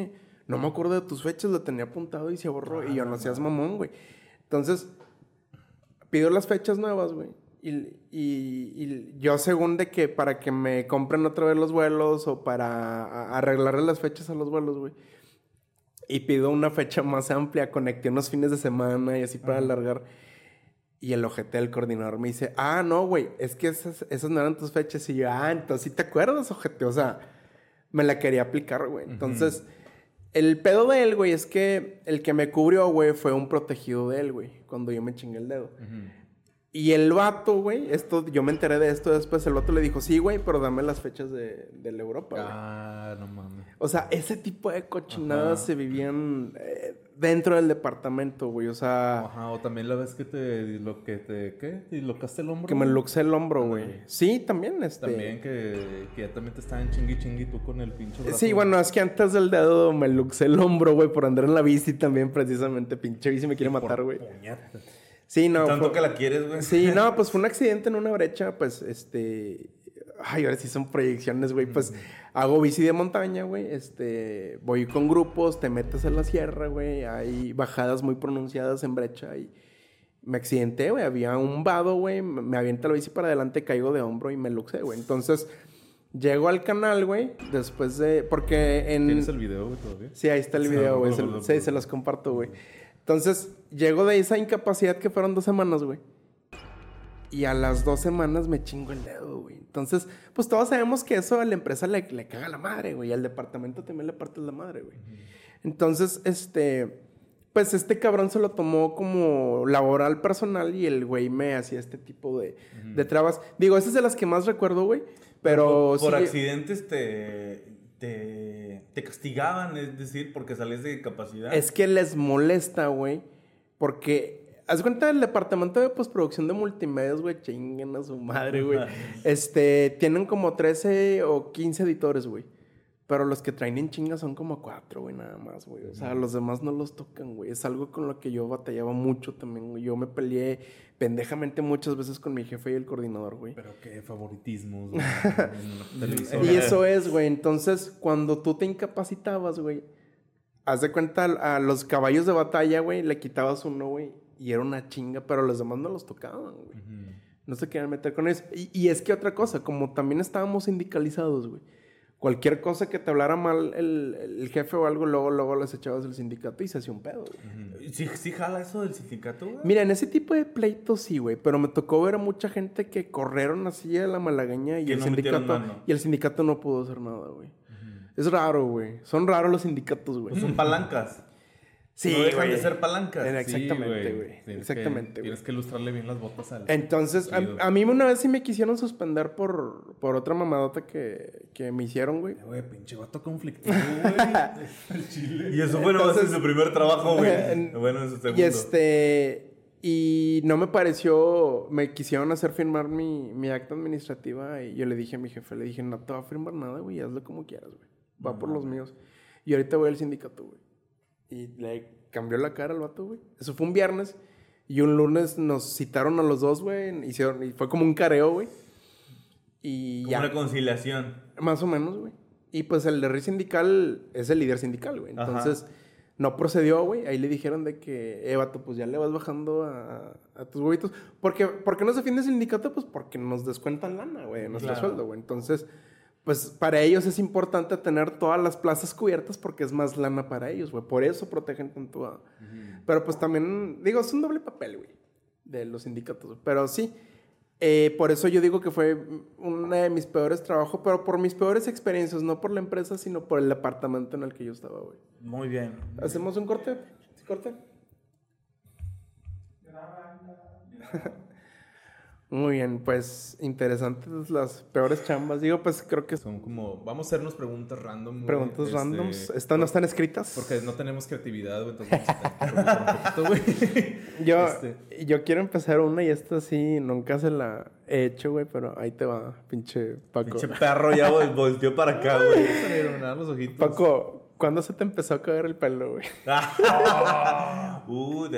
Speaker 4: no me acuerdo de tus fechas, lo tenía apuntado y se borró. Ah, y yo, no seas mamón, güey. Entonces, pido las fechas nuevas, güey. Y, y, y yo según de que para que me compren otra vez los vuelos o para arreglarle las fechas a los vuelos, güey. Y pido una fecha más amplia, conecté unos fines de semana y así para uh-huh. alargar. Y el ojete del coordinador me dice, ah, no, güey, es que esas, esas no eran tus fechas. Y yo, ah, entonces sí te acuerdas, ojete. O sea, me la quería aplicar, güey. Entonces, uh-huh. el pedo de él, güey, es que el que me cubrió, güey, fue un protegido de él, güey, cuando yo me chingué el dedo. Uh-huh. Y el vato, güey, esto, yo me enteré de esto después, el vato le dijo, sí, güey, pero dame las fechas de, de la Europa, güey.
Speaker 3: Ah, no mames.
Speaker 4: O sea, ese tipo de cochinadas Ajá. se vivían eh, dentro del departamento, güey, o sea...
Speaker 3: Ajá, o también la vez que te, lo que te, ¿qué? ¿Te dislocaste el hombro?
Speaker 4: Que me luxé el hombro, güey. Ah, sí, también, este...
Speaker 3: También que, que ya también te estaban chingui chingui tú con el pinche brazo.
Speaker 4: Sí, bueno, es que antes del dedo me luxé el hombro, güey, por andar en la bici también, precisamente. Pinche bici me quiere matar, güey. Sí, no.
Speaker 5: Tanto
Speaker 4: fue...
Speaker 5: que la quieres, güey.
Speaker 4: Sí, no, pues fue un accidente en una brecha, pues, este... Ay, ahora sí son proyecciones, güey. Pues, mm. hago bici de montaña, güey. Este... Voy con grupos, te metes en la sierra, güey. Hay bajadas muy pronunciadas en brecha y... Me accidenté, güey. Había un vado, güey. Me avienta la bici para adelante, caigo de hombro y me luxé, güey. Entonces... Llego al canal, güey, después de... Porque en...
Speaker 3: ¿Tienes el video, güey, todavía?
Speaker 4: Sí, ahí está el video, güey. Se, sí, se los comparto, güey. Entonces, llego de esa incapacidad que fueron dos semanas, güey. Y a las dos semanas me chingo el dedo, güey. Entonces, pues todos sabemos que eso a la empresa le, le caga la madre, güey. Y al departamento también le parte la madre, güey. Uh-huh. Entonces, este... Pues este cabrón se lo tomó como laboral personal y el güey me hacía este tipo de, uh-huh. de trabas. Digo, esas es de las que más recuerdo, güey. Pero...
Speaker 5: Por, por
Speaker 4: sí,
Speaker 5: accidentes te... Te, te castigaban, es decir, porque sales de capacidad.
Speaker 4: Es que les molesta, güey. Porque, haz cuenta del departamento de postproducción de multimedios, güey. Chinguen a su madre, güey. este, tienen como trece o quince editores, güey. Pero los que traen en chinga son como cuatro, güey, nada más, güey. O sea, los demás no los tocan, güey. Es algo con lo que yo batallaba mucho también, güey. Yo me peleé pendejamente muchas veces con mi jefe y el coordinador, güey.
Speaker 3: Pero qué favoritismos, güey.
Speaker 4: Y eso es, güey. Entonces, cuando tú te incapacitabas, güey, haz de cuenta a los caballos de batalla, güey, le quitabas uno, güey, y era una chinga, pero los demás no los tocaban, güey. Uh-huh. No se querían meter con eso. Y, y es que otra cosa, como también estábamos sindicalizados, güey. Cualquier cosa que te hablara mal el, el jefe o algo, luego, luego les echabas el sindicato y se hacía un pedo, güey.
Speaker 5: Uh-huh. ¿Sí, ¿Sí jala eso del sindicato, güey?
Speaker 4: Mira, en ese tipo de pleitos sí, güey. Pero me tocó ver a mucha gente que corrieron así a la malagueña y el, no sindicato, y el sindicato no pudo hacer nada, güey. Uh-huh. Es raro, güey. Son raros los sindicatos, güey.
Speaker 5: Pues son palancas.
Speaker 4: Sí,
Speaker 5: no dejan
Speaker 4: güey.
Speaker 5: de ser palancas.
Speaker 4: Exactamente, güey.
Speaker 3: Sí,
Speaker 4: Exactamente,
Speaker 3: güey. Tienes que ilustrarle bien las botas al...
Speaker 4: Entonces, a, a mí una vez sí me quisieron suspender por, por otra mamadota que, que me hicieron, güey.
Speaker 3: Güey, pinche vato conflictivo, güey. El chile.
Speaker 5: Y eso fue nomás en su primer trabajo, güey. Bueno, en su segundo.
Speaker 4: Y este... Y no me pareció... Me quisieron hacer firmar mi, mi acta administrativa y yo le dije a mi jefe, le dije, no te va a firmar nada, güey. Hazlo como quieras, güey. Va no, por los míos. Y ahorita voy al sindicato, güey. Y le cambió la cara al vato, güey. Eso fue un viernes. Y un lunes nos citaron a los dos, güey. Hicieron, y fue como un careo, güey. Y
Speaker 5: como
Speaker 4: ya.
Speaker 5: una conciliación.
Speaker 4: Más o menos, güey. Y pues el de R I sindical es el líder sindical, güey. Entonces, ajá, no procedió, güey. Ahí le dijeron de que, eh, vato, pues ya le vas bajando a, a tus huevitos. Porque, ¿por qué no se defiende el sindicato? Pues porque nos descuentan lana, güey, de nuestro claro. sueldo, güey. Entonces... Pues para ellos es importante tener todas las plazas cubiertas porque es más lana para ellos, güey. Por eso protegen tanto a... Uh-huh. Pero pues también, digo, es un doble papel, güey, de los sindicatos. Wey. Pero sí, eh, por eso yo digo que fue uno de mis peores trabajos, pero por mis peores experiencias, no por la empresa, sino por el departamento en el que yo estaba, güey.
Speaker 5: Muy bien.
Speaker 4: ¿Hacemos un corte? ¿Sí, corte? Muy bien, pues interesantes las peores chambas. Digo, pues creo que
Speaker 3: son como... Vamos a hacernos preguntas random.
Speaker 4: Preguntas este, randoms. ¿Están, ¿No están escritas?
Speaker 3: Porque no tenemos creatividad, güey. Entonces vamos a tener un poquito, güey.
Speaker 4: Yo, este. yo quiero empezar una y esta sí, nunca se la he hecho, güey. Pero ahí te va, pinche Paco.
Speaker 5: Pinche perro ya volteó para acá, güey.
Speaker 3: los ojitos.
Speaker 4: Paco, ¿cuándo se te empezó a caer el pelo, güey?
Speaker 5: uh,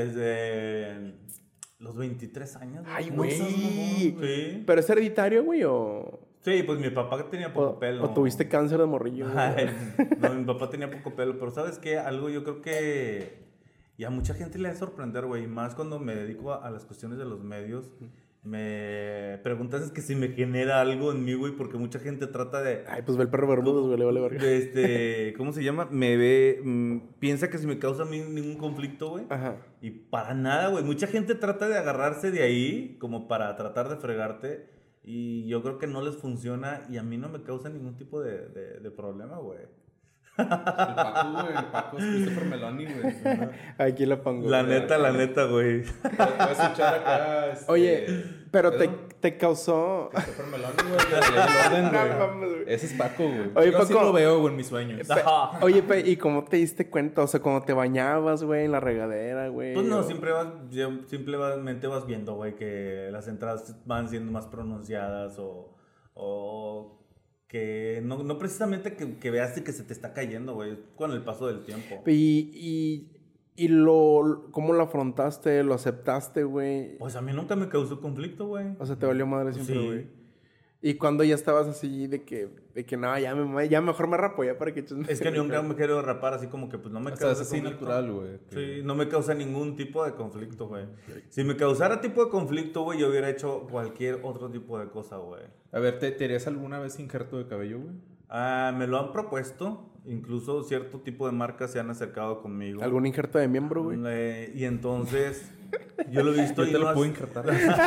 Speaker 5: desde... Los veintitrés años.
Speaker 4: Ay, güey.
Speaker 5: Sí.
Speaker 4: ¿Pero es hereditario, güey, o...?
Speaker 5: Sí, pues mi papá tenía poco
Speaker 4: O,
Speaker 5: pelo.
Speaker 4: o tuviste cáncer de morrillo. güey.
Speaker 5: Ay, no, mi papá tenía poco pelo, pero ¿sabes qué? Algo yo creo que... Y a mucha gente le va a sorprender, güey. Más cuando me dedico a, a las cuestiones de los medios. Me preguntas es que si me genera algo en mí, güey. Porque mucha gente trata de...
Speaker 4: Ay, pues ve el perro Bermudas, güey, le vale verga.
Speaker 5: de este, ¿cómo se llama? Me ve... mm, piensa que si me causa a mí ningún conflicto, güey.
Speaker 4: Ajá.
Speaker 5: Y para nada, güey. Mucha gente trata de agarrarse de ahí como para tratar de fregarte. Y yo creo que no les funciona. Y a mí no me causa ningún tipo de, de, de problema, güey.
Speaker 3: El Paco, güey. El Paco es Christopher Meloni, güey.
Speaker 4: Aquí lo pongo.
Speaker 5: La
Speaker 4: güey.
Speaker 5: neta, la neta, güey.
Speaker 3: Te voy a escuchar acá. Este,
Speaker 4: Oye, pero te,
Speaker 3: ¿Pedro?
Speaker 4: te causó...
Speaker 3: Christopher Meloni, güey. de la ley del orden, güey.
Speaker 4: No mames, güey.
Speaker 3: Ese es Paco, güey.
Speaker 4: Oye,
Speaker 3: Yo así
Speaker 4: Paco.
Speaker 3: lo veo, güey, en mis sueños.
Speaker 4: Pe- Oye, pe, ¿y cómo te diste cuenta? O sea, cuando te bañabas, güey, en la regadera, güey.
Speaker 5: Pues no,
Speaker 4: o-
Speaker 5: siempre vas, ya- simplemente vas viendo, güey, que las entradas van siendo más pronunciadas o, o que no, no precisamente que, que veas que se te está cayendo, güey, con el paso del tiempo.
Speaker 4: Y, y, y lo... ¿Cómo lo afrontaste? ¿Lo aceptaste, güey?
Speaker 5: Pues a mí nunca me causó conflicto, güey.
Speaker 4: O sea, te valió madre siempre,
Speaker 5: Sí.
Speaker 4: güey. Y cuando ya estabas así de que... De que no, ya, me, ya mejor me rapo ya para que... eches-
Speaker 5: Es que nunca me quiero rapar así como que pues no me
Speaker 3: O sea, es
Speaker 5: causa
Speaker 3: así
Speaker 5: conflicto.
Speaker 3: natural, güey. que-
Speaker 5: Sí, no me causa ningún tipo de conflicto, güey. Si me causara tipo de conflicto, güey, yo hubiera hecho cualquier otro tipo de cosa, güey.
Speaker 3: A ver, ¿te, ¿te harías alguna vez injerto de cabello, güey?
Speaker 5: Ah, me lo han propuesto, incluso cierto tipo de marcas se han acercado conmigo.
Speaker 4: ¿Algún injerto de miembro, güey?
Speaker 5: Eh, y entonces, yo lo he visto
Speaker 3: Yo
Speaker 5: y
Speaker 3: te
Speaker 5: no
Speaker 3: lo
Speaker 5: has-
Speaker 3: puedo injertar.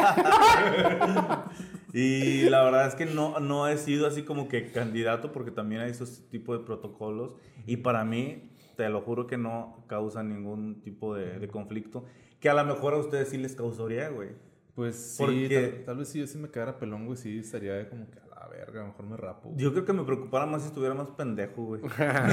Speaker 5: Y la verdad es que no, no he sido así como que candidato porque también hay esos tipos de protocolos y para mí, te lo juro que no causa ningún tipo de, de conflicto, que a lo mejor a ustedes sí les causaría, güey.
Speaker 3: Pues sí,
Speaker 5: Porque-
Speaker 3: tal, tal vez si yo sí me quedara pelón, güey, sí estaría como que a la verga, mejor me rapo. güey.
Speaker 5: Yo creo que me preocupara más si estuviera más pendejo, güey.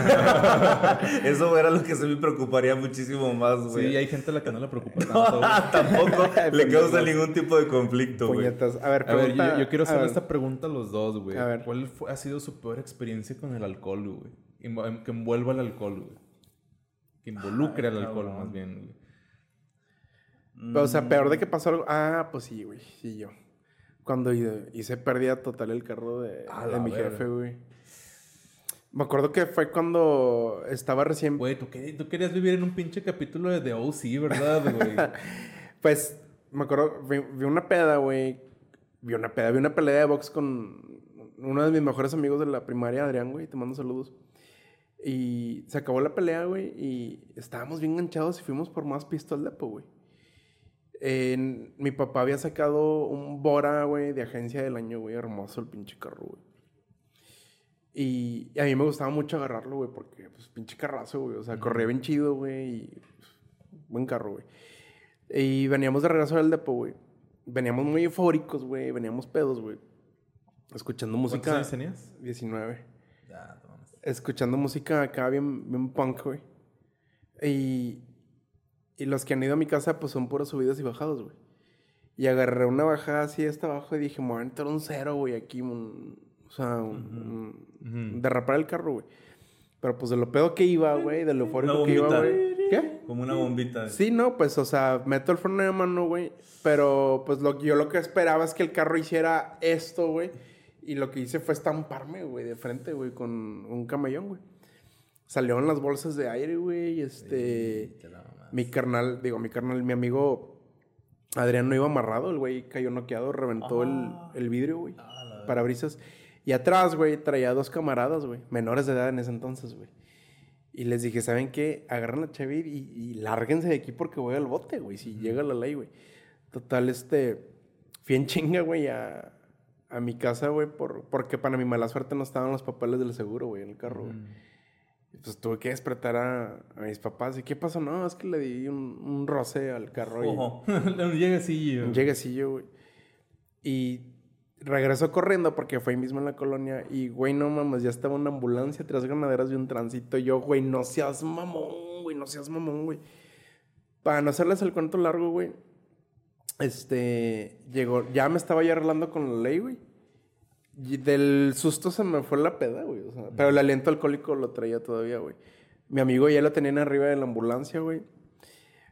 Speaker 5: Eso era lo que se me preocuparía muchísimo más, güey.
Speaker 3: Sí, hay gente a la que no le preocupa tanto. güey.
Speaker 5: Tampoco le causa ningún tipo de conflicto, güey.
Speaker 4: Puñetas. A ver,
Speaker 3: A ver,
Speaker 4: pregunta...
Speaker 3: yo, yo quiero
Speaker 4: a
Speaker 3: hacerle
Speaker 4: ver.
Speaker 3: esta pregunta a los dos, güey.
Speaker 4: A ver.
Speaker 3: ¿Cuál fue- ha sido su peor experiencia con el alcohol, güey? Invo- Que envuelva el alcohol, güey. Que involucre al alcohol,
Speaker 5: cabrón.
Speaker 3: más bien, güey.
Speaker 4: Pero, o sea, peor de que pasó algo... Ah, pues sí, güey. Sí, yo. Cuando hice, hice pérdida total el carro de,
Speaker 3: A
Speaker 4: de
Speaker 3: la
Speaker 4: mi
Speaker 3: verga.
Speaker 4: jefe, güey. Me acuerdo que fue cuando estaba recién...
Speaker 3: Güey, ¿tú, qué- tú querías vivir en un pinche capítulo de The O C, ¿verdad, güey?
Speaker 4: Pues, me acuerdo, vi, vi una peda, güey. Vi una peda, vi una pelea de box con uno de mis mejores amigos de la primaria, Adrián, güey. Te mando saludos. Y se acabó la pelea, güey. Y estábamos bien enganchados y fuimos por más pistol depo, güey. En- mi papá había sacado un Bora, güey, de agencia del año, güey. Hermoso el pinche carro, güey. Y, y a mí me gustaba mucho agarrarlo, güey, porque, pues, pinche carrazo, güey. O sea, corría bien chido, güey. Y, pues, buen carro, güey. Y veníamos de regreso del depo, güey. Veníamos muy eufóricos, güey. Veníamos pedos, güey. Escuchando
Speaker 3: ¿Cuántos
Speaker 4: música.
Speaker 3: años tenías?
Speaker 4: diecinueve.
Speaker 3: Ya, no mames.
Speaker 4: Escuchando música acá bien, bien punk, güey. Y, y los que han ido a mi casa, pues son puras subidas y bajadas, güey. Y agarré una bajada así hasta abajo y dije, me voy a entrar un cero, güey, aquí. Un, o sea, un, un- derrapar el carro, güey. Pero pues de lo pedo que iba, güey, de lo eufórico
Speaker 5: Una
Speaker 4: que iba,
Speaker 5: bombita.
Speaker 4: güey. ¿Qué?
Speaker 5: Como una bombita.
Speaker 4: Sí, no, pues, o sea, meto el freno de mano, güey. Pero, pues, lo, yo lo que esperaba es que el carro hiciera esto, güey. Y lo que hice fue estamparme, güey, de frente, güey, con un camellón, güey. Salieron las bolsas de aire, güey. Este. Mi carnal, digo, mi carnal, mi amigo Adrián no iba amarrado. El güey cayó noqueado, reventó el, el vidrio, güey. Parabrisas. Y atrás, güey, traía dos camaradas, güey. Menores de edad en ese entonces, güey. Y les dije, ¿saben qué? Agarran la Chevy y, y lárguense de aquí porque voy al bote, güey. Si llega la ley, güey. Total, este... Fui en chinga, güey, a, a mi casa, güey. Por, porque para mi mala suerte no estaban los papeles del seguro, güey, en el carro, güey. Y pues tuve que despertar a, a mis papás. ¿Y qué pasó? No, es que le di un, un roce al carro.
Speaker 5: Ojo.
Speaker 3: Llega así,
Speaker 4: Y,
Speaker 3: güey.
Speaker 4: un lleguecillo, güey. Y... regresó corriendo porque fue ahí mismo en la colonia. Y, güey, no mames, ya estaba una ambulancia, tres granaderas y un tránsito. Y yo, güey, no seas mamón, güey, no seas mamón, güey. Para no hacerles el cuento largo, güey. Este, llegó, ya me estaba ya arreglando con la ley, güey. Y del susto se me fue la peda, güey. O sea, pero el aliento alcohólico lo traía todavía, güey. Mi amigo ya lo tenían arriba de la ambulancia, güey.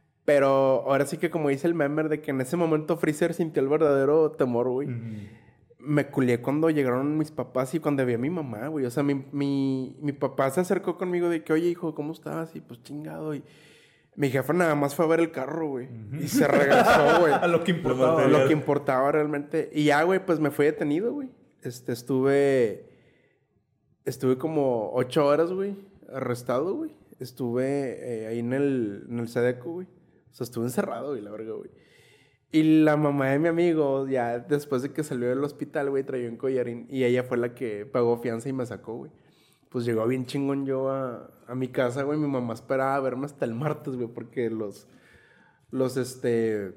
Speaker 4: Pero ahora sí que como dice el memer de que en ese momento Freezer sintió el verdadero temor, güey. me culié cuando llegaron mis papás y cuando vi a mi mamá, güey. O sea, mi, mi, mi papá se acercó conmigo de que, oye, hijo, ¿cómo estás? Y pues chingado. Y mi jefa nada más fue a ver el carro, güey. Uh-huh. Y se regresó, güey.
Speaker 3: A lo que importaba.
Speaker 4: A lo que importaba realmente. Y ya, güey, pues me fui detenido, güey. Este, estuve... Estuve como ocho horas, güey, arrestado, güey. Estuve eh, ahí en el, en el Sedeco, güey. O sea, estuve encerrado, güey, la verga, güey. Y la mamá de mi amigo, ya después de que salió del hospital, güey, traía un collarín. Y ella fue la que pagó fianza y me sacó, güey. Pues llegó bien chingón yo a, a mi casa, güey. Mi mamá esperaba verme hasta el martes, güey, porque los... Los, este...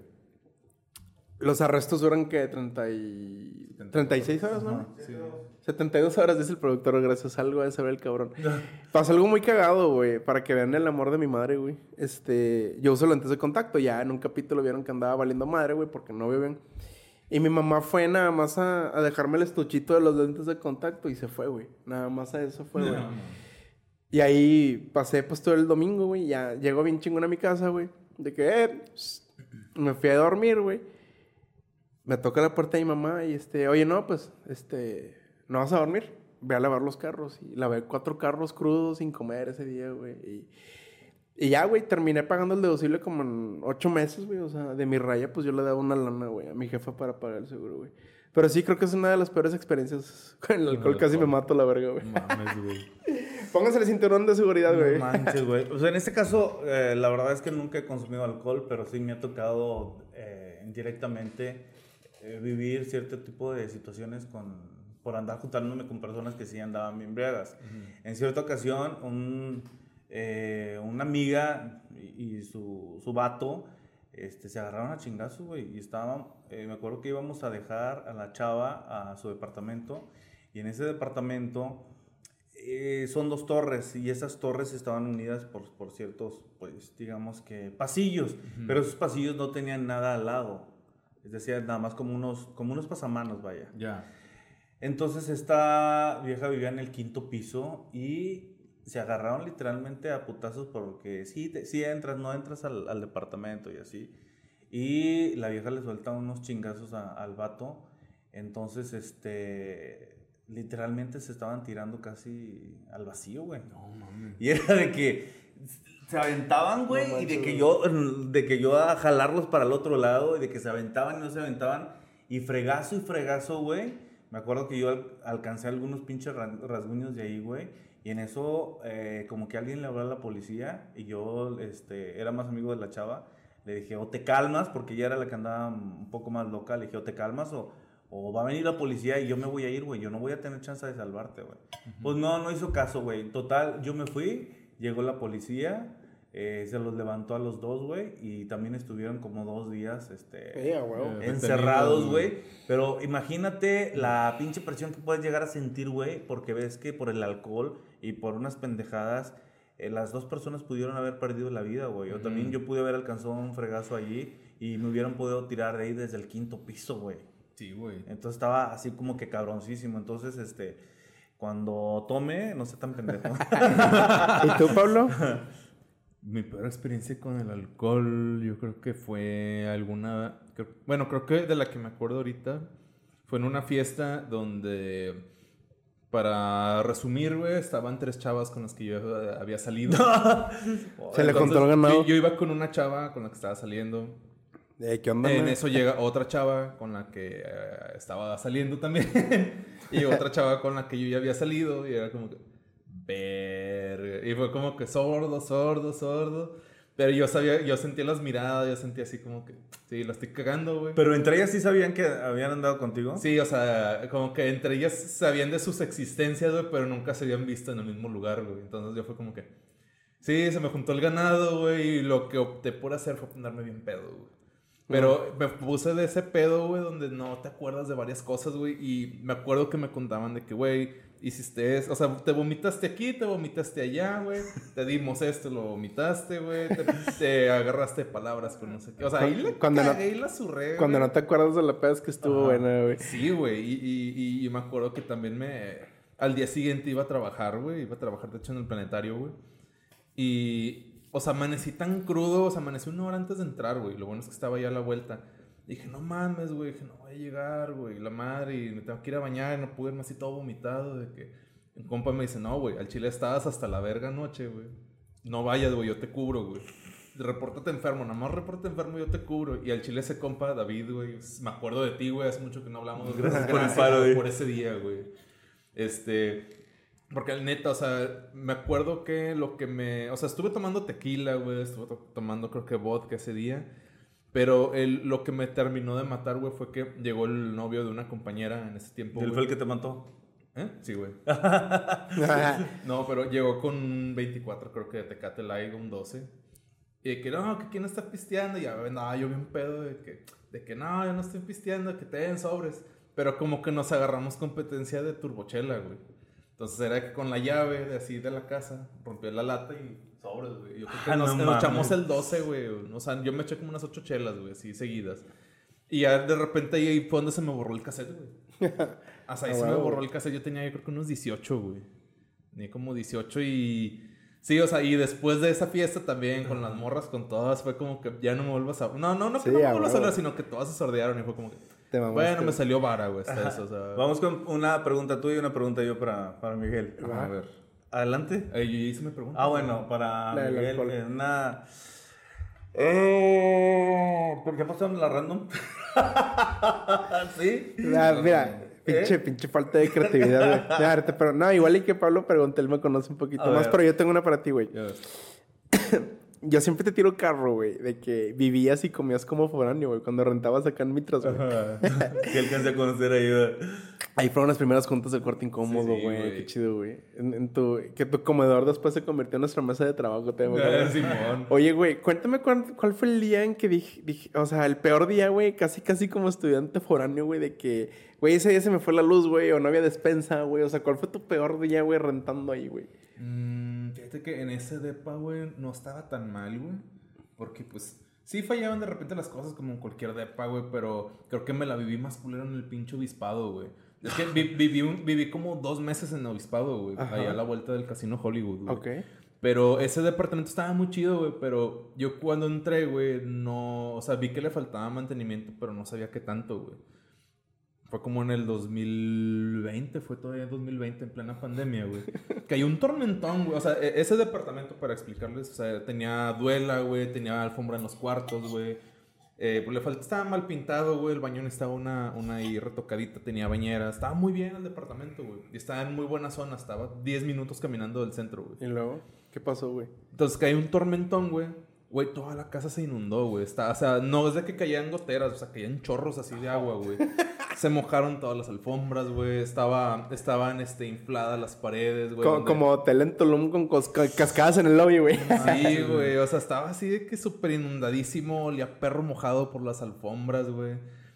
Speaker 4: Los arrestos duran, ¿qué? treinta y... treinta y seis horas, ¿no? Ajá, sí. setenta y dos horas, dice el productor, gracias a algo de saber el cabrón. Pasó algo muy cagado, güey, para que vean el amor de mi madre, güey. Este... Yo uso lentes de contacto, ya en un capítulo vieron que andaba valiendo madre, güey, porque no veo bien. Y mi mamá fue nada más a, a dejarme el estuchito de los lentes de contacto y se fue, güey. Nada más a eso fue, güey. No. Y ahí pasé, pues, todo el domingo, güey. Ya llegó bien chingón a mi casa, güey. De que, eh... Me fui a dormir, güey. Me toca la puerta de mi mamá y este... Oye, no, pues, este... ¿No vas a dormir? Ve a lavar los carros. Y lavé cuatro carros crudos sin comer ese día, güey. Y, y ya, güey, terminé pagando el deducible como en ocho meses, güey. O sea, de mi raya, pues yo le daba una lana, güey, a mi jefa para pagar el seguro, güey. Pero sí, creo que es una de las peores experiencias. Con el alcohol casi me mato la verga, güey.
Speaker 5: Mames, güey.
Speaker 4: Pónganse el cinturón de seguridad, güey.
Speaker 5: No manches, güey. O sea, en este caso, eh, la verdad es que nunca he consumido alcohol, pero sí me ha tocado eh, indirectamente eh, vivir cierto tipo de situaciones con... por andar juntándome con personas que sí andaban bien embriagas. Uh-huh. En cierta ocasión, un, eh, una amiga y, y su, su vato este, se agarraron a chingazos, güey. Y estaban, eh, me acuerdo que íbamos a dejar a la chava a su departamento. Y en ese departamento eh, son dos torres. Y esas torres estaban unidas por, por ciertos, pues, digamos que pasillos. Uh-huh. Pero esos pasillos no tenían nada al lado. Es decir, nada más como unos, como unos pasamanos, vaya.
Speaker 3: Ya. Yeah.
Speaker 5: Entonces esta vieja vivía en el quinto piso y se agarraron literalmente a putazos porque sí, te, sí entras, no entras al, al departamento y así. Y la vieja le suelta unos chingazos a, al vato. Entonces, este, literalmente se estaban tirando casi al vacío, güey.
Speaker 3: No, mami.
Speaker 5: Y era de que se aventaban, güey, no, y de que yo, de que yo a jalarlos para el otro lado y de que se aventaban y no se aventaban. Y fregazo y fregazo, güey. Me acuerdo que yo al, alcancé algunos pinches rasguños de ahí, güey. Y en eso, eh, como que alguien le habló a la policía. Y yo, este, era más amigo de la chava. Le dije, o te calmas, porque ella era la que andaba un poco más loca. Le dije, o te calmas, o, o va a venir la policía y yo me voy a ir, güey. Yo no voy a tener chance de salvarte, güey. Uh-huh. Pues no, no hizo caso, güey. Total, yo me fui, llegó la policía. Eh, se los levantó a los dos, güey. Y también estuvieron como dos días este,
Speaker 4: yeah, wow.
Speaker 5: encerrados, güey. Pero imagínate la pinche presión que puedes llegar a sentir, güey. Porque ves que por el alcohol y por unas pendejadas, eh, las dos personas pudieron haber perdido la vida, güey. O mm. también yo pude haber alcanzado un fregazo allí y me hubieran podido tirar de ahí desde el quinto piso, güey.
Speaker 3: Sí, güey.
Speaker 5: Entonces estaba así como que cabroncísimo. Entonces, este, cuando tome, no sé tan pendejo.
Speaker 4: ¿Y tú, Pablo?
Speaker 3: Mi peor experiencia con el alcohol, yo creo que fue alguna... Creo, bueno, creo que de la que me acuerdo ahorita fue en una fiesta donde, para resumir, güey, estaban tres chavas con las que yo había salido.
Speaker 4: Se le contó el ganado.
Speaker 3: Yo, yo iba con una chava con la que estaba saliendo.
Speaker 4: ¿Qué onda?
Speaker 3: En eso llega otra chava con la que uh, estaba saliendo también. Y otra chava con la que yo ya había salido. Y era como que... Verga. Y fue como que sordo, sordo, sordo. Pero yo sabía, yo sentía las miradas, yo sentía así como que... Sí, la estoy cagando, güey.
Speaker 5: ¿Pero entre ellas sí sabían que habían andado contigo?
Speaker 3: Sí, o sea, como que entre ellas sabían de sus existencias, güey, pero nunca se habían visto en el mismo lugar, güey. Entonces yo fue como que... Sí, se me juntó el ganado, güey, y lo que opté por hacer fue ponerme bien pedo, güey. Pero me puse de ese pedo, güey, donde no te acuerdas de varias cosas, güey. Y me acuerdo que me contaban de que, güey, hiciste eso. O sea, te vomitaste aquí, te vomitaste allá, güey. Te dimos esto, lo vomitaste, güey. Te, te agarraste palabras con no sé qué. O sea, ahí la
Speaker 4: cuando
Speaker 3: cagué
Speaker 4: no,
Speaker 3: y la surré,
Speaker 4: Cuando
Speaker 3: güey.
Speaker 4: no te acuerdas de la peda es que estuvo
Speaker 3: Ajá.
Speaker 4: buena, güey.
Speaker 3: Sí, güey. Y, y, y, y me acuerdo que también me... Al día siguiente iba a trabajar, güey. Iba a trabajar, de hecho, en el planetario, güey. Y... O sea, amanecí tan crudo, o sea, amanecí una hora antes de entrar, güey. Lo bueno es que estaba ya a la vuelta. Dije, no mames, güey. Dije, no voy a llegar, güey. La madre, y me tengo que ir a bañar. Y no pude irme así todo vomitado. De que un compa me dice, no, güey, al chile estabas hasta la verga anoche, güey. No vayas, güey, yo te cubro, güey. Repórtate enfermo, nada más repórtate enfermo, yo te cubro. Y al chile ese compa, David, güey, me acuerdo de ti, güey. Hace mucho que no hablamos.
Speaker 5: Gracias por el paro, güey.
Speaker 3: Por ese día, güey. Este... Porque neta, o sea, me acuerdo que lo que me... O sea, estuve tomando tequila, güey. Estuve to- tomando, creo que vodka ese día. Pero el, lo que me terminó de matar, güey, fue que llegó el novio de una compañera en ese tiempo,
Speaker 5: ¿Y él
Speaker 3: güey.
Speaker 5: fue el que te mató?
Speaker 3: ¿Eh? Sí, güey. No, pero llegó con un veinticuatro, creo que de Tecate Light, un doce. Y de que, no, que quién está pisteando. Y ya, no, yo bien pedo de que... De que, no, yo no estoy pisteando, que te den sobres. Pero como que nos agarramos competencia de turbochela, güey. Entonces era que con la llave de así de la casa, rompió la lata y sobres, güey. Yo creo que
Speaker 5: Ah,
Speaker 3: nos,
Speaker 5: no
Speaker 3: nos
Speaker 5: mames.
Speaker 3: echamos el doce, güey. O sea, yo me eché como unas ocho chelas, güey, así seguidas. Y ya de repente ahí fue donde se me borró el cassette, güey. Hasta ahí
Speaker 4: Ah,
Speaker 3: se me
Speaker 4: wow.
Speaker 3: borró el cassette. Yo tenía, yo creo que unos dieciocho, güey. Tenía como dieciocho y... Sí, o sea, y después de esa fiesta también, con las morras, con todas, fue como que ya no me vuelvas a... No, no, no que
Speaker 4: Sí,
Speaker 3: no me
Speaker 4: a
Speaker 3: vuelvas a
Speaker 4: huevo.
Speaker 3: hablar, sino que todas se sordearon y fue como que...
Speaker 4: Te mamaste.
Speaker 3: Bueno, me salió vara, güey, hasta eso, o sea...
Speaker 5: Vamos con una pregunta tuya y una pregunta yo para, para Miguel.
Speaker 3: A ver.
Speaker 5: Adelante.
Speaker 3: Eh, yo hice mi pregunta.
Speaker 5: Ah, bueno, para
Speaker 4: La del
Speaker 5: Miguel,
Speaker 4: alcohol.
Speaker 5: eh, una... Eh, ¿Por qué pasaron la random? ¿Sí?
Speaker 4: Ah, mira,
Speaker 5: ¿Eh?
Speaker 4: pinche, pinche falta de creatividad, güey. Ya, ahorita, pero no, igual y que Pablo pregunte, él me conoce un poquito
Speaker 5: A
Speaker 4: más,
Speaker 5: ver.
Speaker 4: pero yo tengo una para ti, güey.
Speaker 3: Ya ves.
Speaker 4: Yo siempre te tiro carro, güey, de que vivías y comías como foráneo, güey, cuando rentabas acá en Mitras, güey.
Speaker 5: Que alcancé a conocer ahí. ¿verdad?
Speaker 4: Ahí fueron las primeras juntas del corte incómodo,
Speaker 3: Sí, sí,
Speaker 4: güey.
Speaker 3: güey.
Speaker 4: Qué chido, güey. En, en tu, que tu comedor después se convirtió en nuestra mesa de trabajo, te
Speaker 3: Eh, Simón.
Speaker 4: Oye, güey, cuéntame cuál, cuál fue el día en que dije, dije, o sea, el peor día, güey, casi, casi como estudiante foráneo, güey, de que, güey, ese día se me fue la luz, güey, o no había despensa, güey. O sea, ¿cuál fue tu peor día, güey, rentando ahí, güey?
Speaker 3: Mm, fíjate que en ese depa, güey, no estaba tan mal, güey. Porque, pues, sí fallaban de repente las cosas como en cualquier depa, güey. Pero creo que me la viví más culero en el pinche obispado, güey. Es que vi- viví, un- viví como dos meses en obispado, güey.
Speaker 4: Ajá.
Speaker 3: Allá a la vuelta del casino Hollywood, güey.
Speaker 4: Ok.
Speaker 3: Pero ese departamento estaba muy chido, güey. Pero yo cuando entré, güey, no... O sea, vi que le faltaba mantenimiento, pero no sabía qué tanto, güey. Fue como en el dos mil veinte, fue todavía en dos mil veinte, en plena pandemia, güey. Cayó un tormentón, güey. O sea, e- ese departamento, para explicarles, o sea, tenía duela, güey, tenía alfombra en los cuartos, güey. Eh, pues le faltaba, estaba mal pintado, güey. El baño estaba una, una ahí retocadita, tenía bañera. Estaba muy bien el departamento, güey. Y estaba en muy buena zona, estaba diez minutos caminando del centro, güey.
Speaker 4: ¿Y luego? ¿Qué pasó, güey?
Speaker 3: Entonces cayó un tormentón, güey. Güey, toda la casa se inundó, güey. Está, o sea, no es de que caían goteras, o sea, caían chorros así de agua, güey. Se mojaron todas las alfombras, güey. Estaba, estaban este, infladas las paredes, güey.
Speaker 4: Co-
Speaker 3: donde-
Speaker 4: Como hotel en Tulum con cos- ca- cascadas en el lobby, güey.
Speaker 3: Sí, güey. O sea, estaba así de que súper inundadísimo. Olía perro mojado por las alfombras, güey.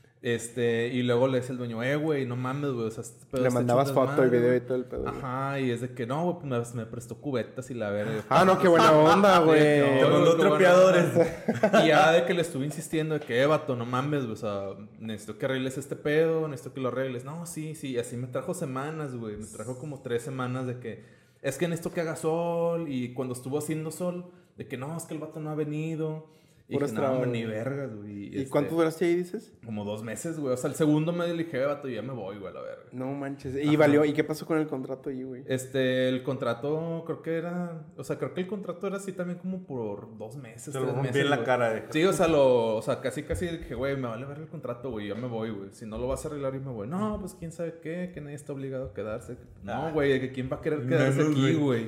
Speaker 3: Este, y luego le dice el dueño, eh, güey, no mames, güey. O sea, este pedo
Speaker 4: Le
Speaker 3: está
Speaker 4: mandabas
Speaker 3: hecho un
Speaker 4: foto y
Speaker 3: desmadre,
Speaker 4: video y
Speaker 3: güey.
Speaker 4: todo el pedo, güey.
Speaker 3: Ajá, y es de que no, güey, pues me, me prestó cubetas y la verga.
Speaker 4: Ah, no, qué buena onda, güey.
Speaker 5: Te
Speaker 3: No,
Speaker 5: mandó
Speaker 3: no, no,
Speaker 5: trapeadores.
Speaker 3: no. Y ya de que le estuve insistiendo de que, eh, vato, no mames, güey. O sea, necesito que arregles este pedo, necesito que lo arregles. No, sí, sí. Y así me trajo semanas, güey. Me trajo como tres semanas de que, es que necesito que haga sol. Y cuando estuvo haciendo sol, de que no, es que el vato no ha venido. Y
Speaker 4: Puro
Speaker 3: dije, no,
Speaker 4: estrado,
Speaker 3: hombre, ni
Speaker 4: güey.
Speaker 3: vergas, güey.
Speaker 4: ¿Y
Speaker 3: este,
Speaker 4: cuánto duraste ahí, dices?
Speaker 3: Como dos meses, güey. O sea, el segundo mes le dije, eh, vato, ya me voy, güey, a la verga.
Speaker 4: No manches. ¿Y
Speaker 3: Ajá.
Speaker 4: valió? ¿Y qué pasó con el contrato ahí, güey?
Speaker 3: Este, el contrato, creo que era... O sea, creo que el contrato era así también como por dos meses,
Speaker 5: Te lo
Speaker 3: tres
Speaker 5: rompí
Speaker 3: meses,
Speaker 5: en la
Speaker 3: güey.
Speaker 5: cara, de-
Speaker 3: Sí, o sea, lo... O sea, casi, casi dije, güey, me vale ver el contrato, güey. Ya me voy, güey. Si no lo vas a arreglar, y me voy. No, pues, quién sabe qué. Que nadie está obligado a quedarse. No,
Speaker 5: Ah.
Speaker 3: güey. Que quién va a querer quedarse
Speaker 5: Menos,
Speaker 3: aquí,
Speaker 5: güey.
Speaker 3: güey.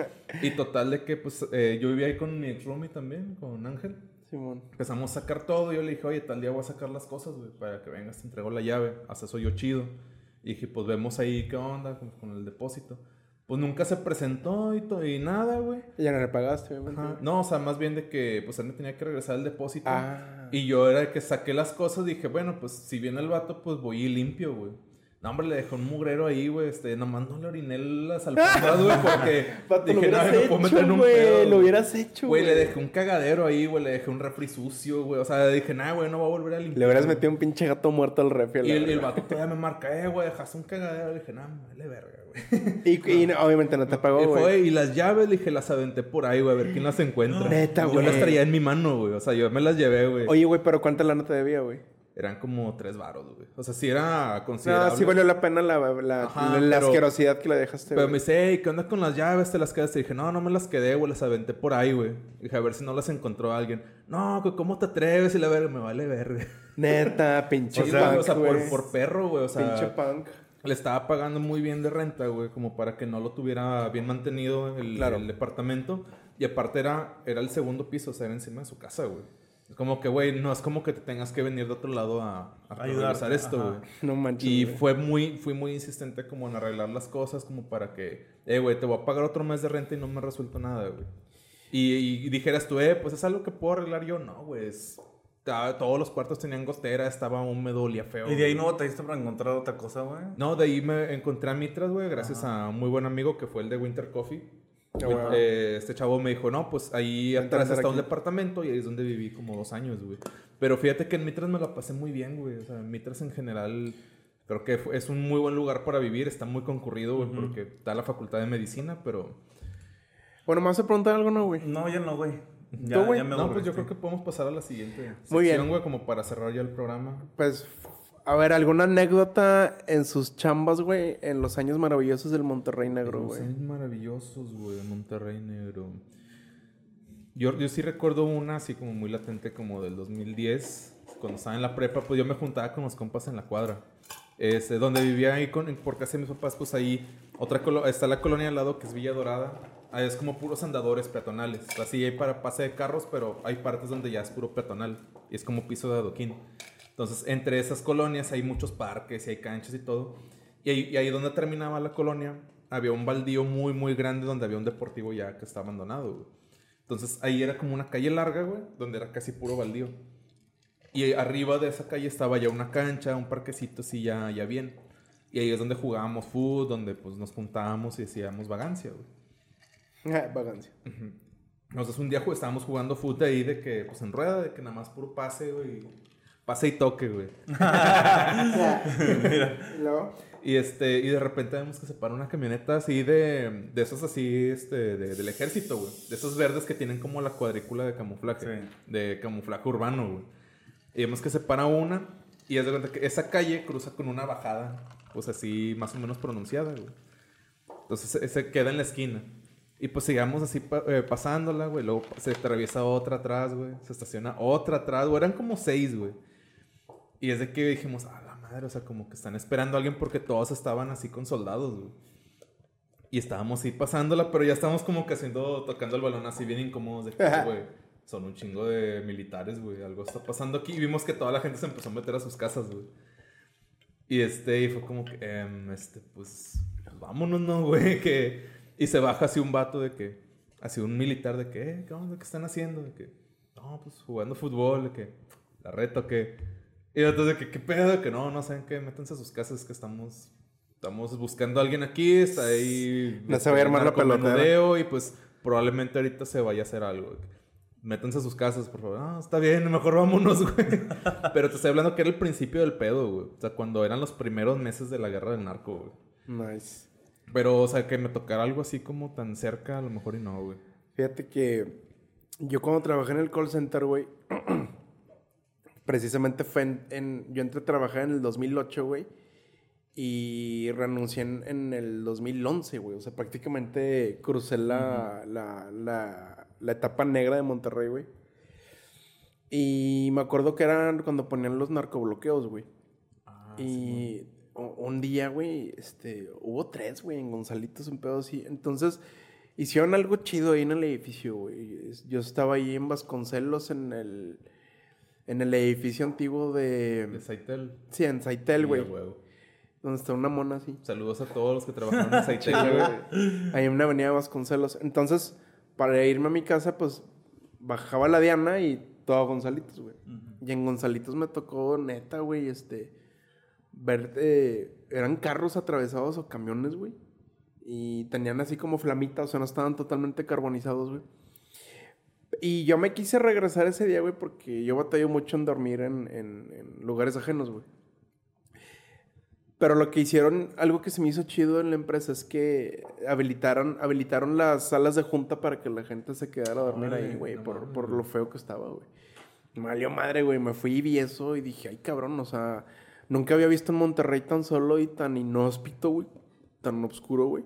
Speaker 3: Y total de que, pues, eh, yo vivía ahí con mi ex roomie también, con Ángel.
Speaker 4: Simón.
Speaker 3: Empezamos a sacar todo. Y yo le dije, oye, tal día voy a sacar las cosas, güey, para que vengas, te entrego la llave. Hasta soy yo chido. Y dije, pues vemos ahí qué onda con, con el depósito. Pues nunca se presentó y, to- y nada, güey.
Speaker 4: Y ya no le pagaste, obviamente.
Speaker 3: Ajá. No, o sea, más bien de que pues él me tenía que regresar el depósito.
Speaker 4: Ah.
Speaker 3: Y yo era el que saqué las cosas. Dije, bueno, pues si viene el vato, pues voy y limpio, güey. No, hombre, le dejé un mugrero ahí, güey. Este, nomás no le oriné las alfombras, güey, porque
Speaker 4: Pato,
Speaker 3: dije,
Speaker 4: lo
Speaker 3: no,
Speaker 4: hubieras
Speaker 3: me puedo meter en
Speaker 4: hecho,
Speaker 3: un
Speaker 4: güey.
Speaker 3: pedo.
Speaker 4: Lo hubieras hecho,
Speaker 3: Güey,
Speaker 4: güey.
Speaker 3: le dejé un cagadero ahí, güey. Le dejé un refri sucio, güey. O sea, dije, nah, güey, no voy a volver a limpiar.
Speaker 4: Le hubieras metido un pinche gato muerto al refri. a la
Speaker 3: Y el, el
Speaker 4: verga.
Speaker 3: vato todavía me marca, eh, güey, dejaste un cagadero. Le dije, nah, me vale verga, güey.
Speaker 4: Y, y no, obviamente no te pagó,
Speaker 3: Y,
Speaker 4: güey.
Speaker 3: fue, y las llaves, le dije, las aventé por ahí, güey, a ver quién las encuentra.
Speaker 4: Neta,
Speaker 3: Yo
Speaker 4: güey.
Speaker 3: las traía en mi mano, güey. O sea, yo me las llevé, güey.
Speaker 4: Oye, güey, pero ¿cuánta lana te debía, güey?
Speaker 3: eran como tres varos, güey. O sea, sí era considerable.
Speaker 4: No, sí valió la pena la, la,
Speaker 3: Ajá,
Speaker 4: la
Speaker 3: pero-
Speaker 4: asquerosidad que le dejaste,
Speaker 3: Pero
Speaker 4: güey.
Speaker 3: me dice, hey, ¿qué onda con las llaves? ¿Te las quedaste? Y dije, no, no me las quedé, güey. Las aventé por ahí, güey. Dije, a ver si no las encontró alguien. No, güey, ¿cómo te atreves? Y la verga, me vale verga.
Speaker 4: Neta, pinche
Speaker 3: O sea,
Speaker 4: punk,
Speaker 3: o sea, por,
Speaker 4: güey.
Speaker 3: por perro, güey. O sea,
Speaker 4: Pinche punk.
Speaker 3: le estaba pagando muy bien de renta, güey, como para que no lo tuviera bien mantenido el,
Speaker 4: Claro.
Speaker 3: el departamento. Y aparte era, era el segundo piso, o sea, era encima de su casa, güey. Es como que, güey, no es como que te tengas que venir de otro lado a, a
Speaker 5: Ayudarte,
Speaker 3: realizar esto,
Speaker 5: ajá.
Speaker 3: güey.
Speaker 4: No manches,
Speaker 3: Y
Speaker 4: güey.
Speaker 3: fue muy, fui muy insistente como en arreglar las cosas, como para que, eh, güey, te voy a pagar otro mes de renta y no me ha resuelto nada, güey. Y, y dijeras tú, eh, pues es algo que puedo arreglar yo. No, güey, es- ta- todos los cuartos tenían gostera, estaba húmedo, olía feo.
Speaker 5: ¿Y de ahí
Speaker 3: güey.
Speaker 5: no batallaste para encontrar otra cosa, güey?
Speaker 3: No, de ahí me encontré a Mitras, güey, gracias a un muy buen amigo que fue el de Winter Coffee.
Speaker 4: Ah, bueno.
Speaker 3: Eh, este chavo me dijo, no, pues ahí
Speaker 4: Vente a
Speaker 3: atrás
Speaker 4: andar
Speaker 3: está un
Speaker 4: aquí.
Speaker 3: departamento y ahí es donde viví como dos años, güey. Pero fíjate que en Mitras me la pasé muy bien, güey. O sea, Mitras en general creo que fue- es un muy buen lugar para vivir. Está muy concurrido, güey, porque está la facultad de medicina, pero...
Speaker 4: Bueno, ¿me vas a preguntar algo, no, güey?
Speaker 5: No, ya no, güey. Ya,
Speaker 4: ¿Tú, güey?
Speaker 5: ya me
Speaker 3: No, pues yo
Speaker 5: aburriste.
Speaker 3: creo que podemos pasar a la siguiente
Speaker 4: Muy
Speaker 3: sección,
Speaker 4: bien.
Speaker 3: güey, como para cerrar ya el programa.
Speaker 4: Pues, a ver, ¿alguna anécdota en sus chambas, güey? En los años maravillosos del Monterrey Negro,
Speaker 3: Los
Speaker 4: güey.
Speaker 3: años maravillosos, güey, de Monterrey Negro. Yo, yo sí recuerdo una así como muy latente como del dos mil diez. Cuando estaba en la prepa, pues yo me juntaba con los compas en la cuadra. Este, donde vivía ahí con, por casa de mis papás, pues ahí otra colo- está la colonia al lado que es Villa Dorada. Ahí es como puros andadores peatonales. Así hay para pase de carros, pero hay partes donde ya es puro peatonal. Y es como piso de adoquín. Entonces, entre esas colonias hay muchos parques y hay canchas y todo. Y ahí, y ahí donde terminaba la colonia, había un baldío muy, muy grande donde había un deportivo ya que está abandonado, güey. Entonces, ahí era como una calle larga, güey, donde era casi puro baldío. Y arriba de esa calle estaba ya una cancha, un parquecito así ya, ya bien. Y ahí es donde jugábamos fútbol, donde pues nos juntábamos y hacíamos vagancia, güey.
Speaker 4: Ah, vagancia.
Speaker 3: Entonces un día ju- estábamos jugando fútbol ahí de que, pues en rueda, de que nada más puro pase, güey. Pase y toque, güey.
Speaker 4: ¿Y luego?
Speaker 3: Y este, y de repente vemos que se para una camioneta así de, de esos así, este, de- del ejército, güey. De esos verdes que tienen como la cuadrícula de camuflaje.
Speaker 5: Sí.
Speaker 3: De camuflaje urbano, güey. Y vemos que se para una y es de cuenta que esa calle cruza con una bajada, pues así más o menos pronunciada, güey. Entonces se, se queda en la esquina. Y pues sigamos así pa- eh, pasándola, güey. Luego se atraviesa otra atrás, güey. Se estaciona otra atrás, güey. Eran como seis, güey. Y es de que dijimos, a la madre, o sea, como que están esperando a alguien porque todos estaban así con soldados, güey. Y estábamos así pasándola, pero ya estábamos como que haciendo, tocando el balón así bien incómodos de que, güey, son un chingo de militares, güey. Algo está pasando aquí. Y vimos que toda la gente se empezó a meter a sus casas, güey. Y este, y fue como que, em, este, pues, pues, vámonos, ¿no, güey? Que... Y se baja así un vato de que, así un militar de que, eh, ¿qué onda? ¿Qué están haciendo? De que, no, pues jugando fútbol, de que, la reto, que. Y entonces de que, ¿qué pedo? De que no, no saben qué, métanse a sus casas, que estamos, estamos buscando a alguien aquí, está ahí.
Speaker 4: No se va a armar la pelotera.
Speaker 3: narcomenudeo, y pues probablemente ahorita se vaya a hacer algo. De que, métanse a sus casas, por favor. No, está bien, mejor vámonos, güey. Pero te estoy hablando que era el principio del pedo, güey. O sea, cuando eran los primeros meses de la guerra del narco, güey.
Speaker 4: Nice.
Speaker 3: Pero, o sea, que me tocara algo así como tan cerca, a lo mejor y no, güey.
Speaker 4: Fíjate que yo cuando trabajé en el call center, güey, precisamente fue en, en- Yo entré a trabajar en el dos mil ocho, güey, y renuncié en, en el dos mil once, güey. O sea, prácticamente crucé la, la, la, la etapa negra de Monterrey, güey. Y me acuerdo que eran cuando ponían los narcobloqueos, güey.
Speaker 3: Ah,
Speaker 4: Y u- un día, güey, este, hubo tres, güey, en Gonzalitos, un pedo así. Entonces, hicieron algo chido ahí en el edificio, güey. Es- Yo estaba ahí en Vasconcelos, en el, en el edificio antiguo de...
Speaker 3: De Saitel.
Speaker 4: Sí, en Saitel, güey.
Speaker 3: Sí, a huevo.
Speaker 4: Donde está una mona así.
Speaker 3: Saludos a todos los que trabajaron en Saitel, güey.
Speaker 4: Ahí en una avenida de Vasconcelos. Entonces, para irme a mi casa, pues, bajaba la Diana y todo a Gonzalitos, güey. Y en Gonzalitos me tocó, neta, güey, este... ver... eh, eran carros atravesados o camiones, güey. Y tenían así como flamita, o sea, no estaban totalmente carbonizados, güey. Y yo me quise regresar ese día, güey, porque yo batallo mucho en dormir en, en, en lugares ajenos, güey. Pero lo que hicieron, algo que se me hizo chido en la empresa es que habilitaron, habilitaron las salas de junta para que la gente se quedara a dormir
Speaker 5: Órale,
Speaker 4: ahí, güey,
Speaker 5: no
Speaker 4: por,
Speaker 5: mames,
Speaker 4: por
Speaker 5: güey.
Speaker 4: lo feo que estaba, güey. Me valió madre, güey. Me fui y vi eso y dije, ay, cabrón, o sea, nunca había visto en Monterrey tan solo y tan inhóspito, güey. Tan oscuro, güey.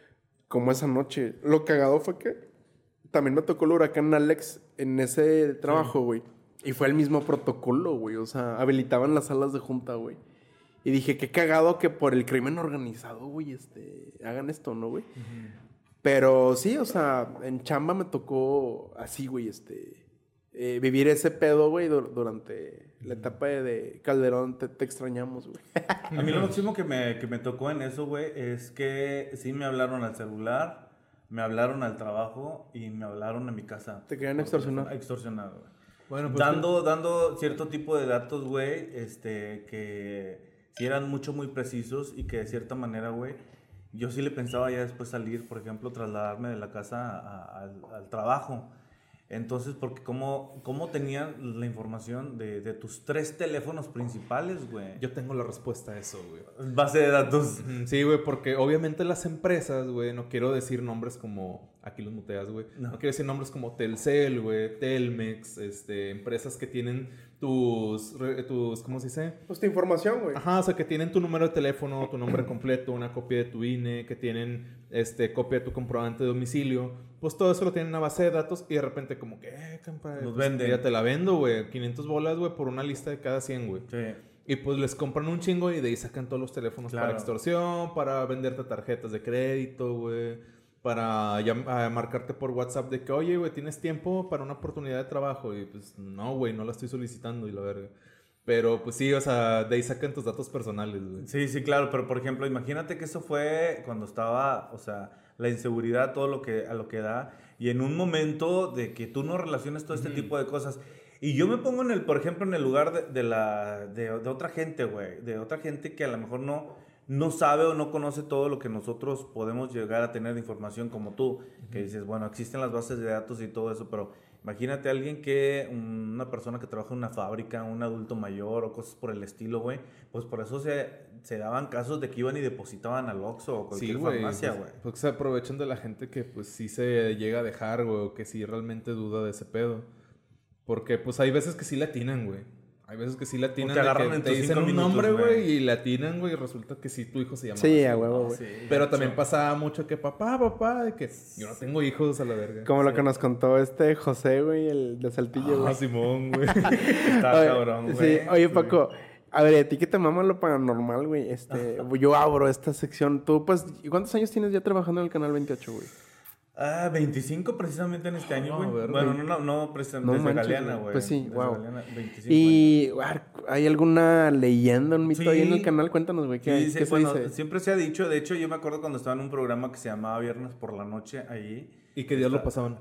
Speaker 4: Como esa noche. Lo cagado fue que también me tocó el huracán Alex en ese trabajo, güey. Sí. Y fue el mismo protocolo, güey. O sea, habilitaban las salas de junta, güey. Y dije, qué cagado que por el crimen organizado, güey, este, hagan esto, ¿no, güey? Uh-huh. Pero sí, o sea, en chamba me tocó así, güey, este... Eh, vivir ese pedo, güey, dur- durante la etapa de, de Calderón. Te, te extrañamos, güey.
Speaker 5: A mí lo máximo que me, que me tocó en eso, güey, es que sí me hablaron al celular, me hablaron al trabajo y me hablaron a mi casa.
Speaker 4: ¿Te querían extorsionar?
Speaker 5: Extorsionar, güey.
Speaker 3: Bueno, pues
Speaker 5: dando, dando cierto tipo de datos, güey, este, que sí eran mucho, muy precisos y que de cierta manera, güey, yo sí le pensaba ya después salir, por ejemplo, trasladarme de la casa a, a, al, al trabajo. Entonces, porque cómo, cómo tenían la información de, de tus tres teléfonos principales, güey.
Speaker 3: Yo tengo la respuesta a eso, güey.
Speaker 5: Base de datos.
Speaker 3: Sí, güey, porque obviamente las empresas, güey, no quiero decir nombres como... Aquí los muteas, güey. No. no quiero decir nombres como Telcel, güey, Telmex, este, empresas que tienen tus, tus, ¿cómo se dice?
Speaker 4: Pues tu información, güey.
Speaker 3: Ajá, o sea, que tienen tu número de teléfono, tu nombre completo, una copia de tu I N E, que tienen, este, copia de tu comprobante de domicilio. Pues todo eso lo tienen en una base de datos y de repente como que, eh, compa,
Speaker 5: los
Speaker 3: pues,
Speaker 5: venden.
Speaker 3: Ya te la vendo, güey. quinientas bolas, güey, por una lista de cada cien, güey.
Speaker 5: Sí.
Speaker 3: Y pues les compran un chingo y de ahí sacan todos los teléfonos
Speaker 5: claro.
Speaker 3: para extorsión, para venderte tarjetas de crédito, güey. Para llam- a marcarte por WhatsApp de que, oye, güey, ¿tienes tiempo para una oportunidad de trabajo? Y pues, no, güey, no la estoy solicitando y la verga. Pero, pues sí, o sea, de ahí sacan tus datos personales, güey.
Speaker 5: Sí, sí, claro. Pero, por ejemplo, imagínate que eso fue cuando estaba, o sea, la inseguridad, todo lo que, a lo que da. Y en un momento de que tú no relacionas todo este mm. tipo de cosas. Y yo me pongo, en el, por ejemplo, en el lugar de, de, la, de, de otra gente, güey. De otra gente que a lo mejor no... no sabe o no conoce todo lo que nosotros podemos llegar a tener de información como tú, uh-huh. que dices, bueno, existen las bases de datos y todo eso, pero imagínate a alguien que, una persona que trabaja en una fábrica, un adulto mayor o cosas por el estilo, güey, pues por eso se, se daban casos de que iban y depositaban al Oxxo o cualquier sí, farmacia, güey.
Speaker 3: Pues, porque se aprovechan de la gente que pues sí se llega a dejar, güey, o que sí realmente duda de ese pedo. Porque pues hay veces que sí le atinan, güey. Hay veces que sí la atinan,
Speaker 5: te agarran
Speaker 3: de que
Speaker 5: en
Speaker 3: te dicen un
Speaker 5: minutos,
Speaker 3: nombre, güey, y la atinan, güey, y resulta que sí, tu hijo se llama.
Speaker 4: Sí, a huevo, güey.
Speaker 5: Sí,
Speaker 3: pero también pasaba mucho que papá, papá, de que yo no tengo hijos a la verga.
Speaker 4: Como
Speaker 3: sí.
Speaker 4: lo que nos contó este José, güey, el de Saltillo, güey.
Speaker 3: Ah, Simón, güey.
Speaker 5: Está
Speaker 4: oye,
Speaker 5: cabrón, güey.
Speaker 4: Sí, oye, Paco, a ver, a ti que te mama lo paranormal, güey. Este, yo abro esta sección. Tú, pues, ¿cuántos años tienes ya trabajando en el Canal veintiocho, güey?
Speaker 5: Ah, veinticinco precisamente en este año, güey.
Speaker 3: No, ver,
Speaker 5: bueno,
Speaker 3: güey.
Speaker 5: no, no, no precisamente
Speaker 4: No
Speaker 5: desde
Speaker 4: manches,
Speaker 5: Galeana, güey.
Speaker 4: pues sí,
Speaker 5: Desde
Speaker 4: wow.
Speaker 5: Galeana, veinticinco
Speaker 4: Y, güey, ¿hay alguna leyenda, un mito
Speaker 5: Sí.
Speaker 4: ahí en el canal? Cuéntanos, güey, ¿qué,
Speaker 5: Sí, sí,
Speaker 4: ¿qué se
Speaker 5: bueno,
Speaker 4: dice?
Speaker 5: siempre se ha dicho, de hecho yo me acuerdo cuando estaba en un programa que se llamaba Viernes por la Noche ahí.
Speaker 3: ¿Y qué días lo pasaban?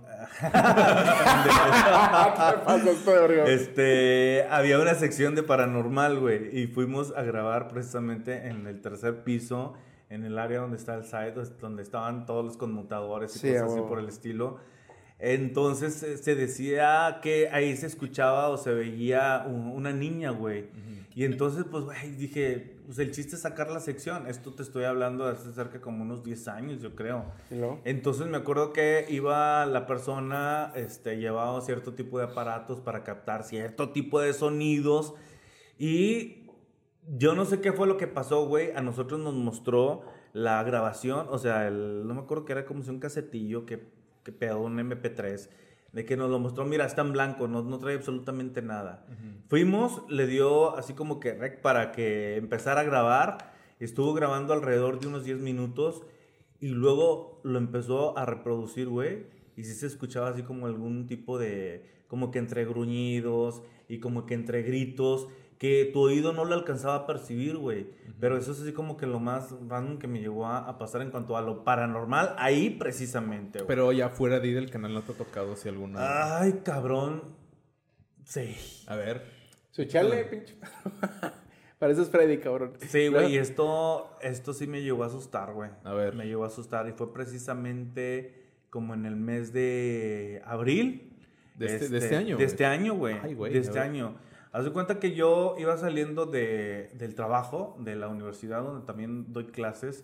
Speaker 4: ¿Qué pasaste, verga?
Speaker 5: Este, había una sección de paranormal, güey, y fuimos a grabar precisamente en el tercer piso, en el área donde está el site, donde estaban todos los conmutadores y
Speaker 4: Sí,
Speaker 5: cosas
Speaker 4: a
Speaker 5: así
Speaker 4: huevo.
Speaker 5: por el estilo. Entonces eh, se decía que ahí se escuchaba o se veía un- una niña, güey. Uh-huh. Y entonces, pues, güey, dije, pues el chiste es sacar la sección. Esto te estoy hablando de hace cerca como unos diez años, yo creo.
Speaker 4: ¿Y luego?
Speaker 5: Entonces me acuerdo que iba la persona, este, llevaba cierto tipo de aparatos para captar cierto tipo de sonidos. Y yo no sé qué fue lo que pasó, güey. A nosotros nos mostró la grabación, o sea, el, no me acuerdo que era como si un casetillo que... que pedo, un eme pe tres, de que nos lo mostró, mira, está en blanco, no, no trae absolutamente nada. Uh-huh. Fuimos, le dio así como que rec para que empezara a grabar, estuvo grabando alrededor de unos diez minutos y luego lo empezó a reproducir, güey, y sí se escuchaba así como algún tipo de, como que entre gruñidos y como que entre gritos, que tu oído no lo alcanzaba a percibir, güey. Uh-huh. Pero eso es así como que lo más random que me llegó a, a pasar en cuanto a lo paranormal, ahí precisamente, güey.
Speaker 3: Pero ya fuera de ahí del canal no te ha tocado si alguna...
Speaker 5: Ay, cabrón. Sí.
Speaker 3: A ver.
Speaker 4: Su chale, pinche. Pareces Freddy, cabrón.
Speaker 5: Sí, güey, y esto, esto sí me llegó a asustar, güey.
Speaker 3: A ver.
Speaker 5: Me llegó a asustar y fue precisamente como en el mes de abril.
Speaker 3: ¿De este, este, de este año?
Speaker 5: De este año, güey.
Speaker 3: Ay, güey.
Speaker 5: De este año. Haz de cuenta que yo iba saliendo de, del trabajo, de la universidad, donde también doy clases.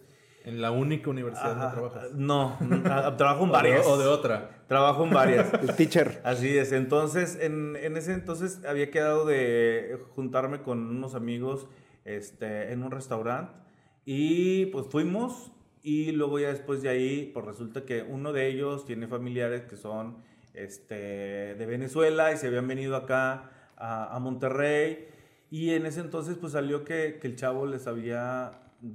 Speaker 3: En la única universidad
Speaker 5: Ajá,
Speaker 3: donde trabajas.
Speaker 5: No, a- trabajo en varias.
Speaker 3: O de, o de otra.
Speaker 5: Trabajo en varias.
Speaker 4: El teacher.
Speaker 5: Así es. Entonces, en, en ese entonces había quedado de juntarme con unos amigos este, en un restaurante. Y pues fuimos. Y luego ya después de ahí, pues resulta que uno de ellos tiene familiares que son este, de Venezuela y se habían venido acá a, a Monterrey. Y en ese entonces pues salió que, que el chavo les había...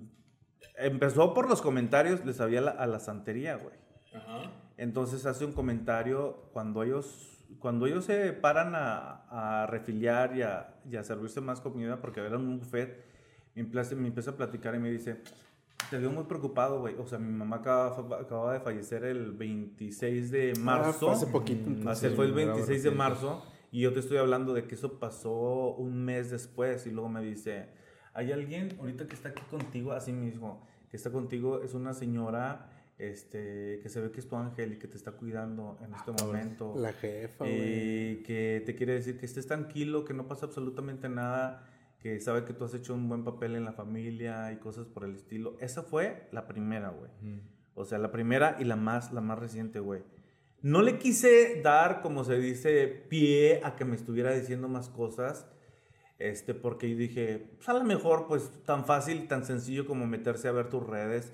Speaker 5: Empezó por los comentarios, les sabía la, a la santería, güey.
Speaker 3: Ajá.
Speaker 5: Entonces hace un comentario cuando ellos, cuando ellos se paran a, a refiliar y a, y a servirse más comida, porque era un buffet, me empieza, me empieza a platicar y me dice, te veo muy preocupado, güey. O sea, mi mamá acaba, acaba de fallecer el veintiséis de marzo.
Speaker 4: Ah, fue hace poquito.
Speaker 5: Mm,
Speaker 4: Entonces,
Speaker 5: hace- fue el
Speaker 3: sí,
Speaker 5: veintiséis de
Speaker 3: reciente.
Speaker 5: marzo y yo te estoy hablando de que eso pasó un mes después y luego me dice, hay alguien ahorita que está aquí contigo, así mismo, que está contigo, es una señora este, que se ve que es tu ángel y que te está cuidando en este momento.
Speaker 4: La jefa, güey.
Speaker 5: Y que te quiere decir que estés tranquilo, que no pasa absolutamente nada, que sabe que tú has hecho un buen papel en la familia y cosas por el estilo. Esa fue la primera, güey. O sea, la primera y la más, la más reciente, güey. No le quise dar, como se dice, pie a que me estuviera diciendo más cosas, este, porque yo dije, pues a lo mejor, pues tan fácil, tan sencillo como meterse a ver tus redes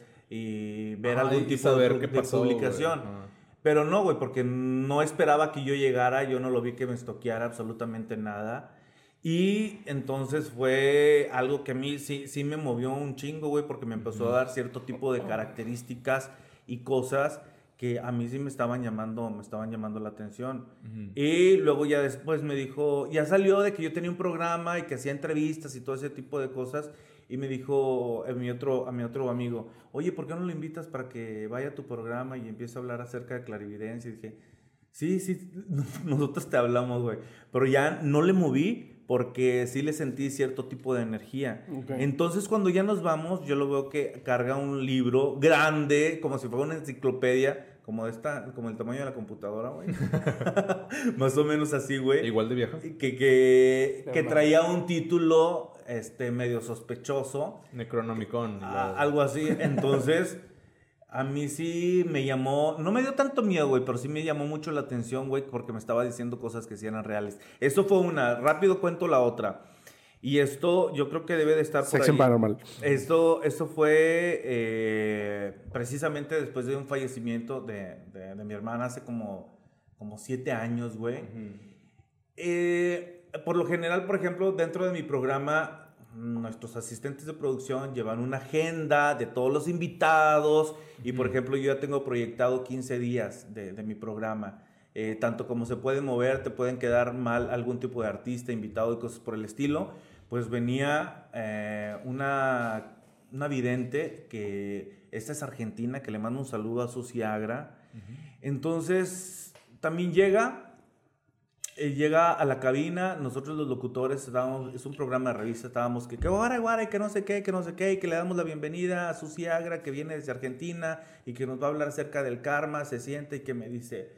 Speaker 5: y ver
Speaker 3: Ajá,
Speaker 5: algún
Speaker 3: y
Speaker 5: tipo
Speaker 3: saber
Speaker 5: de,
Speaker 3: qué
Speaker 5: de
Speaker 3: pasó,
Speaker 5: publicación.
Speaker 3: güey. Ajá.
Speaker 5: Pero no, güey, porque no esperaba que yo llegara, yo no lo vi que me estoqueara absolutamente nada. Y entonces fue algo que a mí sí, sí me movió un chingo, güey, porque me empezó a dar cierto tipo de características y cosas que a mí sí me estaban llamando, me estaban llamando la atención.
Speaker 3: Ujú.
Speaker 5: Y luego ya después me dijo, ya salió de que yo tenía un programa y que hacía entrevistas y todo ese tipo de cosas. Y me dijo a mi otro, a mi otro amigo, oye, ¿por qué no lo invitas para que vaya a tu programa y empiece a hablar acerca de clarividencia? Y dije, sí, sí, nosotros te hablamos, güey. Pero ya no le moví porque sí le sentí cierto tipo de energía.
Speaker 4: Ok.
Speaker 5: Entonces, cuando ya nos vamos, yo lo veo que carga un libro grande, como si fuera una enciclopedia, como de esta, como el tamaño de la computadora, güey. Más o menos así, güey.
Speaker 3: Igual de vieja.
Speaker 5: Que, que, que
Speaker 4: No,
Speaker 5: traía un título este, medio sospechoso.
Speaker 3: Necronomicon.
Speaker 5: Ah,
Speaker 3: la-
Speaker 5: algo así. Entonces, a mí sí me llamó, no me dio tanto miedo, güey, pero sí me llamó mucho la atención, güey, porque me estaba diciendo cosas que sí eran reales. Eso fue una, rápido cuento la otra. Y esto yo creo que debe de estar por
Speaker 4: Section
Speaker 5: ahí.
Speaker 4: Paranormal.
Speaker 5: Esto, esto fue eh, precisamente después de un fallecimiento de, de, de mi hermana hace como, como siete años, güey. Eh, por lo general, por ejemplo, dentro de mi programa, nuestros asistentes de producción llevan una agenda de todos los invitados y, por ejemplo, yo ya tengo proyectado quince días de, de mi programa. Eh, tanto como se pueden mover, te pueden quedar mal algún tipo de artista, invitado y cosas por el estilo. Pues venía eh, una, una vidente que esta es argentina, que le mando un saludo a Susi Agra. Entonces, también llega... Eh, llega a la cabina, nosotros los locutores, estábamos, es un programa de revista, estábamos que, que guara, guara, y que no sé qué, que no sé qué, y que le damos la bienvenida a Susi Agra, que viene desde Argentina, y que nos va a hablar acerca del karma, se siente, y que me dice,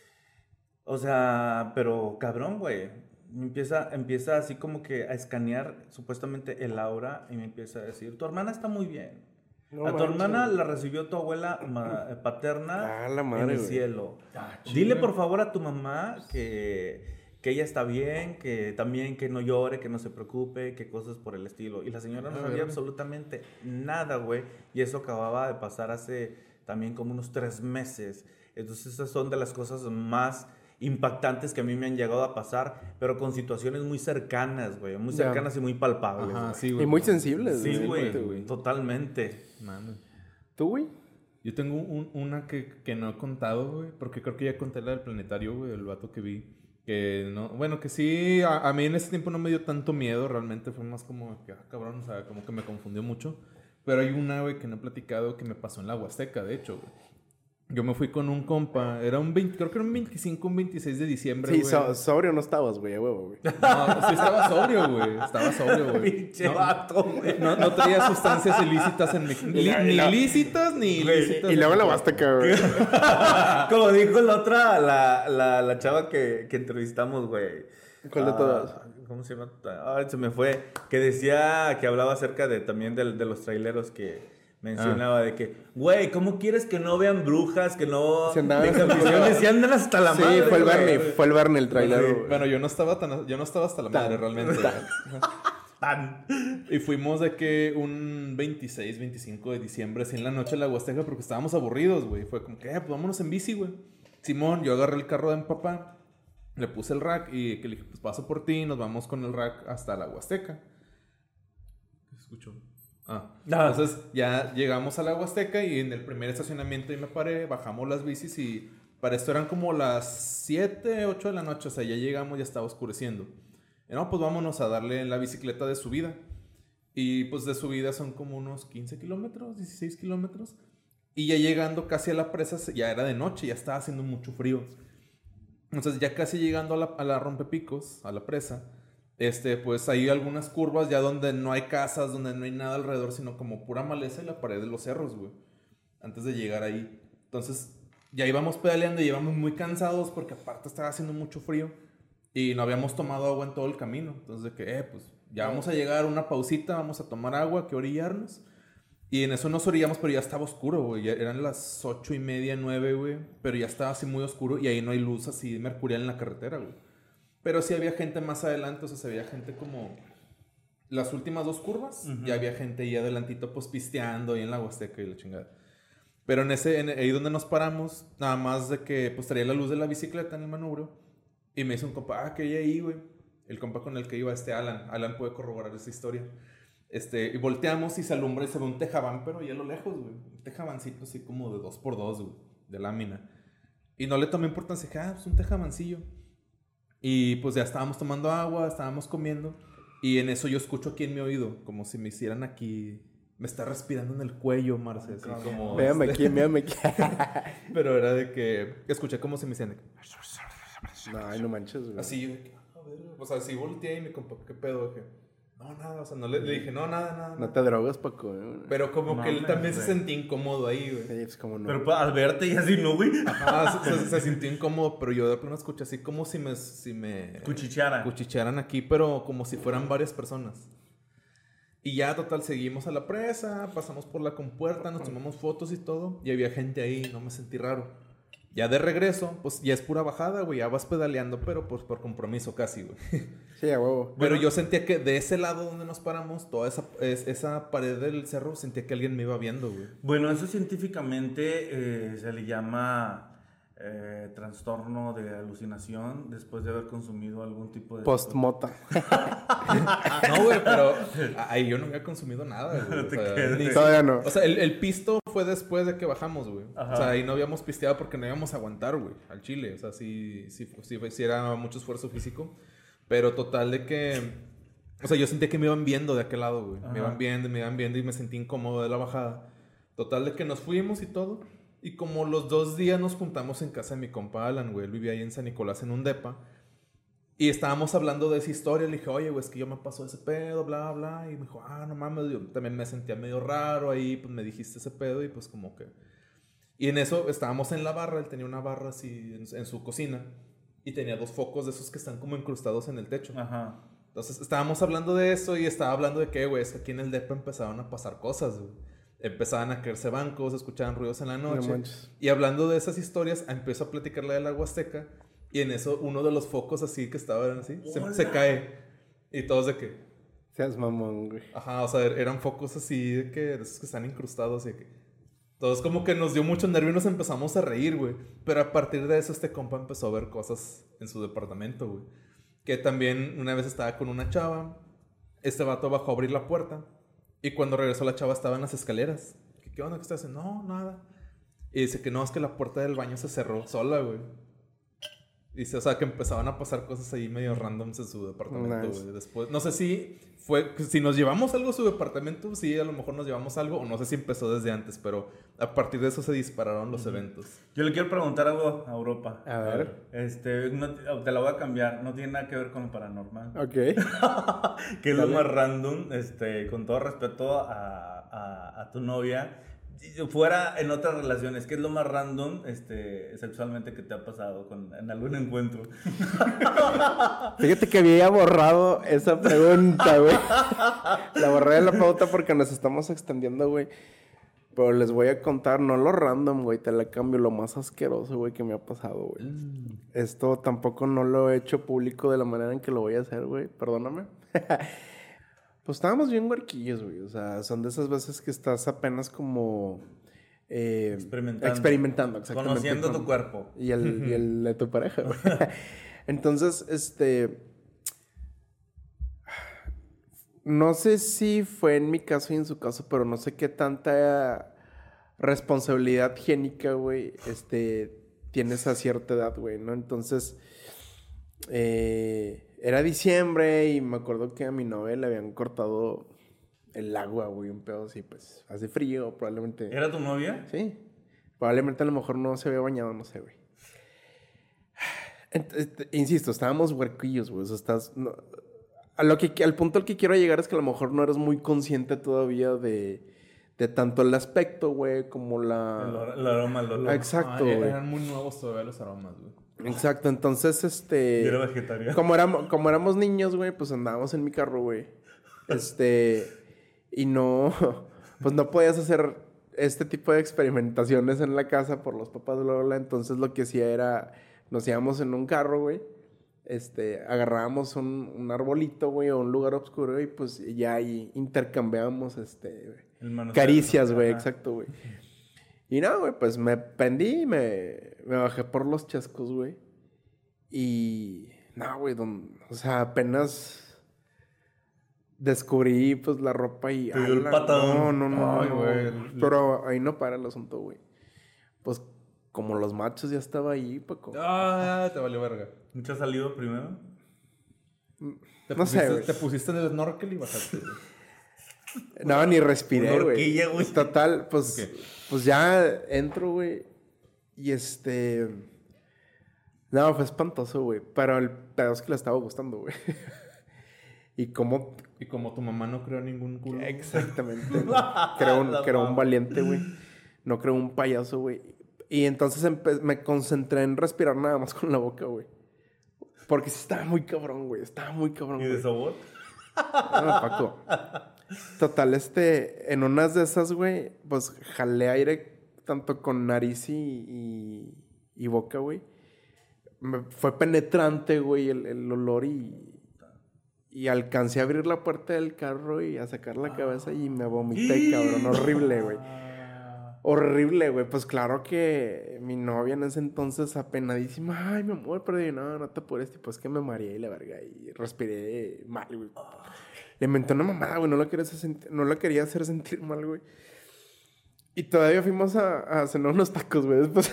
Speaker 5: o sea, pero cabrón, güey, empieza, empieza así como que a escanear supuestamente el aura, y me empieza a decir, tu hermana está muy bien.
Speaker 4: No
Speaker 5: a tu
Speaker 4: manches.
Speaker 5: hermana la recibió tu abuela ma- paterna
Speaker 4: Ah, la madre,
Speaker 5: en el
Speaker 4: güey.
Speaker 5: cielo.
Speaker 3: Ah,
Speaker 5: Dile
Speaker 3: chinga.
Speaker 5: por favor a tu mamá que, que ella está bien, que también que no llore, que no se preocupe, que cosas por el estilo. Y la señora no
Speaker 3: Ah,
Speaker 5: sabía
Speaker 3: verga.
Speaker 5: absolutamente nada, güey. Y eso acababa de pasar hace también como unos tres meses. Entonces esas son de las cosas más impactantes que a mí me han llegado a pasar, pero con situaciones muy cercanas, güey. Muy
Speaker 4: Ya.
Speaker 5: cercanas y muy palpables.
Speaker 3: Ajá,
Speaker 5: güey.
Speaker 3: sí, güey.
Speaker 4: Y muy sensibles.
Speaker 5: Sí, güey,
Speaker 3: güey.
Speaker 5: totalmente.
Speaker 3: Mames.
Speaker 4: ¿Tú, güey?
Speaker 3: Yo tengo un- una que, que no he contado, güey, porque creo que ya conté la del planetario, güey, el vato que vi. Que no, bueno, que sí, a, a mí en ese tiempo no me dio tanto miedo, realmente fue más como que, ah, cabrón, o sea, como que me confundió mucho. Pero hay una, güey, que no he platicado que me pasó en la Huasteca, de hecho, güey. Yo me fui con un compa, era un veinte, creo que era un veinticinco, un veintiséis de diciembre,
Speaker 4: Sí,
Speaker 3: güey.
Speaker 4: so- sobrio no estabas, güey, a huevo, güey.
Speaker 3: No, sí estaba sobrio, güey, estaba sobrio, güey.
Speaker 5: Pinche
Speaker 3: No,
Speaker 5: vato, güey.
Speaker 3: no, no traía sustancias ilícitas en mi... Ni, ni ilícitas ni
Speaker 5: Güey,
Speaker 3: ilícitas.
Speaker 4: Y luego
Speaker 3: en
Speaker 4: la
Speaker 3: mi-
Speaker 4: Huasteca, güey.
Speaker 5: Como dijo la otra, la, la, la chava que, que entrevistamos, güey.
Speaker 4: ¿Cuál de
Speaker 5: Ah,
Speaker 4: todas?
Speaker 5: ¿Cómo se llama? Ay, se me fue. Que decía, que hablaba acerca de también del- de, los traileros que mencionaba ah. de que, güey, ¿cómo quieres que no vean brujas, que no
Speaker 4: se andaban
Speaker 5: tengan visiones? Y andan hasta la
Speaker 4: sí,
Speaker 5: madre.
Speaker 4: Sí, fue el
Speaker 5: güey.
Speaker 4: Bernie, fue el Bernie el trailer.
Speaker 3: Sí, bueno, yo no estaba tan, yo no estaba hasta la
Speaker 4: tan,
Speaker 3: madre realmente.
Speaker 5: Tan.
Speaker 3: Y fuimos de que un veintiséis, veinticinco de diciembre, así en la noche a la Huasteca, porque estábamos aburridos, güey. Fue como que, eh, pues vámonos en bici, güey. Simón, yo agarré el carro de mi papá, le puse el rack y que le dije, pues paso por ti, nos vamos con el rack hasta la Huasteca. ¿Qué escucho? Ah. ah. Entonces ya llegamos a la Huasteca y en el primer estacionamiento ahí me paré, bajamos las bicis y para esto eran como las siete, ocho de la noche, o sea, ya llegamos, ya estaba oscureciendo. Y no, pues vámonos a darle en la bicicleta de subida. Y pues de subida son como unos quince kilómetros, dieciséis kilómetros. Y ya llegando casi a la presa, ya era de noche, ya estaba haciendo mucho frío. Entonces ya casi llegando a la, a la rompepicos, a la presa, este, pues hay algunas curvas ya donde no hay casas, donde no hay nada alrededor, sino como pura maleza y la pared de los cerros, güey. Antes de llegar ahí. Entonces ya íbamos pedaleando y íbamos muy cansados porque aparte estaba haciendo mucho frío. Y no habíamos tomado agua en todo el camino. Entonces, de que, eh, pues, ya vamos a llegar a una pausita, vamos a tomar agua, que orillarnos. Y en eso nos orillamos, pero ya estaba oscuro, güey. Ya eran las ocho y media, nueve, güey. Pero ya estaba así muy oscuro y ahí no hay luz así mercurial en la carretera, güey. Pero sí había gente más adelante, o sea, se veía gente como... Las últimas dos curvas, uh-huh. Ya había gente ahí adelantito, pues, pisteando ahí en la Huasteca y la chingada. Pero en ese, en, ahí donde nos paramos, nada más de que, pues, traía la luz de la bicicleta en el manubrio. Y me hizo un compa, ah, que hay ahí, güey. El compa con el que iba, este Alan. Alan puede corroborar esa historia. Este, y volteamos y se alumbra y se ve un tejabán, pero ya a lo lejos, güey. Un tejabancito así como de dos por dos, güey. De lámina. Y no le tomé importancia. Dije, ah, pues un tejabancillo. Y pues ya estábamos tomando agua, estábamos comiendo. Y en eso yo escucho aquí en mi oído, como si me hicieran aquí... Me está respirando en el cuello, Marce. Así como...
Speaker 4: Véame aquí, véame aquí.
Speaker 3: Pero era de que... Escuché como si me hicieran...
Speaker 4: No, ay, no manches, güey.
Speaker 3: Así, de que, a ver, o sea, así volteé y me compa, ¿qué pedo? Dije, no, nada, o sea, no le, le dije, no, nada, nada.
Speaker 4: No te drogas, Paco, güey.
Speaker 3: Pero como
Speaker 5: no,
Speaker 3: que él
Speaker 5: me,
Speaker 3: también
Speaker 5: güey.
Speaker 3: se sentía incómodo ahí, güey.
Speaker 4: Sí, pues como no.
Speaker 5: Pero pues, al verte y así, ¿no, güey?
Speaker 3: Ajá, se, se, se sintió incómodo, pero yo de plano escuché así como si me... Si me
Speaker 5: Cuchichearan.
Speaker 3: Cuchichearan aquí, pero como si fueran varias personas. Y ya, total, seguimos a la presa, pasamos por la compuerta, nos tomamos fotos y todo. Y había gente ahí, no me sentí raro. Ya de regreso, pues ya es pura bajada, güey. Ya vas pedaleando, pero pues por compromiso casi, güey.
Speaker 4: Sí, a huevo.
Speaker 3: Pero bueno, yo sentía que de ese lado donde nos paramos, toda esa, es, esa pared del cerro, sentía que alguien me iba viendo, güey.
Speaker 5: Bueno, eso científicamente eh, se le llama eh, trastorno de alucinación después de haber consumido algún tipo de...
Speaker 4: Postmota.
Speaker 3: No, güey, pero ahí yo no había consumido nada, güey.
Speaker 5: No te
Speaker 3: o sea,
Speaker 5: quedes.
Speaker 3: ni-
Speaker 4: Todavía no.
Speaker 3: O sea, el, el pisto fue después de que bajamos, güey.
Speaker 5: Ajá.
Speaker 3: O sea, ahí no habíamos pisteado porque no íbamos a aguantar, güey, al chile. O sea, sí, sí, sí, sí era mucho esfuerzo físico. Pero total de que... O sea, yo sentía que me iban viendo de aquel lado, güey.
Speaker 5: Ajá.
Speaker 3: Me iban viendo, me iban viendo y me sentí incómodo de la bajada. Total de que nos fuimos y todo. Y como los dos días nos juntamos en casa de mi compa Alan, güey. Él vivía ahí en San Nicolás en un depa. Y estábamos hablando de esa historia. Le dije, oye, güey, es que yo me pasó ese pedo, bla, bla. Y me dijo, ah, no mames. Yo también me sentía medio raro ahí. Pues me dijiste ese pedo y pues como que... Y en eso estábamos en la barra. Él tenía una barra así en, en su cocina. Y tenía dos focos de esos que están como incrustados en el techo.
Speaker 5: Ajá.
Speaker 3: Entonces estábamos hablando de eso y estaba hablando de que, güey, es que aquí en el depa empezaban a pasar cosas, güey. Empezaban a caerse bancos, escuchaban ruidos en la noche.
Speaker 4: No manches.
Speaker 3: Y hablando de esas historias, empezó a platicarle de la Huasteca. Y en eso, uno de los focos así que estaban así, se, se cae. Y todos de que...
Speaker 4: Seas mamón, güey.
Speaker 3: Ajá, o sea, eran focos así de que... De esos que están incrustados y de que... Todos como que nos dio mucho nervio y nos empezamos a reír, güey. Pero a partir de eso, este compa empezó a ver cosas en su departamento, güey. Que también una vez estaba con una chava. Este vato bajó a abrir la puerta. Y cuando regresó la chava estaba en las escaleras. ¿Qué, qué onda? ¿Qué estás haciendo? No, nada. Y dice que no, es que la puerta del baño se cerró sola, güey. Dice, o sea, que empezaban a pasar cosas ahí medio randoms en su departamento,
Speaker 4: Nice.
Speaker 3: güey. Después, no sé si fue, si nos llevamos algo a su departamento, sí, a lo mejor nos llevamos algo, o no sé si empezó desde antes, pero a partir de eso se dispararon los eventos.
Speaker 5: Yo le quiero preguntar algo a Europa.
Speaker 4: A ver.
Speaker 5: Este, no, te la voy a cambiar. No tiene nada que ver con lo paranormal.
Speaker 4: Ok.
Speaker 5: Que es lo más random, este, con todo respeto a, a, a tu novia. Fuera en otras relaciones, ¿qué es lo más random este, sexualmente que te ha pasado con, en algún encuentro?
Speaker 4: Fíjate que había borrado esa pregunta, güey. La borré de la pauta porque nos estamos extendiendo, güey. Pero les voy a contar, no lo random, güey. Te la cambio, lo más asqueroso, güey, que me ha pasado, güey. Mm. Esto tampoco no lo he hecho público de la manera en que lo voy a hacer, güey. Perdóname. Pues estábamos bien huerquillos, güey. O sea, son de esas veces que estás apenas como... Eh,
Speaker 5: experimentando.
Speaker 4: Experimentando, exactamente.
Speaker 5: Conociendo
Speaker 4: con,
Speaker 5: tu cuerpo.
Speaker 4: Y el, y el de tu pareja, güey. Entonces, este... No sé si fue en mi caso y en su caso, pero no sé qué tanta responsabilidad higiénica, güey, este, tienes a cierta edad, güey, ¿no? Entonces, eh, era diciembre y me acuerdo que a mi novia le habían cortado el agua, güey, un pedo así, pues, hace frío, probablemente.
Speaker 5: ¿Era tu novia?
Speaker 4: Sí. Probablemente a lo mejor no se había bañado, no sé, güey. Ent- insisto, estábamos huerquillos, güey, o sea, estás... No, A lo que, al punto al que quiero llegar es que a lo mejor no eres muy consciente todavía de, de tanto el aspecto, güey, como la...
Speaker 5: El, el aroma, el olor.
Speaker 4: Exacto,
Speaker 3: Ah,
Speaker 4: güey.
Speaker 3: eran muy nuevos todavía los aromas, güey.
Speaker 4: Exacto, entonces, este...
Speaker 5: Yo era vegetariano.
Speaker 4: Como éramos, como éramos niños, güey, pues andábamos en mi carro, güey. Este... Y no... Pues no podías hacer este tipo de experimentaciones en la casa por los papás, bla, bla, bla. Entonces lo que hacía era... Nos íbamos en un carro, güey. Este, agarrábamos un, un arbolito, güey, o un lugar oscuro y pues ya ahí intercambiábamos, este, caricias, güey, exacto, güey. Y no, güey, pues me prendí y me, me bajé por los chascos, güey. Y, no, güey, don, o sea, apenas descubrí, pues, la ropa y...
Speaker 5: Te dio el patadón.
Speaker 4: No, no, no,
Speaker 3: Ay,
Speaker 4: no,
Speaker 3: güey.
Speaker 4: Pero ahí no para el asunto, güey. Pues, como los machos ya estaba ahí, Paco.
Speaker 3: Ah, te valió verga.
Speaker 5: ¿Mucho ha salido primero?
Speaker 3: Te
Speaker 4: No
Speaker 3: pusiste,
Speaker 4: sé, güey.
Speaker 3: Te pusiste en el snorkel y bajaste, güey.
Speaker 4: No, ni respiré,
Speaker 5: Una
Speaker 4: güey.
Speaker 5: horquilla, güey.
Speaker 4: Total, pues,
Speaker 3: Ok.
Speaker 4: pues ya entro, güey. Y este... No, fue espantoso, güey. Pero el pedo es que le estaba gustando, güey. Y cómo...
Speaker 3: Y como tu mamá no creó ningún culo.
Speaker 4: Exactamente. Creo un, creo un valiente, güey. No creo un payaso, güey. Y entonces empe- me concentré en respirar nada más con la boca, güey. Porque sí estaba muy cabrón, güey. Estaba muy cabrón,
Speaker 5: ¿Y de
Speaker 4: güey.
Speaker 5: sabor?
Speaker 4: No, Paco. Total, este... En unas de esas, güey, pues jalé aire tanto con nariz y, y, y boca, güey. Me fue penetrante, güey, el, el olor y... Y alcancé a abrir la puerta del carro y a sacar la cabeza y me vomité, cabrón. Horrible, güey. Horrible, güey. Pues claro que mi novia en ese entonces apenadísima. Ay, mi amor, pero yo, no, no te apures. Tipo, es que me mareé y la verga. Y respiré mal, güey. Le inventé una mamada, güey. No la quería hacer sentir, no la quería hacer sentir mal, güey. Y todavía fuimos a, a cenar unos tacos, güey. Después...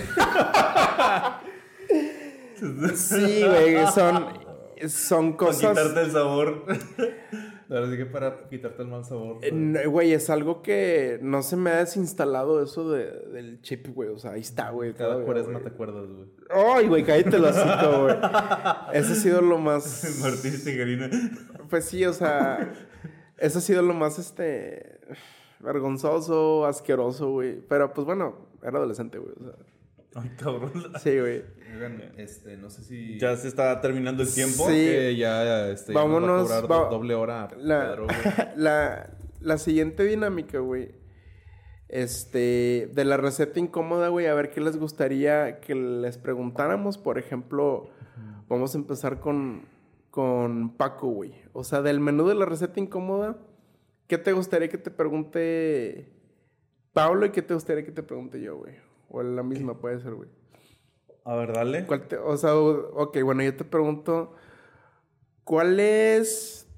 Speaker 4: Sí, güey. Son... Son cosas...
Speaker 5: Para quitarte el sabor.
Speaker 3: Ahora sí que para quitarte el mal sabor.
Speaker 4: Eh, no, güey, es algo que no se me ha desinstalado eso de, del chip, güey. O sea, ahí está, güey.
Speaker 3: Cada
Speaker 4: todavía,
Speaker 3: cuaresma
Speaker 4: güey.
Speaker 3: te acuerdas, güey.
Speaker 4: Ay, güey, cállate el hocico, güey. Eso ha sido lo más...
Speaker 5: Martín Tijerina.
Speaker 4: Pues sí, o sea... Eso ha sido lo más, este... vergonzoso, asqueroso, güey. Pero, pues, bueno, era adolescente, güey. O sea...
Speaker 5: Ay, cabrón.
Speaker 4: Sí, güey.
Speaker 3: Oigan, este, no sé si...
Speaker 5: Ya se está terminando el tiempo.
Speaker 4: Sí.
Speaker 3: Que ya, este, ya nos va a
Speaker 4: Vámonos,
Speaker 3: cobrar
Speaker 4: va-
Speaker 3: do- doble hora a
Speaker 4: La,
Speaker 3: Pedro, güey.
Speaker 4: la, la siguiente dinámica, güey. Este... De la receta incómoda, güey. A ver qué les gustaría que les preguntáramos. Por ejemplo... Vamos a empezar con... Con Paco, güey. O sea, del menú de la receta incómoda... ¿Qué te gustaría que te pregunte Pablo y qué te gustaría que te pregunte yo, güey? O la misma puede ser, güey.
Speaker 5: A ver, dale.
Speaker 4: ¿Cuál te- o sea, o- ok, bueno, yo te pregunto, ¿cuál es,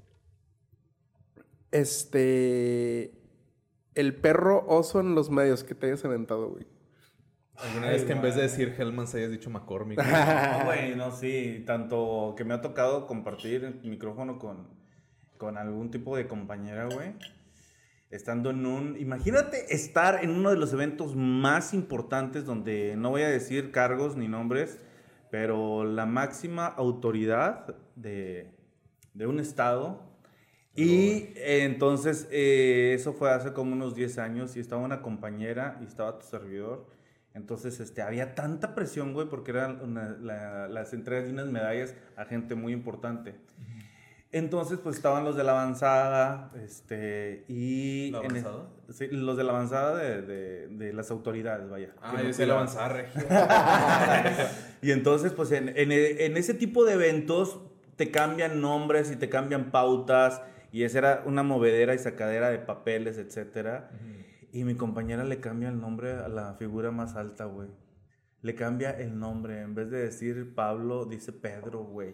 Speaker 4: este, el perro oso en los medios que te hayas aventado, güey?
Speaker 3: Alguna vez que en vez de decir Hellmans hayas dicho McCormick. güey.
Speaker 5: No, güey, no, sí. Tanto que me ha tocado compartir el micrófono con, con algún tipo de compañera, güey. Estando en un... Imagínate estar en uno de los eventos más importantes donde no voy a decir cargos ni nombres, pero la máxima autoridad de, de un estado. Y eh, entonces eh, eso fue hace como unos diez años y estaba una compañera y estaba tu servidor. Entonces este, había tanta presión, güey, porque eran una- la- las entregas de unas medallas a gente muy importante. Entonces, pues estaban los de la avanzada, este, y...
Speaker 3: ¿La
Speaker 5: en el-
Speaker 3: avanzada?
Speaker 5: sí, los de la avanzada de, de, de las autoridades, vaya.
Speaker 3: Ah,
Speaker 5: Que
Speaker 3: yo
Speaker 5: no
Speaker 3: decía la
Speaker 5: cuidaban.
Speaker 3: avanzada regia.
Speaker 5: Y entonces, pues en, en, en ese tipo de eventos te cambian nombres y te cambian pautas. Y esa era una movedera y sacadera de papeles, etcétera. Y mi compañera le cambia el nombre a la figura más alta, güey. Le cambia el nombre. En vez de decir Pablo, dice Pedro, güey.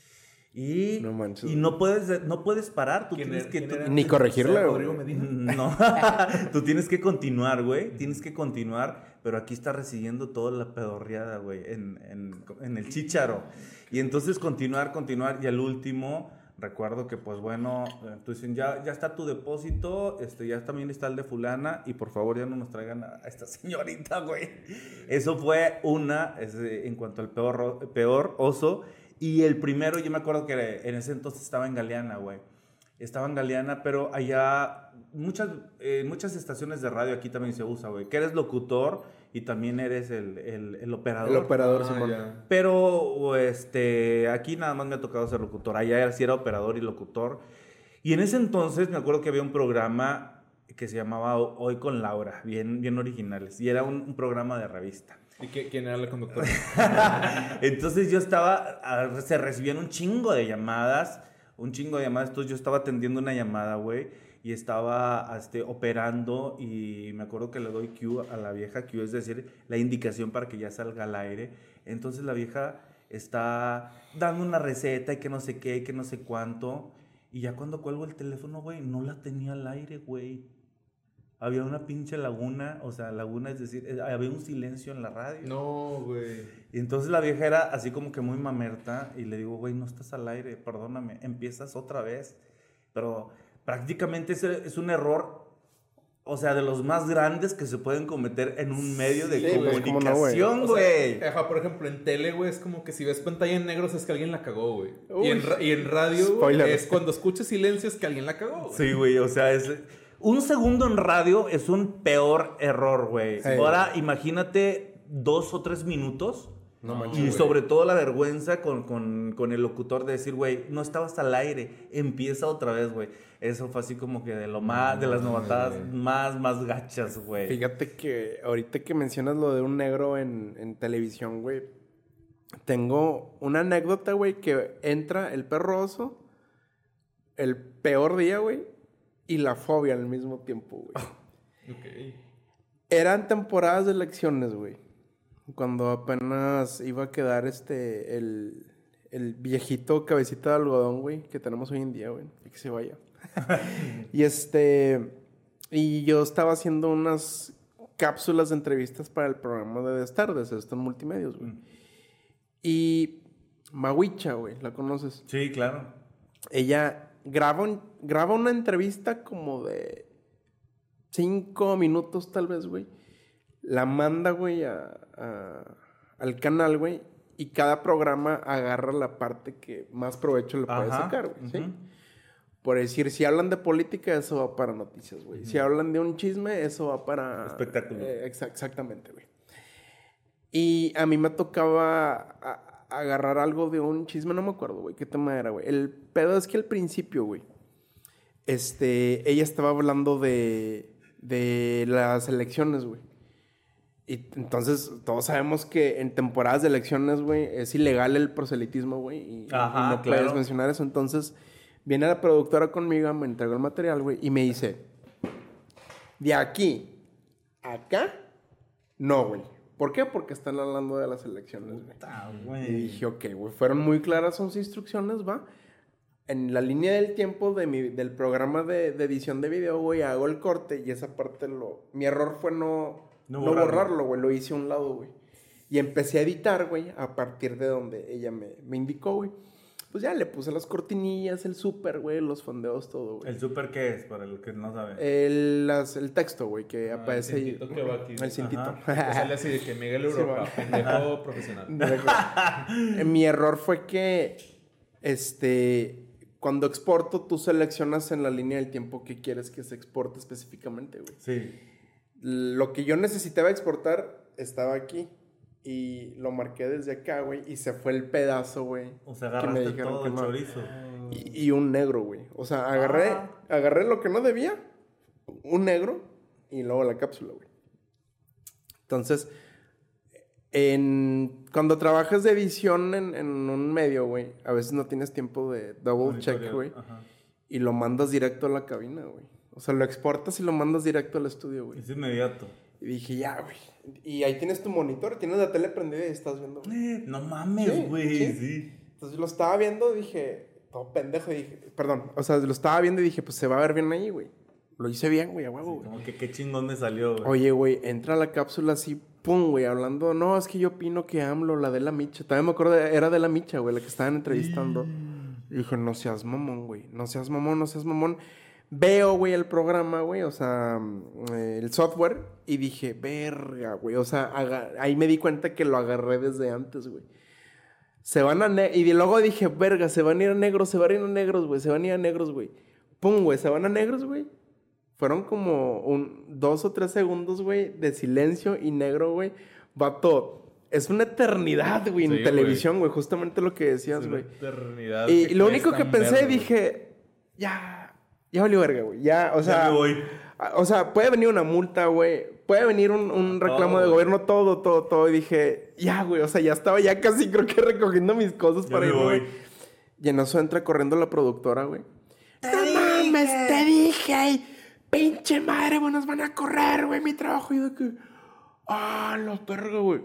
Speaker 5: Y
Speaker 4: No manches.
Speaker 5: y no puedes, no puedes parar. Tú tienes que... tú-
Speaker 4: Ni corregirle,
Speaker 3: Rodrigo
Speaker 4: güey.
Speaker 3: Medina.
Speaker 5: no, tú tienes que continuar, güey. Tienes que continuar, pero aquí está recibiendo toda la pedorreada, güey, en, en, en el chícharo. Y entonces continuar, continuar. Y al último, recuerdo que, pues bueno, eh, tú dicen, ya, ya está tu depósito, este, ya también está el de fulana, y por favor ya no nos traigan a, a esta señorita, güey. Eso fue una, es, eh, en cuanto al peor, ro- peor oso. Y el primero, yo me acuerdo que en ese entonces estaba en Galeana, güey. Estaba en Galeana, pero allá muchas, eh, muchas estaciones de radio aquí también se usa, güey. Que eres locutor y también eres el, el, el operador.
Speaker 4: El operador,
Speaker 3: Ah,
Speaker 4: Simón.
Speaker 3: ya.
Speaker 5: Pero este, aquí nada más me ha tocado ser locutor. Allá era, sí era operador y locutor. Y en ese entonces me acuerdo que había un programa que se llamaba Hoy con Laura, bien, bien originales. Y era un, un programa de revista.
Speaker 3: ¿Y qué- quién era la conductora?
Speaker 5: Entonces yo estaba, a- se recibían un chingo de llamadas, un chingo de llamadas, entonces yo estaba atendiendo una llamada, güey, y estaba este, operando y me acuerdo que le doy cue a la vieja, cue es decir, la indicación para que ya salga al aire. Entonces la vieja está dando una receta y que no sé qué, y que no sé cuánto, y ya cuando cuelgo el teléfono, güey, no la tenía al aire, güey. Había una pinche laguna, o sea, laguna, es decir, eh, había un silencio en la radio.
Speaker 3: No, güey.
Speaker 5: Y entonces la vieja era así como que muy mamerta y le digo, güey, no estás al aire, perdóname, empiezas otra vez. Pero prácticamente es, es un error, o sea, de los más grandes que se pueden cometer en un medio de
Speaker 4: Sí, pues, ¿cómo no, güey?
Speaker 5: comunicación,
Speaker 3: O
Speaker 5: güey.
Speaker 3: sea, ajá, por ejemplo, en tele, güey, es como que si ves pantalla en negro es que alguien la cagó, güey.
Speaker 4: Uy.
Speaker 3: Y en, ra- y en radio güey,
Speaker 4: Spoiler.
Speaker 3: es cuando escuchas silencio es que alguien la cagó, güey.
Speaker 5: Sí, güey, o sea, es... Un segundo en radio es un peor error, güey.
Speaker 4: Sí.
Speaker 5: Ahora, imagínate dos o tres minutos.
Speaker 3: No manches,
Speaker 5: Y
Speaker 3: güey.
Speaker 5: sobre todo la vergüenza con, con, con el locutor de decir, güey, no estabas al aire, empieza otra vez, güey. Eso fue así como que de lo más, de las novatadas
Speaker 3: güey.
Speaker 5: más, más gachas, güey.
Speaker 4: Fíjate que ahorita que mencionas lo de un negro en, en televisión, güey. Tengo una anécdota, güey, que entra el perro oso, el peor día, güey, y la fobia al mismo tiempo, güey.
Speaker 3: Ok.
Speaker 4: Eran temporadas de elecciones, güey. Cuando apenas iba a quedar este, el, el viejito cabecita de algodón, güey, que tenemos hoy en día, güey. Y que se vaya. Y este... Y yo estaba haciendo unas cápsulas de entrevistas para el programa de Destardes, esto en Multimedios, güey. Y Mawicha, güey, ¿la conoces?
Speaker 5: Sí, claro.
Speaker 4: Ella graba, un- graba una entrevista como de cinco minutos tal vez, güey. La manda, güey, a, a- al canal, güey. Y cada programa agarra la parte que más provecho le puede
Speaker 5: Ajá,
Speaker 4: sacar, güey. ¿sí?
Speaker 5: ujú.
Speaker 4: Por decir, si hablan de política, eso va para noticias, güey. Si hablan de un chisme, eso va para...
Speaker 5: Espectáculo.
Speaker 4: Eh, exa- exactamente, güey. Y a mí me tocaba a- agarrar algo de un chisme, no me acuerdo, güey, qué tema era, güey. El pedo es que al principio, güey, este, ella estaba hablando de, de las elecciones, güey. Y entonces todos sabemos que en temporadas de elecciones, güey, es ilegal el proselitismo, güey. Y,
Speaker 5: Ajá,
Speaker 4: y no
Speaker 5: claro.
Speaker 4: puedes mencionar eso. Entonces viene la productora conmigo, me entregó el material, güey, y me dice, de aquí a acá, no, güey. ¿Por qué? Porque están hablando de las elecciones, güey.
Speaker 5: Ah,
Speaker 4: Y
Speaker 5: güey.
Speaker 4: dije, ok, güey, fueron muy claras sus instrucciones, va. En la línea del tiempo de mi, del programa de, de edición de video, güey, hago el corte y esa parte lo... Mi error fue no,
Speaker 5: No
Speaker 4: no
Speaker 5: borrarlo.
Speaker 4: borrarlo, güey, lo hice a un lado, güey. Y empecé a editar, güey, a partir de donde ella me, me indicó, güey. Pues ya le puse las cortinillas, el súper, güey, los fondeos, todo, güey.
Speaker 5: ¿El súper qué es? Para el que no sabe.
Speaker 4: El, las- el texto, güey, que
Speaker 3: Ah,
Speaker 4: aparece
Speaker 3: el
Speaker 4: ahí.
Speaker 3: cintito que va aquí.
Speaker 4: El cintito.
Speaker 3: Que sale así de que Miguel Europa,
Speaker 4: Sí,
Speaker 3: pendejo profesional.
Speaker 4: Eh, Mi error fue que, este, cuando exporto, tú seleccionas en la línea del tiempo que quieres que se exporte específicamente, güey.
Speaker 5: Sí.
Speaker 4: Lo que yo necesitaba exportar estaba aquí. Y lo marqué desde acá, güey. Y se fue el pedazo, güey.
Speaker 5: O sea,
Speaker 4: que
Speaker 5: agarraste
Speaker 4: me dijeron
Speaker 5: todo
Speaker 4: que
Speaker 5: el
Speaker 4: no.
Speaker 5: chorizo.
Speaker 4: Y, y un negro, güey. O sea, agarré,
Speaker 5: Ah.
Speaker 4: agarré lo que no debía, un negro, y luego la cápsula, güey. Entonces, en, cuando trabajas de edición en, en un medio, güey, a veces no tienes tiempo de double check, güey.
Speaker 5: Ajá.
Speaker 4: Y lo mandas directo a la cabina, güey. O sea, lo exportas y lo mandas directo al estudio, güey.
Speaker 5: Es inmediato.
Speaker 4: Y dije, ya, güey. Y ahí tienes tu monitor, tienes la tele prendida y estás viendo, güey.
Speaker 5: Eh, no mames,
Speaker 4: Sí,
Speaker 5: güey,
Speaker 4: sí.
Speaker 5: sí.
Speaker 4: Entonces lo estaba viendo, dije, todo pendejo, dije, perdón, o sea, lo estaba viendo y dije, pues se va a ver bien ahí, güey. Lo hice bien, güey, a huevo, güey.
Speaker 5: Como que qué chingón me salió, güey.
Speaker 4: Oye, güey, entra a la cápsula así, pum, güey, hablando, no, es que yo opino que AMLO, la de la Micha, también me acuerdo, de- era de la Micha, güey, la que estaban entrevistando. Y dije, no seas mamón, güey, no seas mamón, no seas mamón. Veo, güey, el programa, güey, o sea, mm, eh, el software, y dije, verga, güey, o sea, aga- ahí me di cuenta que lo agarré desde antes, güey. Se van a... Ne- y luego dije, verga, se van a ir a negros, se van a ir a negros, güey, se van a ir a negros, güey. Pum, güey, se van a negros, güey. Fueron como un dos o tres segundos, güey, de silencio y negro, güey. Vato, es una eternidad, güey, en
Speaker 3: Sí,
Speaker 4: televisión, güey. Justamente lo que decías,
Speaker 3: Es una
Speaker 4: güey.
Speaker 3: eternidad
Speaker 4: Y
Speaker 3: que
Speaker 4: lo único que
Speaker 3: cuesta un
Speaker 4: pensé,
Speaker 3: vergo.
Speaker 4: dije, ya, ya valió verga, güey. Ya, o sea...
Speaker 5: Ya me voy.
Speaker 4: a- O sea, puede venir una multa, güey. Puede venir un, un reclamo
Speaker 5: Todo,
Speaker 4: de
Speaker 5: güey.
Speaker 4: gobierno, todo, todo, todo. Y dije, ya, güey. O sea, ya estaba ya casi, creo que recogiendo mis cosas
Speaker 5: Ya
Speaker 4: para
Speaker 5: me
Speaker 4: irme,
Speaker 5: voy.
Speaker 4: güey. Y en eso entra corriendo la productora, güey. ¡No mames, te dije! Ay, pinche madre, güey, nos van a correr, güey, mi trabajo. Y de que... ¡Ah, la verga, güey!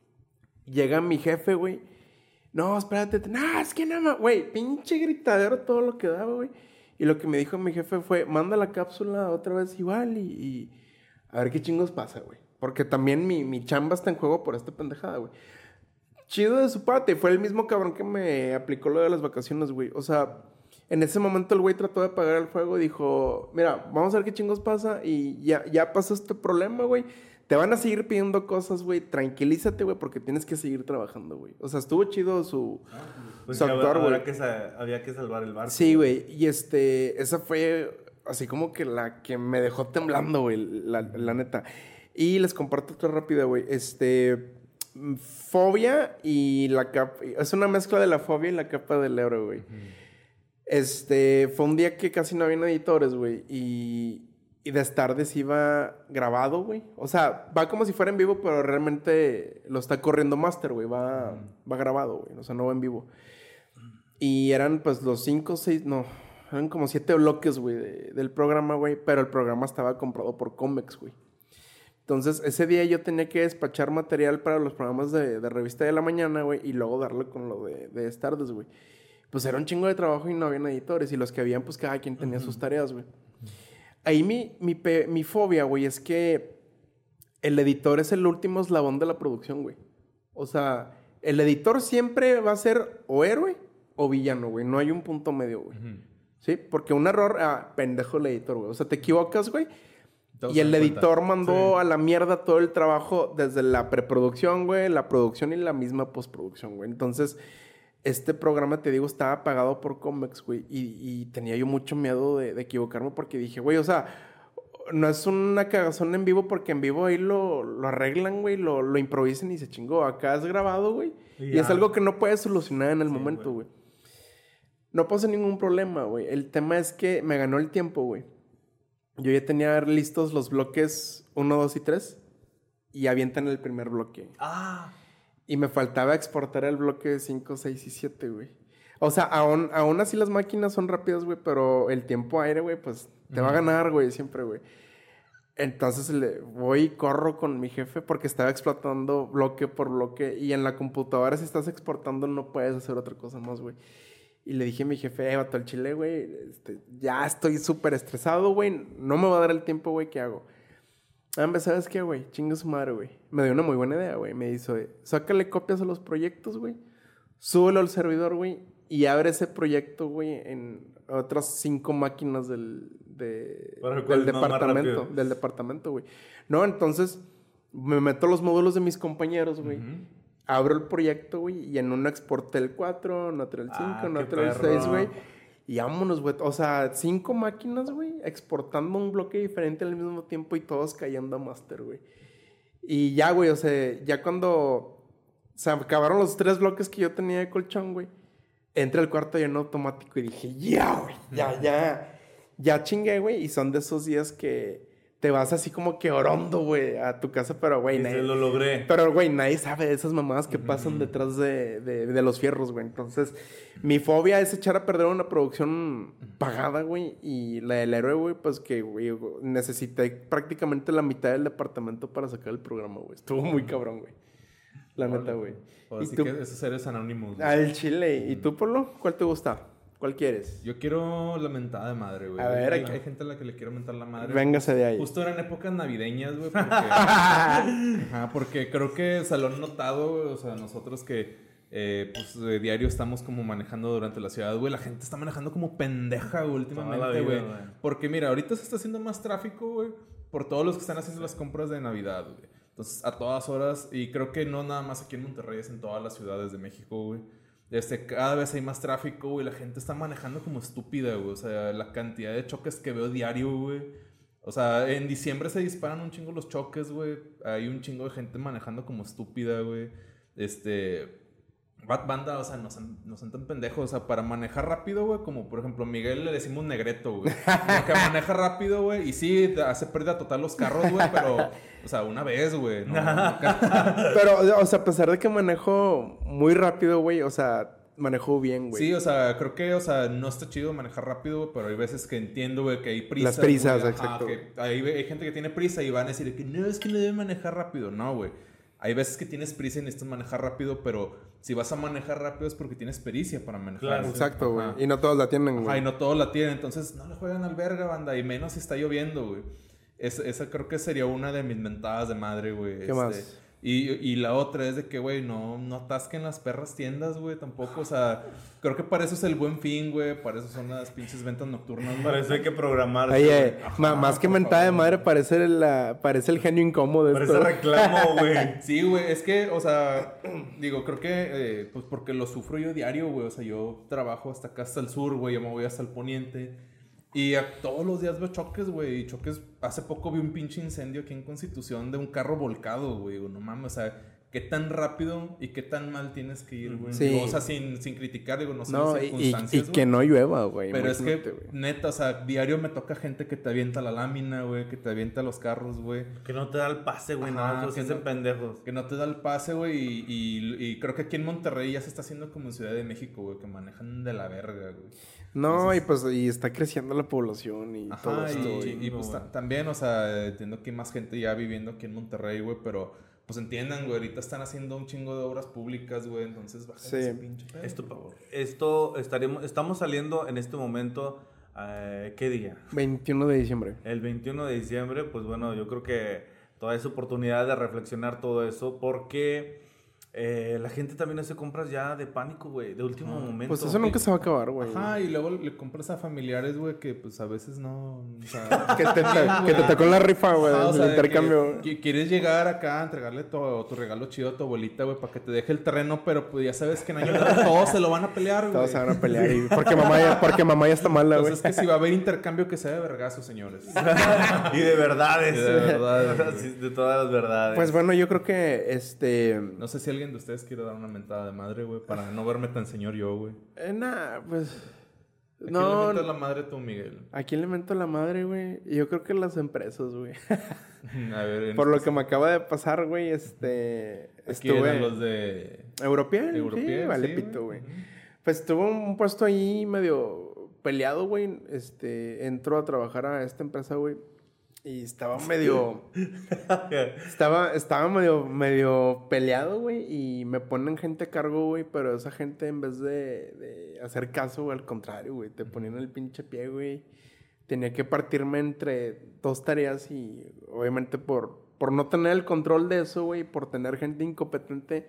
Speaker 4: Llega mi jefe, güey. No, espérate. te- No, es que nada más... Güey, pinche gritadero todo lo que daba, güey. Y lo que me dijo mi jefe fue... Manda la cápsula otra vez igual y... y a ver qué chingos pasa, güey. Porque también mi, mi chamba está en juego por esta pendejada, güey. Chido de su parte. Fue el mismo cabrón que me aplicó lo de las vacaciones, güey. O sea... En ese momento el güey trató de apagar el fuego y dijo, mira, vamos a ver qué chingos pasa y ya, ya pasó este problema, güey. Te van a seguir pidiendo cosas, güey. Tranquilízate, güey, porque tienes que seguir trabajando, güey. O sea, estuvo chido su,
Speaker 5: Pues
Speaker 4: su
Speaker 5: que
Speaker 4: actuar,
Speaker 5: había,
Speaker 4: güey.
Speaker 5: que sa- había que salvar el barco.
Speaker 4: Sí, güey. Y este, esa fue así como que la que me dejó temblando, güey, la, la neta. Y les comparto otra rápida, güey. Este, fobia y la capa. Es una mezcla de la fobia y la capa del héroe, güey. Este, fue un día que casi no habían editores, güey. Y, y de tardes iba grabado, güey. O sea, va como si fuera en vivo, pero realmente lo está corriendo Master, güey. Va, va grabado, güey. O sea, no va en vivo. Y eran pues los cinco, seis, no, eran como siete bloques, güey, de- del programa, güey. Pero el programa estaba comprado por Comex, güey. Entonces, ese día yo tenía que despachar material para los programas de, de revista de la mañana, güey. Y luego darle con lo de, de tardes, güey. Pues era un chingo de trabajo y no habían editores. Y los que habían, pues cada quien tenía sus tareas, güey. Ahí mi, mi, pe- mi fobia, güey, es que el editor es el último eslabón de la producción, güey. O sea, el editor siempre va a ser o héroe o villano, güey. No hay un punto medio, güey. ¿Sí? Porque un error, ah, pendejo el editor, güey. O sea, te equivocas, güey.
Speaker 3: Todos
Speaker 4: Y el
Speaker 3: se dan cuenta.
Speaker 4: editor mandó a la mierda todo el trabajo desde la preproducción, güey, la producción y la misma postproducción, güey. Entonces, este programa, te digo, estaba pagado por Comex, güey. Y, y tenía yo mucho miedo de, de equivocarme porque dije, güey, o sea, no es una cagazón en vivo porque en vivo ahí lo, lo arreglan, güey, lo, lo improvisan y se chingó. Acá es grabado, güey.
Speaker 5: Y
Speaker 4: Y,
Speaker 5: ya.
Speaker 4: es algo que no puedes solucionar en el
Speaker 5: Sí,
Speaker 4: momento,
Speaker 5: güey.
Speaker 4: güey. No pasó ningún problema, güey. El tema es que me ganó el tiempo, güey. Yo ya tenía listos los bloques uno, dos y tres. Y avientan el primer bloque.
Speaker 5: Ah,
Speaker 4: Y me faltaba exportar el bloque cinco, seis y siete, güey. O sea, aún, aún así las máquinas son rápidas, güey. Pero el tiempo aire, güey, pues te va a ganar, güey, siempre, güey. Entonces le voy y corro con mi jefe porque estaba explotando bloque por bloque. Y en la computadora, si estás exportando, no puedes hacer otra cosa más, güey. Y le dije a mi jefe, eh, vato, al chile, güey, este, ya estoy súper estresado, güey. No me va a dar el tiempo, güey, ¿qué hago? Ah, hombre, ¿sabes qué, güey? Chinga su madre, güey. Me dio una muy buena idea, güey. Me dice, sácale copias a los proyectos, güey. Súbelo al servidor, güey. Y abre ese proyecto, güey, en otras cinco máquinas del, de,
Speaker 5: Para el cual
Speaker 4: del
Speaker 5: no, más
Speaker 4: departamento.
Speaker 5: rápido.
Speaker 4: Del departamento, güey. No, entonces me meto los módulos de mis compañeros, güey. Abro el proyecto, güey, y en uno exporté el cuatro, en otro el cinco,
Speaker 5: Ah,
Speaker 4: en
Speaker 5: qué
Speaker 4: otro el
Speaker 5: perro.
Speaker 4: seis, güey. Y vámonos, güey. O sea, cinco máquinas, güey, exportando un bloque diferente al mismo tiempo y todos cayendo a master, güey. Y ya, güey, o sea, ya cuando se acabaron los tres bloques que yo tenía de colchón, güey. Entré al cuarto lleno automático y dije, ya, güey, ya, ya. Ya chingué, güey. Y son de esos días que te vas así como que orondo, güey, a tu casa, pero, güey, nadie...
Speaker 5: lo logré.
Speaker 4: Pero, güey, nadie sabe de esas mamadas que pasan detrás de, de, de los fierros, güey. Entonces, mi fobia es echar a perder una producción pagada, güey. Y la del héroe, güey, pues que, güey, necesité prácticamente la mitad del departamento para sacar el programa, güey. Estuvo muy cabrón, güey. La neta, güey.
Speaker 3: Así
Speaker 4: tú?
Speaker 3: que esos seres anónimos. güey.
Speaker 4: Al chile. ¿Y tú, Polo? ¿Cuál te gusta? ¿Cuál quieres?
Speaker 3: Yo quiero la mentada de madre, güey.
Speaker 4: A ver,
Speaker 3: hay,
Speaker 4: aquí.
Speaker 3: hay gente a la que le quiero mentar la madre.
Speaker 4: Véngase de ahí.
Speaker 3: Justo eran épocas navideñas, güey, porque... Ajá, porque creo que, o sea, lo han notado, güey, o sea, nosotros que, eh, pues, de diario estamos como manejando durante la ciudad, güey, la gente está manejando como pendeja, güey, últimamente, güey. Porque, mira, ahorita se está haciendo más tráfico, güey, por todos los que están haciendo las compras de Navidad, güey. Entonces, a todas horas, y creo que no nada más aquí en Monterrey, es en todas las ciudades de México, güey. Este, cada vez hay más tráfico, güey. La gente está manejando como estúpida, güey. O sea, la cantidad de choques que veo diario, güey. O sea, en diciembre se disparan un chingo los choques, güey. Hay un chingo de gente manejando como estúpida, güey. Este... Banda, o sea, no son, no son tan pendejos. O sea, para manejar rápido, güey, como por ejemplo, Miguel le decimos negreto, güey. Que maneja rápido, güey. Y sí, hace pérdida total los carros, güey, pero, o sea, una vez, güey. ¿no?
Speaker 4: Pero, o sea, a pesar de que manejo muy rápido, güey, o sea, manejo bien, güey.
Speaker 3: Sí, o sea, creo que, o sea, no está chido manejar rápido, güey, pero hay veces que entiendo, güey, que hay prisa.
Speaker 4: Las prisas,
Speaker 3: güey,
Speaker 4: exacto.
Speaker 3: Ajá, que hay, hay gente que tiene prisa y van a decir que no, es que no debe manejar rápido. No, güey. Hay veces que tienes prisa y necesitas manejar rápido, pero si vas a manejar rápido es porque tienes pericia para manejar.
Speaker 4: Claro, exacto, güey.
Speaker 3: Ajá.
Speaker 4: Y no todos la tienen, güey.
Speaker 3: Ajá, y no todos la tienen. Entonces, no le juegan al verga, banda. Y menos si está lloviendo, güey. Es, esa creo que sería una de mis mentadas de madre, güey.
Speaker 4: ¿Qué
Speaker 3: este,
Speaker 4: más?
Speaker 3: Y, y la otra es de que, güey, no, no atasquen las perras tiendas, güey, tampoco. O sea, creo que para eso es el Buen Fin, güey. Para eso son las pinches ventas nocturnas, güey.
Speaker 5: Para eso hay que programarse.
Speaker 4: Oye,
Speaker 3: Ajá,
Speaker 4: ma- más que
Speaker 3: por
Speaker 4: mentada de
Speaker 3: favor.
Speaker 4: madre, parece, la, parece el genio incómodo de
Speaker 5: Parece
Speaker 4: esto.
Speaker 5: reclamo, güey.
Speaker 3: Sí, güey, es que, o sea, digo, creo que, eh, pues porque lo sufro yo diario, güey. O sea, yo trabajo hasta acá, hasta el sur, güey, yo me voy hasta el poniente. Y a, todos los días veo choques, güey. Y choques, hace poco vi un pinche incendio aquí en Constitución de un carro volcado, güey. No mames, o sea, qué tan rápido y qué tan mal tienes que ir, güey.
Speaker 4: Sí.
Speaker 3: Digo, o sea, sin, sin criticar, digo, no sé
Speaker 4: No,
Speaker 3: las
Speaker 4: y, y,
Speaker 3: circunstancias,
Speaker 4: y
Speaker 3: güey.
Speaker 4: que no llueva, güey.
Speaker 3: Pero es que,
Speaker 4: imagínate, güey.
Speaker 3: neta, o sea, diario me toca gente que te avienta la lámina, güey, que te avienta los carros, güey.
Speaker 5: Que no te da el pase, güey.
Speaker 3: Ajá,
Speaker 5: No, pues
Speaker 3: que
Speaker 5: hacen
Speaker 3: no-
Speaker 5: pendejos.
Speaker 3: Que no te da el pase, güey, y, y, y creo que aquí en Monterrey ya se está haciendo como en Ciudad de México, güey, que manejan de la verga, güey.
Speaker 4: No, y pues y está creciendo la población y todo
Speaker 3: Ajá,
Speaker 4: esto,
Speaker 3: y,
Speaker 4: güey.
Speaker 3: y, pues ta- también, o sea, entiendo que hay más gente ya viviendo aquí en Monterrey, güey, pero pues entiendan, güey, ahorita están haciendo un chingo de obras públicas, güey, entonces bajen
Speaker 4: Sí.
Speaker 3: ese pinche pedo,
Speaker 5: Esto,
Speaker 3: por favor.
Speaker 5: esto estaremos, estamos saliendo en este momento, eh, ¿qué día?
Speaker 4: veintiuno de diciembre.
Speaker 5: El veintiuno de diciembre, pues bueno, yo creo que toda esa oportunidad de reflexionar todo eso, porque eh, la gente también hace compras ya de pánico, güey, de último momento.
Speaker 4: Pues eso nunca se va a acabar, güey.
Speaker 3: Ajá, y luego le compras a familiares, güey, que pues a veces no, o sea...
Speaker 4: Que te, que te tocó en la rifa, güey,
Speaker 3: Ajá, o
Speaker 4: el
Speaker 3: sea, de
Speaker 4: intercambio.
Speaker 3: que- que quieres llegar acá a entregarle tu, tu regalo chido a tu abuelita, güey, para que te deje el terreno, pero pues ya sabes que en año nuevo todos se lo van a pelear, güey.
Speaker 4: Todos se van a pelear. Y porque, mamá ya, porque mamá ya está mala, güey.
Speaker 3: Entonces, que si va a haber intercambio, que sea de vergazos, señores.
Speaker 5: Y de verdades.
Speaker 3: Y de verdades,
Speaker 5: Sí, de todas las verdades.
Speaker 4: Pues bueno, yo creo que este.
Speaker 3: No sé si alguien de ustedes quiere dar una mentada de madre, güey, para no verme tan señor yo, güey.
Speaker 4: Eh, nah, pues.
Speaker 3: ¿A quién
Speaker 4: No.
Speaker 3: le metes la madre tú, Miguel?
Speaker 4: ¿A quién le mento la madre, güey? Yo creo que las empresas, güey.
Speaker 3: A ver, en
Speaker 4: Por lo
Speaker 3: este-
Speaker 4: que me acaba de pasar, güey, este.
Speaker 3: Aquí eran
Speaker 4: Estuve.
Speaker 3: los de...
Speaker 4: European,
Speaker 3: European,
Speaker 4: sí, vale
Speaker 3: sí,
Speaker 4: pito,
Speaker 3: güey.
Speaker 4: güey. Pues tuve un puesto ahí medio peleado, güey. Este, entró a trabajar a esta empresa, güey. Y estaba medio... estaba, estaba medio, medio peleado, güey. Y me ponen gente a cargo, güey. Pero esa gente, en vez de, de hacer caso, güey, al contrario, güey. Te ponían el pinche pie, güey. Tenía que partirme entre dos tareas y obviamente por, por no tener el control de eso, güey. Por tener gente incompetente...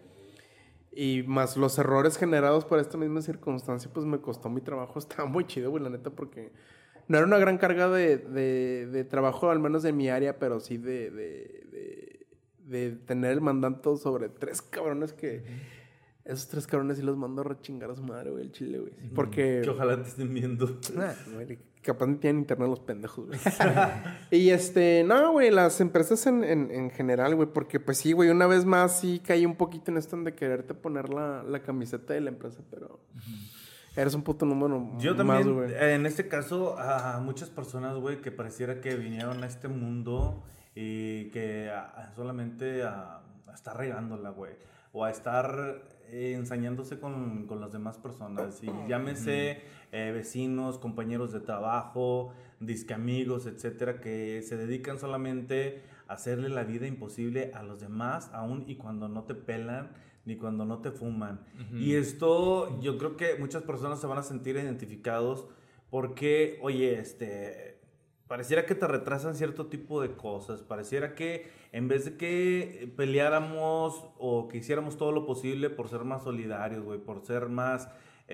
Speaker 4: Y más los errores generados por esta misma circunstancia, pues me costó mi trabajo. Estaba muy chido, güey, la neta, porque no era una gran carga de, de, de trabajo, al menos de mi área, pero sí de, de, de, de tener el mandato sobre tres cabrones que Esos tres cabrones sí los mando a rechingar a su madre, güey, el chile, güey. Sí, porque...
Speaker 5: Que ojalá te estén viendo.
Speaker 4: Ah, güey, capaz ni tienen internet los pendejos, güey. Y este... No, güey, las empresas en, en, en general, güey. Porque, pues sí, güey, una vez más sí caí un poquito en esto de quererte poner la, la camiseta de la empresa, pero... Uh-huh. Eres un puto número
Speaker 5: Yo
Speaker 4: más,
Speaker 5: también,
Speaker 4: güey.
Speaker 5: en este caso, a muchas personas, güey, que pareciera que vinieron a este mundo y que a, solamente a, a estar regándola, güey. O a estar eh, ensañándose con, con las demás personas. Y llámese eh, vecinos, compañeros de trabajo, disque amigos, etcétera, que se dedican solamente a hacerle la vida imposible a los demás, aun y cuando no te pelan, ni cuando no te fuman. Uh-huh. Y esto, yo creo que muchas personas se van a sentir identificados porque, oye, este... pareciera que te retrasan cierto tipo de cosas. Pareciera que en vez de que peleáramos o que hiciéramos todo lo posible por ser más solidarios, güey, por ser más...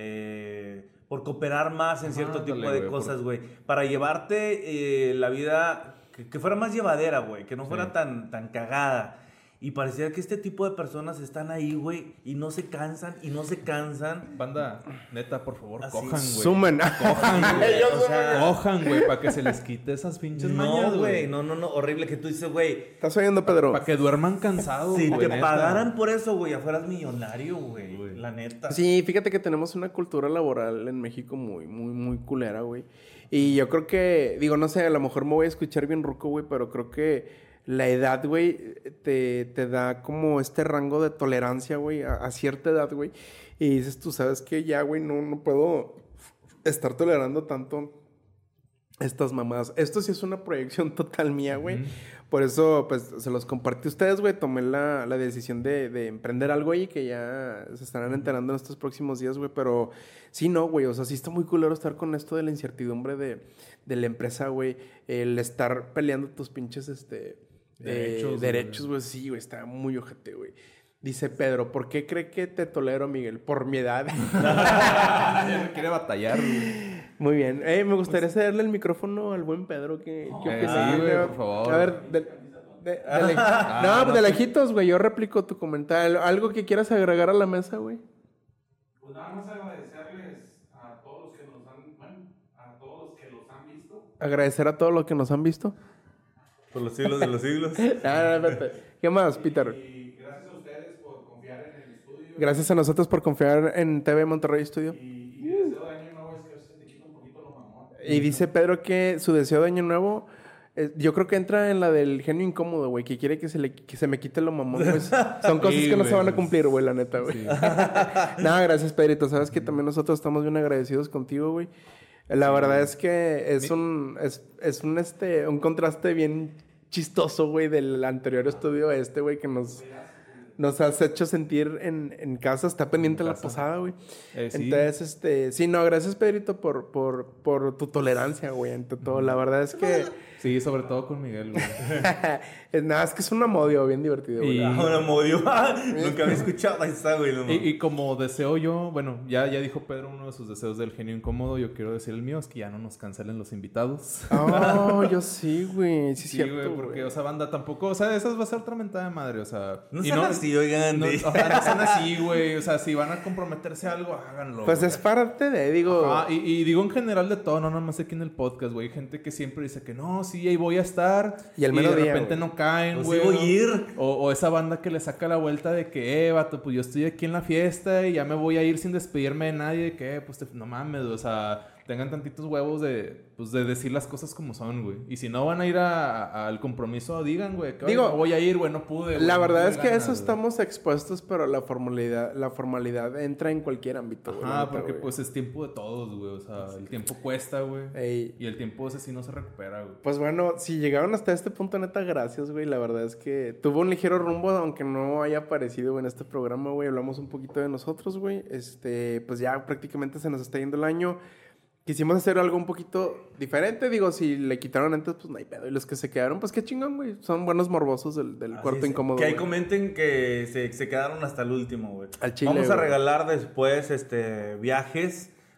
Speaker 5: Eh, por cooperar más en cierto Ajá, tipo dale, de wey, cosas, güey. Por... Para llevarte eh, la vida... Que, que fuera más llevadera, güey. Que no fuera sí. tan, tan cagada. Y parecía que este tipo de personas están ahí, güey, y no se cansan, y no se cansan.
Speaker 3: Banda, neta, por favor,
Speaker 4: Así,
Speaker 3: cojan, güey.
Speaker 4: Sumen.
Speaker 3: Cojan, güey. O sea, cojan, güey, para que se les quite esas pinches
Speaker 5: no,
Speaker 3: mañas,
Speaker 5: güey. No, no, no, horrible que tú dices, güey.
Speaker 4: ¿Estás oyendo, Pedro?
Speaker 3: Para que duerman cansados,
Speaker 5: si
Speaker 3: güey.
Speaker 5: Si te
Speaker 3: neta.
Speaker 5: pagaran por eso, güey, afueras millonario, güey. La neta.
Speaker 4: Sí, fíjate que tenemos una cultura laboral en México muy, muy, muy culera, güey. Y yo creo que, digo, no sé, a lo mejor me voy a escuchar bien ruco, güey, pero creo que... la edad, güey, te, te da como este rango de tolerancia, güey, a, a cierta edad, güey. Y dices, tú sabes que ya, güey, no, no puedo estar tolerando tanto estas mamadas. Esto sí es una proyección total mía, güey. Uh-huh. Por eso, pues, se los compartí a ustedes, güey. Tomé la, la decisión de, de emprender algo ahí que ya se estarán enterando en estos próximos días, güey. Pero sí, no, güey. O sea, sí está muy culero estar con esto de la incertidumbre de, de la empresa, güey. El estar peleando tus pinches, este... Derechos, eh, derechos, güey. Sí, güey, está muy ojete, güey. Dice Pedro, ¿por qué cree que te tolero, Miguel? Por mi edad.
Speaker 3: Quiere batallar, güey.
Speaker 4: Muy bien. Eh, me gustaría pues... cederle el micrófono al buen Pedro. ¿Qué,
Speaker 3: oh,
Speaker 4: ¿qué
Speaker 3: eh, sí, güey, por favor.
Speaker 4: A ver, de, de, de, de, ah, no, no, pues de lejitos, güey. Yo replico tu comentario. ¿Algo que quieras agregar a la mesa, güey?
Speaker 6: Pues nada más agradecerles a todos los que nos han, bueno, a todos los que los han visto.
Speaker 4: Agradecer a todos los que nos han visto.
Speaker 5: Por los siglos de los siglos.
Speaker 4: ah, no, no, no. ¿Qué más, Peter?
Speaker 6: Y gracias a ustedes por confiar en el estudio.
Speaker 4: Gracias a nosotros por confiar en T V Monterrey Studio.
Speaker 6: Y, y mi deseo de año nuevo es que se te quite un poquito lo mamón.
Speaker 4: Y dice Pedro que su deseo de año nuevo, eh, yo creo que entra en la del genio incómodo, güey, que quiere que se, le, que se me quite lo mamón, pues. Son cosas sí, que no wey, se van a cumplir, güey, la neta, güey. Sí. Nada, gracias, Pedrito. Sabes que también nosotros estamos bien agradecidos contigo, güey. La sí, verdad es que es un es, es un este un contraste bien chistoso, güey, del anterior estudio a este, güey, que nos, nos has hecho sentir en, en casa. Está pendiente en la posada, güey. Eh, sí. Entonces, este... Sí, no, gracias, Pedrito, por, por, por tu tolerancia, güey, ante todo. La verdad es que...
Speaker 3: Sí, sobre todo con Miguel, güey.
Speaker 4: Nada, es que es un amodio bien divertido, güey.
Speaker 5: Y... Ah, un amodio. Nunca había escuchado esa, güey. No,
Speaker 3: y, y como deseo yo... Bueno, ya, ya dijo Pedro uno de sus deseos del genio incómodo. Yo quiero decir el mío. Es que ya no nos cancelen los invitados.
Speaker 4: Oh, yo sí, güey. Sí,
Speaker 3: sí,
Speaker 4: cierto,
Speaker 3: güey. Porque, güey. O sea, banda tampoco... O sea, esas va a ser otra mentada de madre. O sea...
Speaker 5: No sean no, así, oigan.
Speaker 3: No, o sea, no sean así, güey. O sea, si van a comprometerse a algo, háganlo.
Speaker 4: Pues
Speaker 3: güey.
Speaker 4: Es parte de, digo...
Speaker 3: Ah, y, y digo en general de todo. No nada más aquí en el podcast, güey. Hay gente que siempre dice que no, sí, ahí voy a estar.
Speaker 4: Y, el
Speaker 3: y de
Speaker 4: día,
Speaker 3: repente
Speaker 4: güey.
Speaker 3: no caen,
Speaker 5: pues
Speaker 3: güey.
Speaker 5: Sí voy a ir.
Speaker 3: O, o esa banda que le saca la vuelta de que, eh, vato, pues yo estoy aquí en la fiesta y ya me voy a ir sin despedirme de nadie. De que, pues te, no mames, o sea, tengan tantitos huevos de, pues, de decir las cosas como son, güey. Y si no van a ir a, a, al compromiso, digan, güey, que
Speaker 4: digo,
Speaker 3: no voy a ir, güey, no pude.
Speaker 4: La
Speaker 3: güey,
Speaker 4: verdad
Speaker 3: no
Speaker 4: es que
Speaker 3: ganas,
Speaker 4: eso estamos expuestos, pero la formalidad, la formalidad entra en cualquier ámbito, güey.
Speaker 3: Ah, porque wey. Pues es tiempo de todos, güey. O sea, sí. El tiempo cuesta, güey.
Speaker 4: Ey.
Speaker 3: Y el tiempo ese sí no se recupera, güey.
Speaker 4: Pues bueno, si llegaron hasta este punto, neta, gracias, güey. La verdad es que tuvo un ligero rumbo, aunque no haya aparecido en este programa, güey. Hablamos un poquito de nosotros, güey. Este, pues ya prácticamente se nos está yendo el año. Quisimos hacer algo un poquito diferente. Digo, si le quitaron antes, pues no hay pedo. Y los que se quedaron, pues qué chingón, güey. Son buenos morbosos del, del cuarto
Speaker 5: es,
Speaker 4: incómodo.
Speaker 5: Que ahí
Speaker 4: güey.
Speaker 5: comenten que se, se quedaron hasta el último, güey.
Speaker 4: Al chile,
Speaker 5: Vamos a
Speaker 4: güey.
Speaker 5: regalar después este viajes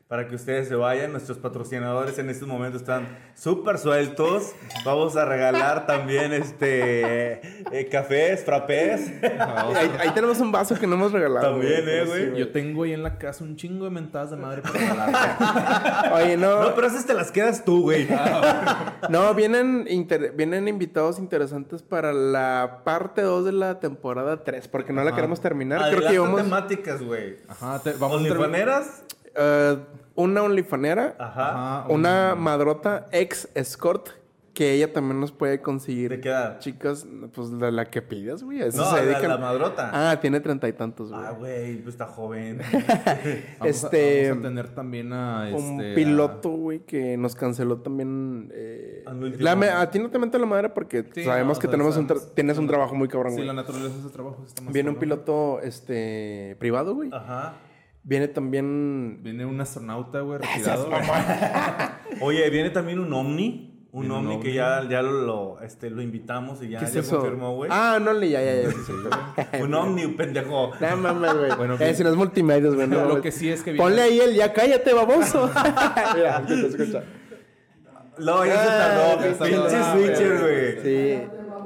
Speaker 5: para que ustedes se vayan. Nuestros patrocinadores en estos momentos están súper sueltos. Vamos a regalar también este eh, cafés, frappés.
Speaker 4: Ahí, ahí tenemos un vaso que no hemos regalado.
Speaker 5: También, eh, güey.
Speaker 3: Yo tengo ahí en la casa un chingo de mentadas de madre para regalar.
Speaker 4: Oye, no.
Speaker 5: No, pero esas te las quedas tú, güey.
Speaker 4: No, vienen, inter- vienen invitados interesantes para la parte dos de la temporada tres, porque no la
Speaker 3: Ajá.
Speaker 4: queremos terminar.
Speaker 5: Adelanta
Speaker 4: Creo que íbamos...
Speaker 5: temáticas, güey.
Speaker 3: Ajá, te, vamos a ter-
Speaker 5: ¿Onlyfaneras?
Speaker 4: eh, una onlyfanera,
Speaker 5: Ajá.
Speaker 3: Ajá,
Speaker 4: una madrota ex escort, que ella también nos puede conseguir.
Speaker 5: ¿De qué edad?
Speaker 4: Chicas, pues la, la que pidas, güey. a eso
Speaker 5: No,
Speaker 4: se
Speaker 5: la,
Speaker 4: dedican.
Speaker 5: la madrota.
Speaker 4: Ah, tiene treinta y tantos, güey.
Speaker 5: Ah, güey, pues está joven.
Speaker 3: Vamos a-
Speaker 4: este-
Speaker 3: vamos a tener también a
Speaker 4: Un
Speaker 3: este,
Speaker 4: piloto, güey, que nos canceló también. Eh,
Speaker 5: Al último.
Speaker 4: la me- a ti no te mete la madre porque
Speaker 3: Sí,
Speaker 4: sabemos
Speaker 3: no,
Speaker 4: que
Speaker 3: o sea,
Speaker 4: tenemos un tra-
Speaker 3: sabemos-
Speaker 4: tienes un trabajo muy cabrón,
Speaker 3: Sí,
Speaker 4: güey.
Speaker 3: la naturaleza de ese trabajo está más
Speaker 4: Viene un
Speaker 3: cabrón.
Speaker 4: piloto este privado, güey.
Speaker 5: Ajá.
Speaker 4: Viene también.
Speaker 3: Viene un astronauta, güey, retirado.
Speaker 5: Oye, viene también un Omni. Un
Speaker 3: Viene un
Speaker 5: Omni que
Speaker 3: Omni.
Speaker 5: ya, ya lo, este, lo invitamos y ya,
Speaker 4: ¿Qué es
Speaker 5: ya
Speaker 4: eso?
Speaker 5: confirmó, güey.
Speaker 4: Ah, no, le ya, ya, ya.
Speaker 5: Un Omni, un pendejo.
Speaker 4: No mames, güey.
Speaker 3: Bueno,
Speaker 4: eh,
Speaker 3: bien.
Speaker 4: si no es multimedia, güey. no
Speaker 3: Lo
Speaker 4: mames.
Speaker 3: que sí es que viene-
Speaker 4: Ponle ahí el ya cállate, baboso. Mira, escucha, escucha.
Speaker 5: No, ya se
Speaker 4: Ah,
Speaker 5: tardó.
Speaker 4: ya está
Speaker 5: Pinche
Speaker 4: tardado,
Speaker 5: switcher, güey.
Speaker 4: Sí.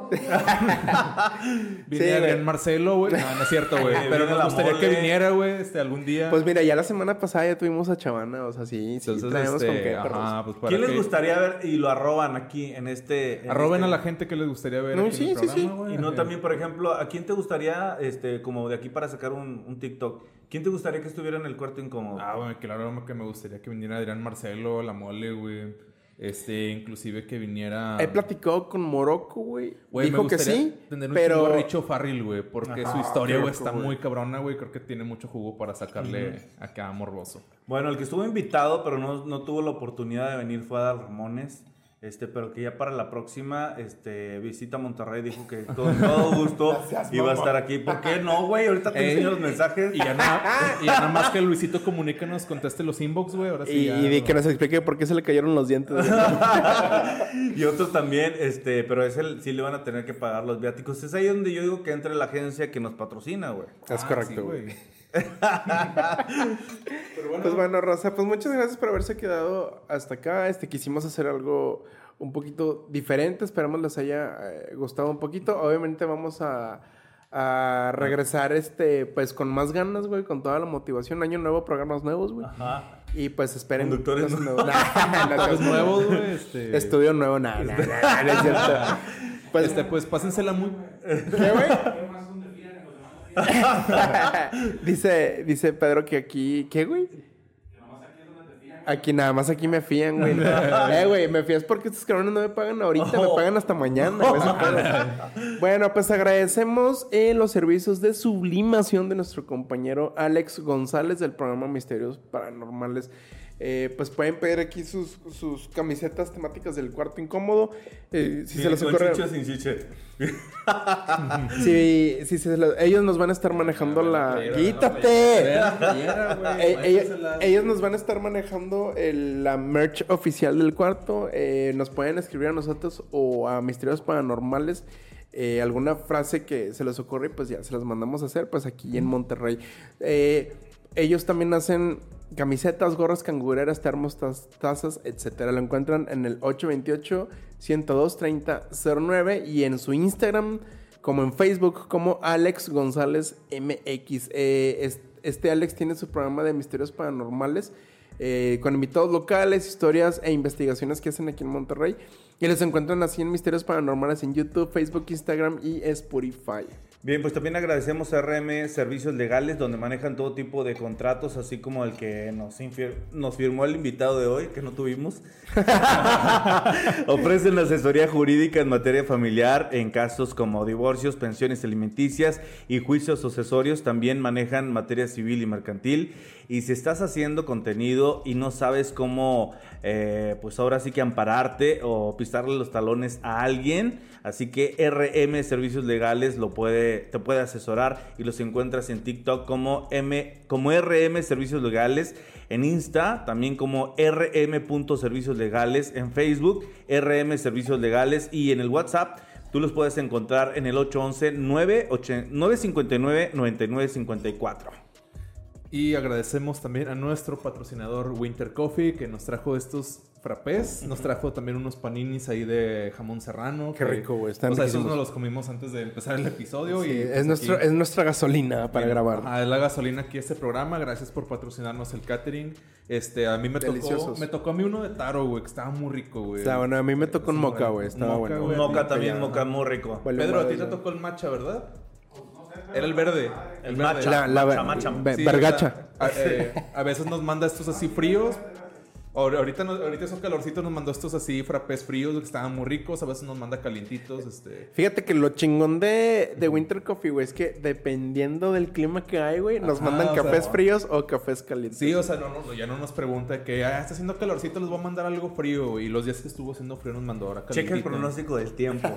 Speaker 3: Viene
Speaker 4: Sí,
Speaker 3: Adrián
Speaker 4: güey.
Speaker 3: Marcelo, güey. No, no es cierto, güey.
Speaker 5: Oye,
Speaker 3: Pero
Speaker 5: viene
Speaker 3: nos
Speaker 5: la
Speaker 3: gustaría
Speaker 5: mole.
Speaker 3: que viniera, güey, este, algún día.
Speaker 4: Pues mira, ya la semana pasada ya tuvimos a Chavana, o sea, sí, sí,
Speaker 3: Entonces,
Speaker 4: traemos
Speaker 3: este,
Speaker 4: con qué, perros.
Speaker 3: ajá, pues para
Speaker 5: ¿Quién les
Speaker 3: que
Speaker 5: gustaría ver? Y lo arroban aquí en este. en
Speaker 3: arroben
Speaker 5: este-
Speaker 3: a la gente que les gustaría ver
Speaker 4: No,
Speaker 3: aquí en
Speaker 4: sí,
Speaker 3: el
Speaker 4: sí,
Speaker 3: programa,
Speaker 4: sí.
Speaker 3: güey.
Speaker 5: Y no
Speaker 3: Eh,
Speaker 5: también, por ejemplo, ¿a quién te gustaría, este, como de aquí para sacar un, un TikTok? ¿Quién te gustaría que estuviera en el cuarto incómodo?
Speaker 3: Ah, bueno, claro que me gustaría que viniera Adrián Marcelo, la mole, güey. Este, inclusive que viniera.
Speaker 4: He platicado con Morocco, güey.
Speaker 3: Güey,
Speaker 4: Dijo
Speaker 3: me
Speaker 4: que
Speaker 3: gustaría
Speaker 4: sí,
Speaker 3: tener un
Speaker 4: pero...
Speaker 3: chingo a Richo Farrell, güey, porque
Speaker 5: Ajá,
Speaker 3: su historia,
Speaker 4: qué
Speaker 3: güey,
Speaker 4: loco,
Speaker 3: está
Speaker 4: güey.
Speaker 3: muy cabrona, güey. Creo que tiene mucho jugo para sacarle acá a morboso.
Speaker 5: Bueno, el que estuvo invitado, pero no, no tuvo la oportunidad de venir fue Adal Ramones. Este, pero que ya para la próxima este, visita a Monterrey dijo que con todo gusto iba a estar aquí. ¿Por qué no, güey? Ahorita te
Speaker 3: Ey.
Speaker 5: enseño los mensajes.
Speaker 3: Y ya, nada, y ya nada más que Luisito Comunica nos conteste los inbox, güey. Ahora sí.
Speaker 4: Y,
Speaker 3: ya,
Speaker 4: y de que nos explique por qué se le cayeron los dientes. güey.
Speaker 5: Y otros también, este, pero ese sí le van a tener que pagar los viáticos. Es ahí donde yo digo que entra la agencia que nos patrocina, güey.
Speaker 4: Es
Speaker 3: Ah,
Speaker 4: correcto,
Speaker 3: sí,
Speaker 4: güey. Pues bueno, Rosa, pues muchas gracias por haberse quedado hasta acá. Este, quisimos hacer algo un poquito diferente. Esperamos les haya eh, gustado un poquito. Obviamente vamos a, a regresar este, pues con más ganas, güey, con toda la motivación. Año nuevo, programas nuevos, güey.
Speaker 5: Ajá.
Speaker 4: Y pues esperen.
Speaker 5: Conductores
Speaker 4: cosas
Speaker 5: nuevos.
Speaker 4: nuevas. Nah, no,
Speaker 3: Los
Speaker 4: no,
Speaker 3: nuevos, güey. Este,
Speaker 4: Estudio nuevo, nada, nada, nada, no es cierto.
Speaker 3: pues, este, pues pásensela muy.
Speaker 4: ¿Qué, güey? dice, dice Pedro que aquí, ¿qué, güey? Aquí nada más aquí me fían, güey. eh, güey, me fías porque estos cabrones no me pagan ahorita, me pagan hasta mañana, güey. ese pedo. Bueno, pues agradecemos eh, los servicios de sublimación de nuestro compañero Alex González del programa Misterios Paranormales. Eh, pues pueden pedir aquí sus, sus camisetas temáticas del cuarto incómodo. Eh, si
Speaker 5: Sí,
Speaker 4: se les
Speaker 5: con
Speaker 4: ocurre.
Speaker 5: chiche o sin chiche.
Speaker 4: Sí, sí, sí, lo- ellos nos van a estar manejando la...
Speaker 3: playera,
Speaker 4: ¡Quítate!
Speaker 3: güey.
Speaker 4: Eh, ellos, ellos nos van a estar manejando el- la merch oficial del cuarto. Eh, nos pueden escribir a nosotros o a Misterios Paranormales eh, alguna frase que se les ocurre y pues ya se las mandamos a hacer pues aquí en Monterrey. Eh, ellos también hacen camisetas, gorras, cangureras, termos, taz- tazas, etcétera. Lo encuentran en el ocho dos ocho, ciento dos, treinta, cero nueve y en su Instagram como en Facebook como Alex González M X. Eh, es- este Alex tiene su programa de Misterios Paranormales eh, con invitados locales, historias e investigaciones que hacen aquí en Monterrey. Y les encuentran así en Misterios Paranormales en YouTube, Facebook, Instagram y Spotify.
Speaker 5: Bien, pues también agradecemos a R M Servicios Legales, donde manejan todo tipo de contratos, así como el que nos, infir- nos firmó el invitado de hoy, que no tuvimos. Ofrecen asesoría jurídica en materia familiar, en casos como divorcios, pensiones alimenticias y juicios sucesorios. También manejan materia civil y mercantil. Y si estás haciendo contenido y no sabes cómo, eh, pues ahora sí que ampararte o pisarle los talones a alguien, así que R M Servicios Legales lo puede, te puede asesorar y los encuentras en TikTok como, M, como R M Servicios Legales, en Insta también como R M punto Servicios Legales, en Facebook R M Servicios Legales y en el WhatsApp tú los puedes encontrar en el ocho once, nueve cincuenta y nueve, noventa y nueve cincuenta y cuatro.
Speaker 3: Y agradecemos también a nuestro patrocinador Winter Coffee, que nos trajo estos frappés. Nos trajo también unos paninis ahí de jamón serrano.
Speaker 4: Qué
Speaker 3: que,
Speaker 4: rico, güey. Están
Speaker 3: o sea, esos
Speaker 4: riquísimos.
Speaker 3: nos los comimos antes de empezar el episodio.
Speaker 4: Sí,
Speaker 3: y
Speaker 4: es,
Speaker 3: pues,
Speaker 4: nuestro,
Speaker 3: aquí-
Speaker 4: es nuestra gasolina para
Speaker 3: Bien,
Speaker 4: grabar.
Speaker 3: ajá, es la gasolina aquí este programa. Gracias por patrocinarnos el catering. Este, a mí me tocó,
Speaker 4: Deliciosos.
Speaker 3: me tocó a mí uno de taro, güey, que estaba muy rico, güey.
Speaker 4: O sea, bueno, a mí me tocó un
Speaker 3: Sí,
Speaker 4: moca,
Speaker 3: bueno,
Speaker 4: güey.
Speaker 3: un
Speaker 4: Estaba
Speaker 3: moca,
Speaker 4: bueno.
Speaker 3: güey.
Speaker 5: Un moca
Speaker 3: Ajá.
Speaker 5: también, moca muy rico.
Speaker 4: Huele
Speaker 3: Pedro, a
Speaker 4: madre,
Speaker 3: ti te
Speaker 4: güey.
Speaker 3: tocó el matcha, ¿verdad? Era el verde.
Speaker 5: El
Speaker 3: verde.
Speaker 5: matcha.
Speaker 4: La, la,
Speaker 5: Macha, macha.
Speaker 4: ve-
Speaker 3: Sí,
Speaker 4: vergacha.
Speaker 3: o sea, a, eh, a veces nos manda estos así fríos. Ahor- Ahorita, nos- ahorita esos calorcitos nos mandó estos así frappés fríos que estaban muy ricos. A veces nos manda calientitos. Este.
Speaker 4: Fíjate que lo chingón de, de Winter Coffee, güey, es que dependiendo del clima que hay, güey, nos
Speaker 3: Ajá,
Speaker 4: mandan
Speaker 3: o sea,
Speaker 4: cafés
Speaker 3: ¿no?
Speaker 4: fríos o cafés calientes.
Speaker 3: Sí, o sea, no, no, ya no nos pregunta que ah, está haciendo calorcito, les voy a mandar algo frío. güey. Y los días que estuvo haciendo frío nos mandó ahora
Speaker 5: Checa
Speaker 3: calientito.
Speaker 5: el pronóstico del tiempo.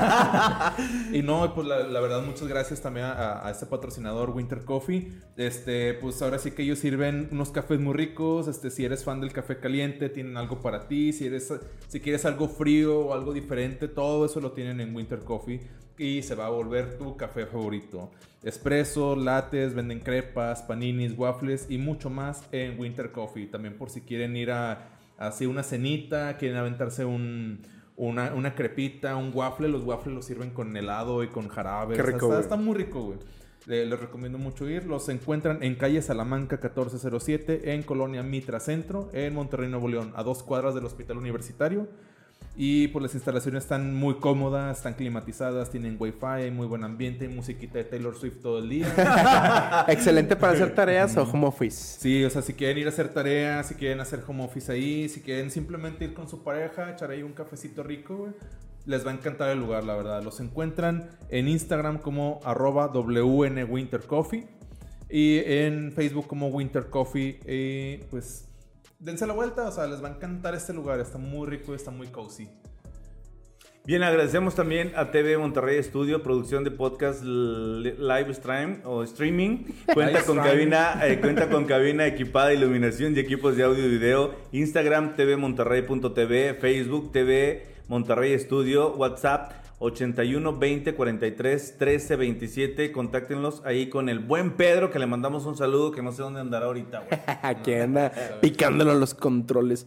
Speaker 3: Y no, pues la, la verdad, muchas gracias también a, a este patrocinador Winter Coffee. Este, pues ahora sí que ellos sirven unos cafés muy ricos. Este, si eres fan del café caliente, tienen algo para ti. Si eres, si quieres algo frío o algo diferente, todo eso lo tienen en Winter Coffee y se va a volver tu café favorito. Espresso, lattes, venden crepas, paninis, waffles y mucho más en Winter Coffee. También por si quieren ir a, a hacer una cenita, quieren aventarse un Una, una crepita, un waffle. Los waffles los sirven con helado y con jarabe.
Speaker 4: Qué
Speaker 3: O sea,
Speaker 4: rico,
Speaker 3: está,
Speaker 4: güey.
Speaker 3: está muy rico, güey. Le- les recomiendo mucho ir. Los encuentran en calle Salamanca catorce cero siete, en Colonia Mitra Centro, en Monterrey, Nuevo León, a dos cuadras del Hospital Universitario. Y pues las instalaciones están muy cómodas, están climatizadas, tienen wifi, hay muy buen ambiente, hay musiquita de Taylor Swift todo el día.
Speaker 4: Excelente para hacer tareas o home office.
Speaker 3: Sí, o sea, si quieren ir a hacer tareas, si quieren hacer home office ahí, si quieren simplemente ir con su pareja, echar ahí un cafecito rico, güey, les va a encantar el lugar, la verdad. Los encuentran en Instagram como arroba W N Winter Coffee y en Facebook como Winter Coffee. Y pues dense la vuelta, o sea, les va a encantar este lugar. Está muy rico y está muy cozy.
Speaker 5: Bien, agradecemos también a T V Monterrey Studio, producción de podcast li- live stream o streaming. Cuenta
Speaker 3: Live
Speaker 5: con
Speaker 3: stream.
Speaker 5: cabina, eh, cuenta con cabina equipada, iluminación y equipos de audio y video. Instagram tvmonterrey.tv, Facebook T V Monterrey Studio, WhatsApp ochenta y uno veinte cuarenta y tres trece veintisiete. Contáctenlos ahí con el buen Pedro, que le mandamos un saludo, que no sé dónde andará ahorita, güey.
Speaker 4: Aquí anda picándolo los controles.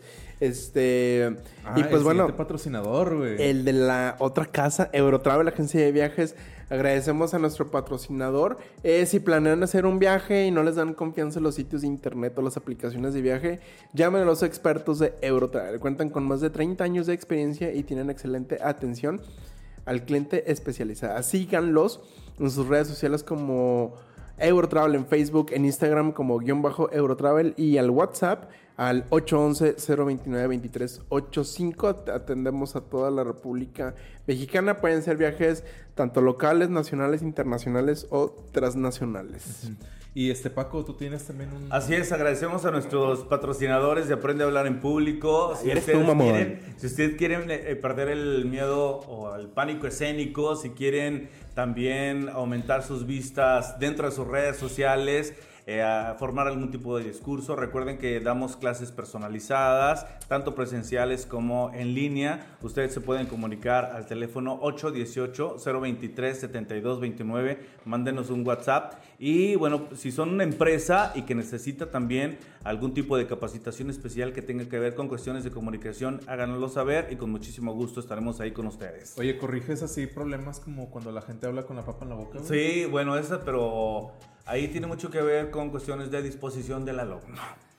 Speaker 4: Este.
Speaker 3: Ah,
Speaker 4: y pues
Speaker 3: el
Speaker 4: bueno,
Speaker 3: siguiente patrocinador, güey.
Speaker 4: el de la otra casa, Eurotravel, agencia de viajes. Agradecemos a nuestro patrocinador. Eh, si planean hacer un viaje y no les dan confianza en los sitios de internet o las aplicaciones de viaje, llamen a los expertos de Eurotravel. Cuentan con más de treinta años de experiencia y tienen excelente atención al cliente especializada. Síganlos en sus redes sociales como Eurotravel en Facebook, en Instagram como guión bajo Eurotravel y al WhatsApp al ocho once cero veintinueve veintitrés ochenta y cinco. Atendemos a toda la República Mexicana. Pueden ser viajes tanto locales, nacionales, internacionales o transnacionales.
Speaker 3: Y este Paco, tú tienes también un...
Speaker 5: Así es, agradecemos a nuestros patrocinadores de Aprende a Hablar en Público. Si
Speaker 4: eres
Speaker 5: ustedes
Speaker 4: tú, mamón.
Speaker 5: quieren, si ustedes quieren eh, perder el miedo o el pánico escénico, si quieren también aumentar sus vistas dentro de sus redes sociales, eh, a formar algún tipo de discurso, recuerden que damos clases personalizadas, tanto presenciales como en línea. Ustedes se pueden comunicar al teléfono ocho uno ocho cero veintitrés setenta y dos veintinueve, mándenos un WhatsApp. Y bueno, si son una empresa y que necesita también algún tipo de capacitación especial que tenga que ver con cuestiones de comunicación, háganoslo saber y con muchísimo gusto estaremos ahí con ustedes.
Speaker 3: Oye, ¿corriges así problemas como cuando la gente habla con la papa en la boca, güey?
Speaker 5: Sí, bueno, esa, pero ahí tiene mucho que ver con cuestiones de disposición del alumno.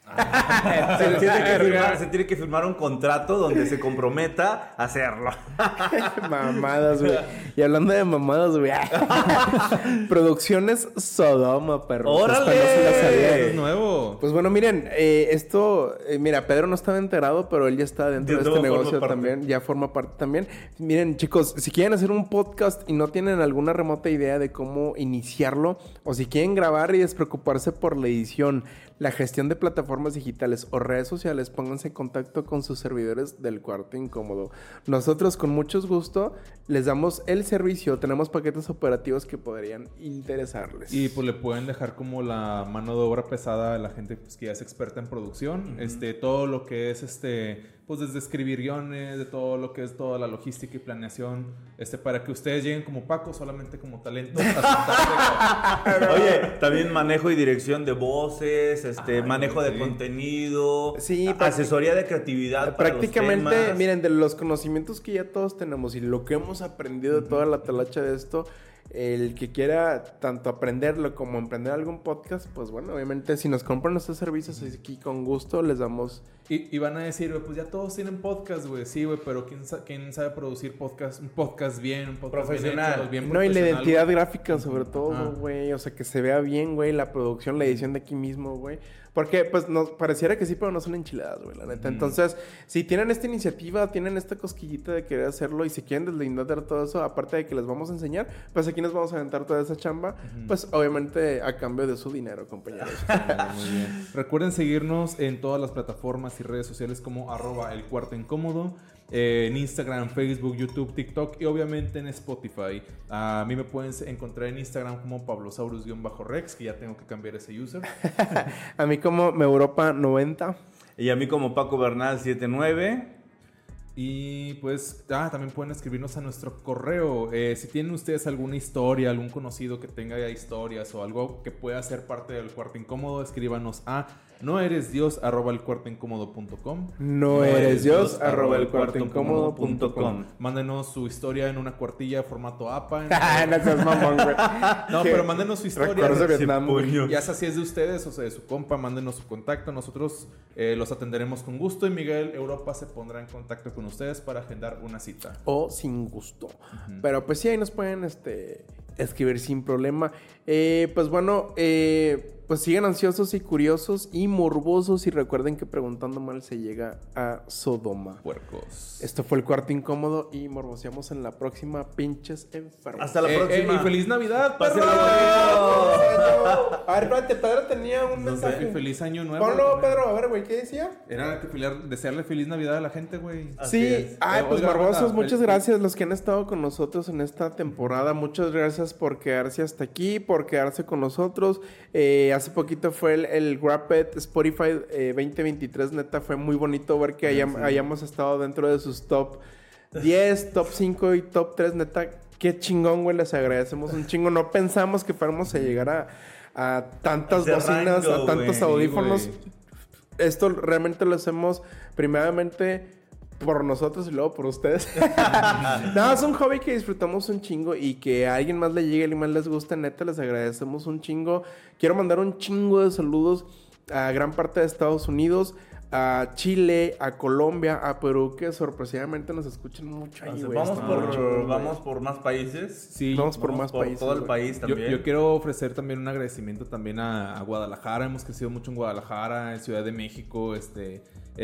Speaker 5: se, tiene que firmar, se tiene que firmar un contrato donde se comprometa a hacerlo.
Speaker 4: Mamadas, güey. Y hablando de mamadas, güey. Producciones Sodoma, perro.
Speaker 5: ¡Órale!
Speaker 4: Esta no se la sabía.
Speaker 3: Eso es nuevo.
Speaker 4: Pues bueno, miren, eh, esto, eh, mira, Pedro no estaba enterado, pero él ya está dentro
Speaker 5: De
Speaker 4: de,
Speaker 5: todo
Speaker 4: este
Speaker 5: forma
Speaker 4: negocio
Speaker 5: parte.
Speaker 4: también, ya forma parte también. Miren, chicos, si quieren hacer un podcast y no tienen alguna remota idea de cómo iniciarlo, o si quieren grabar y despreocuparse por la edición, la gestión de plataformas digitales o redes sociales, pónganse en contacto con sus servidores del Cuarto Incómodo. Nosotros con mucho gusto les damos el servicio, tenemos paquetes operativos que podrían interesarles.
Speaker 3: Y pues le pueden dejar como la mano de obra pesada a la gente pues, que ya es experta en producción. Uh-huh. Este, todo lo que es este pues desde escribir guiones, de todo lo que es toda la logística y planeación, este, para que ustedes lleguen como Paco, solamente como talento.
Speaker 5: Oye, también manejo y dirección de voces, este,
Speaker 3: Ay,
Speaker 5: manejo
Speaker 3: sí.
Speaker 5: de contenido,
Speaker 4: Sí,
Speaker 5: a- asesoría de creatividad para
Speaker 4: Prácticamente,
Speaker 5: los temas.
Speaker 4: miren, de los conocimientos que ya todos tenemos y lo que hemos aprendido de toda la talacha de esto, el que quiera tanto aprenderlo como emprender algún podcast, pues bueno, obviamente si nos compran nuestros servicios aquí con gusto les damos...
Speaker 3: Y, y van a decir, güey, pues ya todos tienen podcast, güey. Sí, güey, pero ¿quién, sa- quién sabe producir podcast? Un podcast bien, un podcast
Speaker 5: Profesional.
Speaker 3: bien, hecho, bien
Speaker 4: No, y la
Speaker 3: profesional,
Speaker 4: identidad
Speaker 3: güey.
Speaker 4: gráfica sobre todo,
Speaker 3: Ajá.
Speaker 4: güey. O sea, que se vea bien, güey, la producción, la edición de aquí mismo, güey. Porque, pues, nos pareciera que sí, pero no son enchiladas, güey, la neta. Entonces, si tienen esta iniciativa, tienen esta cosquillita de querer hacerlo y si quieren deslindar de todo eso, aparte de que les vamos a enseñar, pues aquí nos vamos a aventar toda esa chamba, pues, obviamente, a cambio de su dinero, compañeros.
Speaker 3: Muy bien. Recuerden seguirnos en todas las plataformas y redes sociales como arroba el cuarto incómodo, eh, en Instagram, Facebook, YouTube, TikTok y obviamente en Spotify. A mí me pueden encontrar en Instagram como pablosaurus-rex, que ya tengo que cambiar ese user.
Speaker 4: A mí como Meuropa noventa.
Speaker 5: Y a mí como Paco Bernal setenta y nueve.
Speaker 3: Y pues, ah, también pueden escribirnos a nuestro correo. Eh, si tienen ustedes alguna historia, algún conocido que tenga ya historias o algo que pueda ser parte del cuarto incómodo, escríbanos a noeresdios arroba el cuarto incómodo punto com.
Speaker 4: No eres Dios, arroba el cuarto incómodo punto com.
Speaker 3: Mándenos su historia en una cuartilla formato A P A.
Speaker 4: Ah, no seas mamón, güey.
Speaker 3: No, pero mándenos su historia.
Speaker 4: Recuerdos de
Speaker 3: güey.
Speaker 4: Vietnam, güey.
Speaker 5: puño.
Speaker 3: Ya sea si es de ustedes o sea de su compa, mándenos su contacto. Nosotros eh, los atenderemos con gusto y Miguel Europa se pondrá en contacto con ustedes para agendar una cita.
Speaker 4: O sin gusto. Pero pues sí, ahí nos pueden este, escribir sin problema. Eh, pues bueno, eh, pues sigan ansiosos y curiosos y morbosos y recuerden que preguntando mal se llega a Sodoma.
Speaker 3: Puercos.
Speaker 4: Esto fue el cuarto incómodo y morboseamos en la próxima, pinches enfermos.
Speaker 5: Hasta la
Speaker 3: Eh,
Speaker 5: próxima.
Speaker 3: eh, y feliz Navidad,
Speaker 5: Pásenla
Speaker 3: perro.
Speaker 5: bonito.
Speaker 4: A ver, espérate, Pedro tenía un
Speaker 3: No sé,
Speaker 4: mensaje.
Speaker 3: y feliz año nuevo.
Speaker 4: Ponlo,
Speaker 3: también.
Speaker 4: Pedro, a ver, güey, ¿qué decía?
Speaker 3: Era que feliar- desearle feliz Navidad a la gente, güey.
Speaker 5: Así
Speaker 4: Sí,
Speaker 5: es.
Speaker 4: ay,
Speaker 3: Eh,
Speaker 4: pues
Speaker 3: oiga,
Speaker 4: morbosos,
Speaker 3: Rata,
Speaker 4: muchas
Speaker 3: fel-
Speaker 4: gracias los que han estado con nosotros en esta temporada. Muchas gracias por quedarse hasta aquí, por quedarse con nosotros. Eh, hace poquito fue el, el Rapid Spotify eh, veinte veintitrés, neta, fue muy bonito ver que hayam- hayamos estado dentro de sus top diez, top cinco y top tres, neta. Qué chingón, güey, les agradecemos un chingo. No pensamos que fuéramos a llegar a, a tantas
Speaker 5: Ese
Speaker 4: bocinas,
Speaker 5: rango,
Speaker 4: a tantos
Speaker 5: güey,
Speaker 4: audífonos.
Speaker 3: güey.
Speaker 4: Esto realmente lo hacemos primeramente por nosotros y luego por ustedes. No, es un hobby que disfrutamos un chingo y que a alguien más le llegue y más les guste, neta, les agradecemos un chingo. Quiero mandar un chingo de saludos a gran parte de Estados Unidos, a Chile, a Colombia, a Perú, que sorpresivamente nos escuchan mucho ahí,
Speaker 5: O sea,
Speaker 4: güey.
Speaker 5: vamos,
Speaker 4: Está
Speaker 5: por,
Speaker 4: muy chingón, güey.
Speaker 5: vamos por más países.
Speaker 3: Sí.
Speaker 4: Vamos por más
Speaker 5: por
Speaker 4: países,
Speaker 5: todo el
Speaker 4: güey.
Speaker 5: país
Speaker 3: Yo,
Speaker 5: también.
Speaker 3: yo quiero ofrecer también un agradecimiento también a, a Guadalajara. Hemos crecido mucho en Guadalajara, en Ciudad de México, este,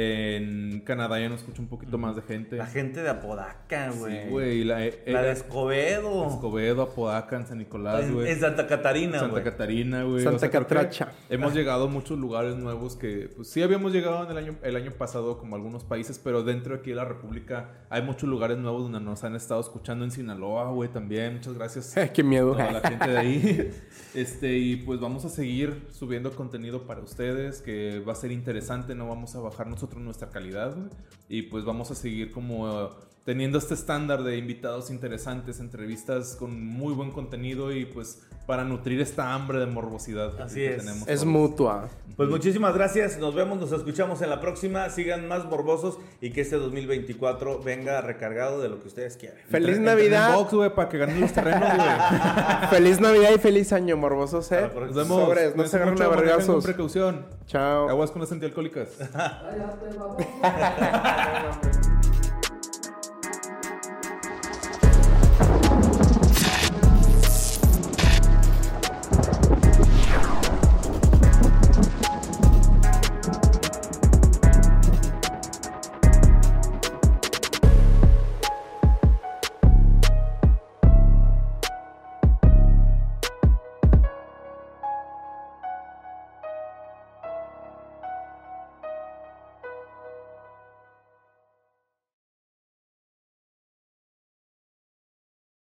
Speaker 3: en Canadá ya nos escucha un poquito más de gente.
Speaker 5: La gente de Apodaca,
Speaker 3: Sí,
Speaker 5: güey.
Speaker 3: güey. La, eh,
Speaker 5: La de
Speaker 3: eh,
Speaker 5: Escobedo.
Speaker 3: Escobedo, Apodaca, en San Nicolás,
Speaker 5: En,
Speaker 3: güey.
Speaker 5: en Santa Catarina,
Speaker 3: Santa
Speaker 5: güey.
Speaker 3: Catarina, güey.
Speaker 4: Santa
Speaker 3: creo que
Speaker 4: Catracha.
Speaker 3: Hemos llegado a muchos lugares nuevos que, pues sí habíamos llegado en el año, el año pasado como a algunos países, pero dentro de aquí de la República hay muchos lugares nuevos donde nos han estado escuchando en Sinaloa, güey, también. Muchas gracias.
Speaker 4: Qué miedo.
Speaker 3: Toda la gente de ahí. Este, y pues vamos a seguir subiendo contenido para ustedes, que va a ser interesante, no vamos a bajar nosotros nuestra calidad, güey. Y pues vamos a seguir como uh, teniendo este estándar de invitados interesantes, entrevistas con muy buen contenido y pues para nutrir esta hambre de morbosidad que-
Speaker 5: Así
Speaker 3: que
Speaker 5: es.
Speaker 3: tenemos.
Speaker 4: Es
Speaker 3: todos.
Speaker 4: mutua.
Speaker 5: Pues muchísimas gracias. Nos vemos, nos escuchamos en la próxima. Sigan más morbosos y que este dos mil veinticuatro venga recargado de lo que ustedes quieran.
Speaker 4: Feliz
Speaker 3: Entren- entren en
Speaker 4: Navidad.
Speaker 3: box, güey, para que ganen los terrenos, güey.
Speaker 4: Feliz Navidad y feliz año, morbosos, eh.
Speaker 5: Para la
Speaker 3: Nos vemos.
Speaker 4: Sobres, no
Speaker 3: Cuídense
Speaker 4: se agarren
Speaker 3: mucho,
Speaker 4: a
Speaker 3: manejen
Speaker 4: vergazos.
Speaker 3: con precaución.
Speaker 4: Chao.
Speaker 3: Aguas con las antialcohólicas.
Speaker 7: Cállate, babón.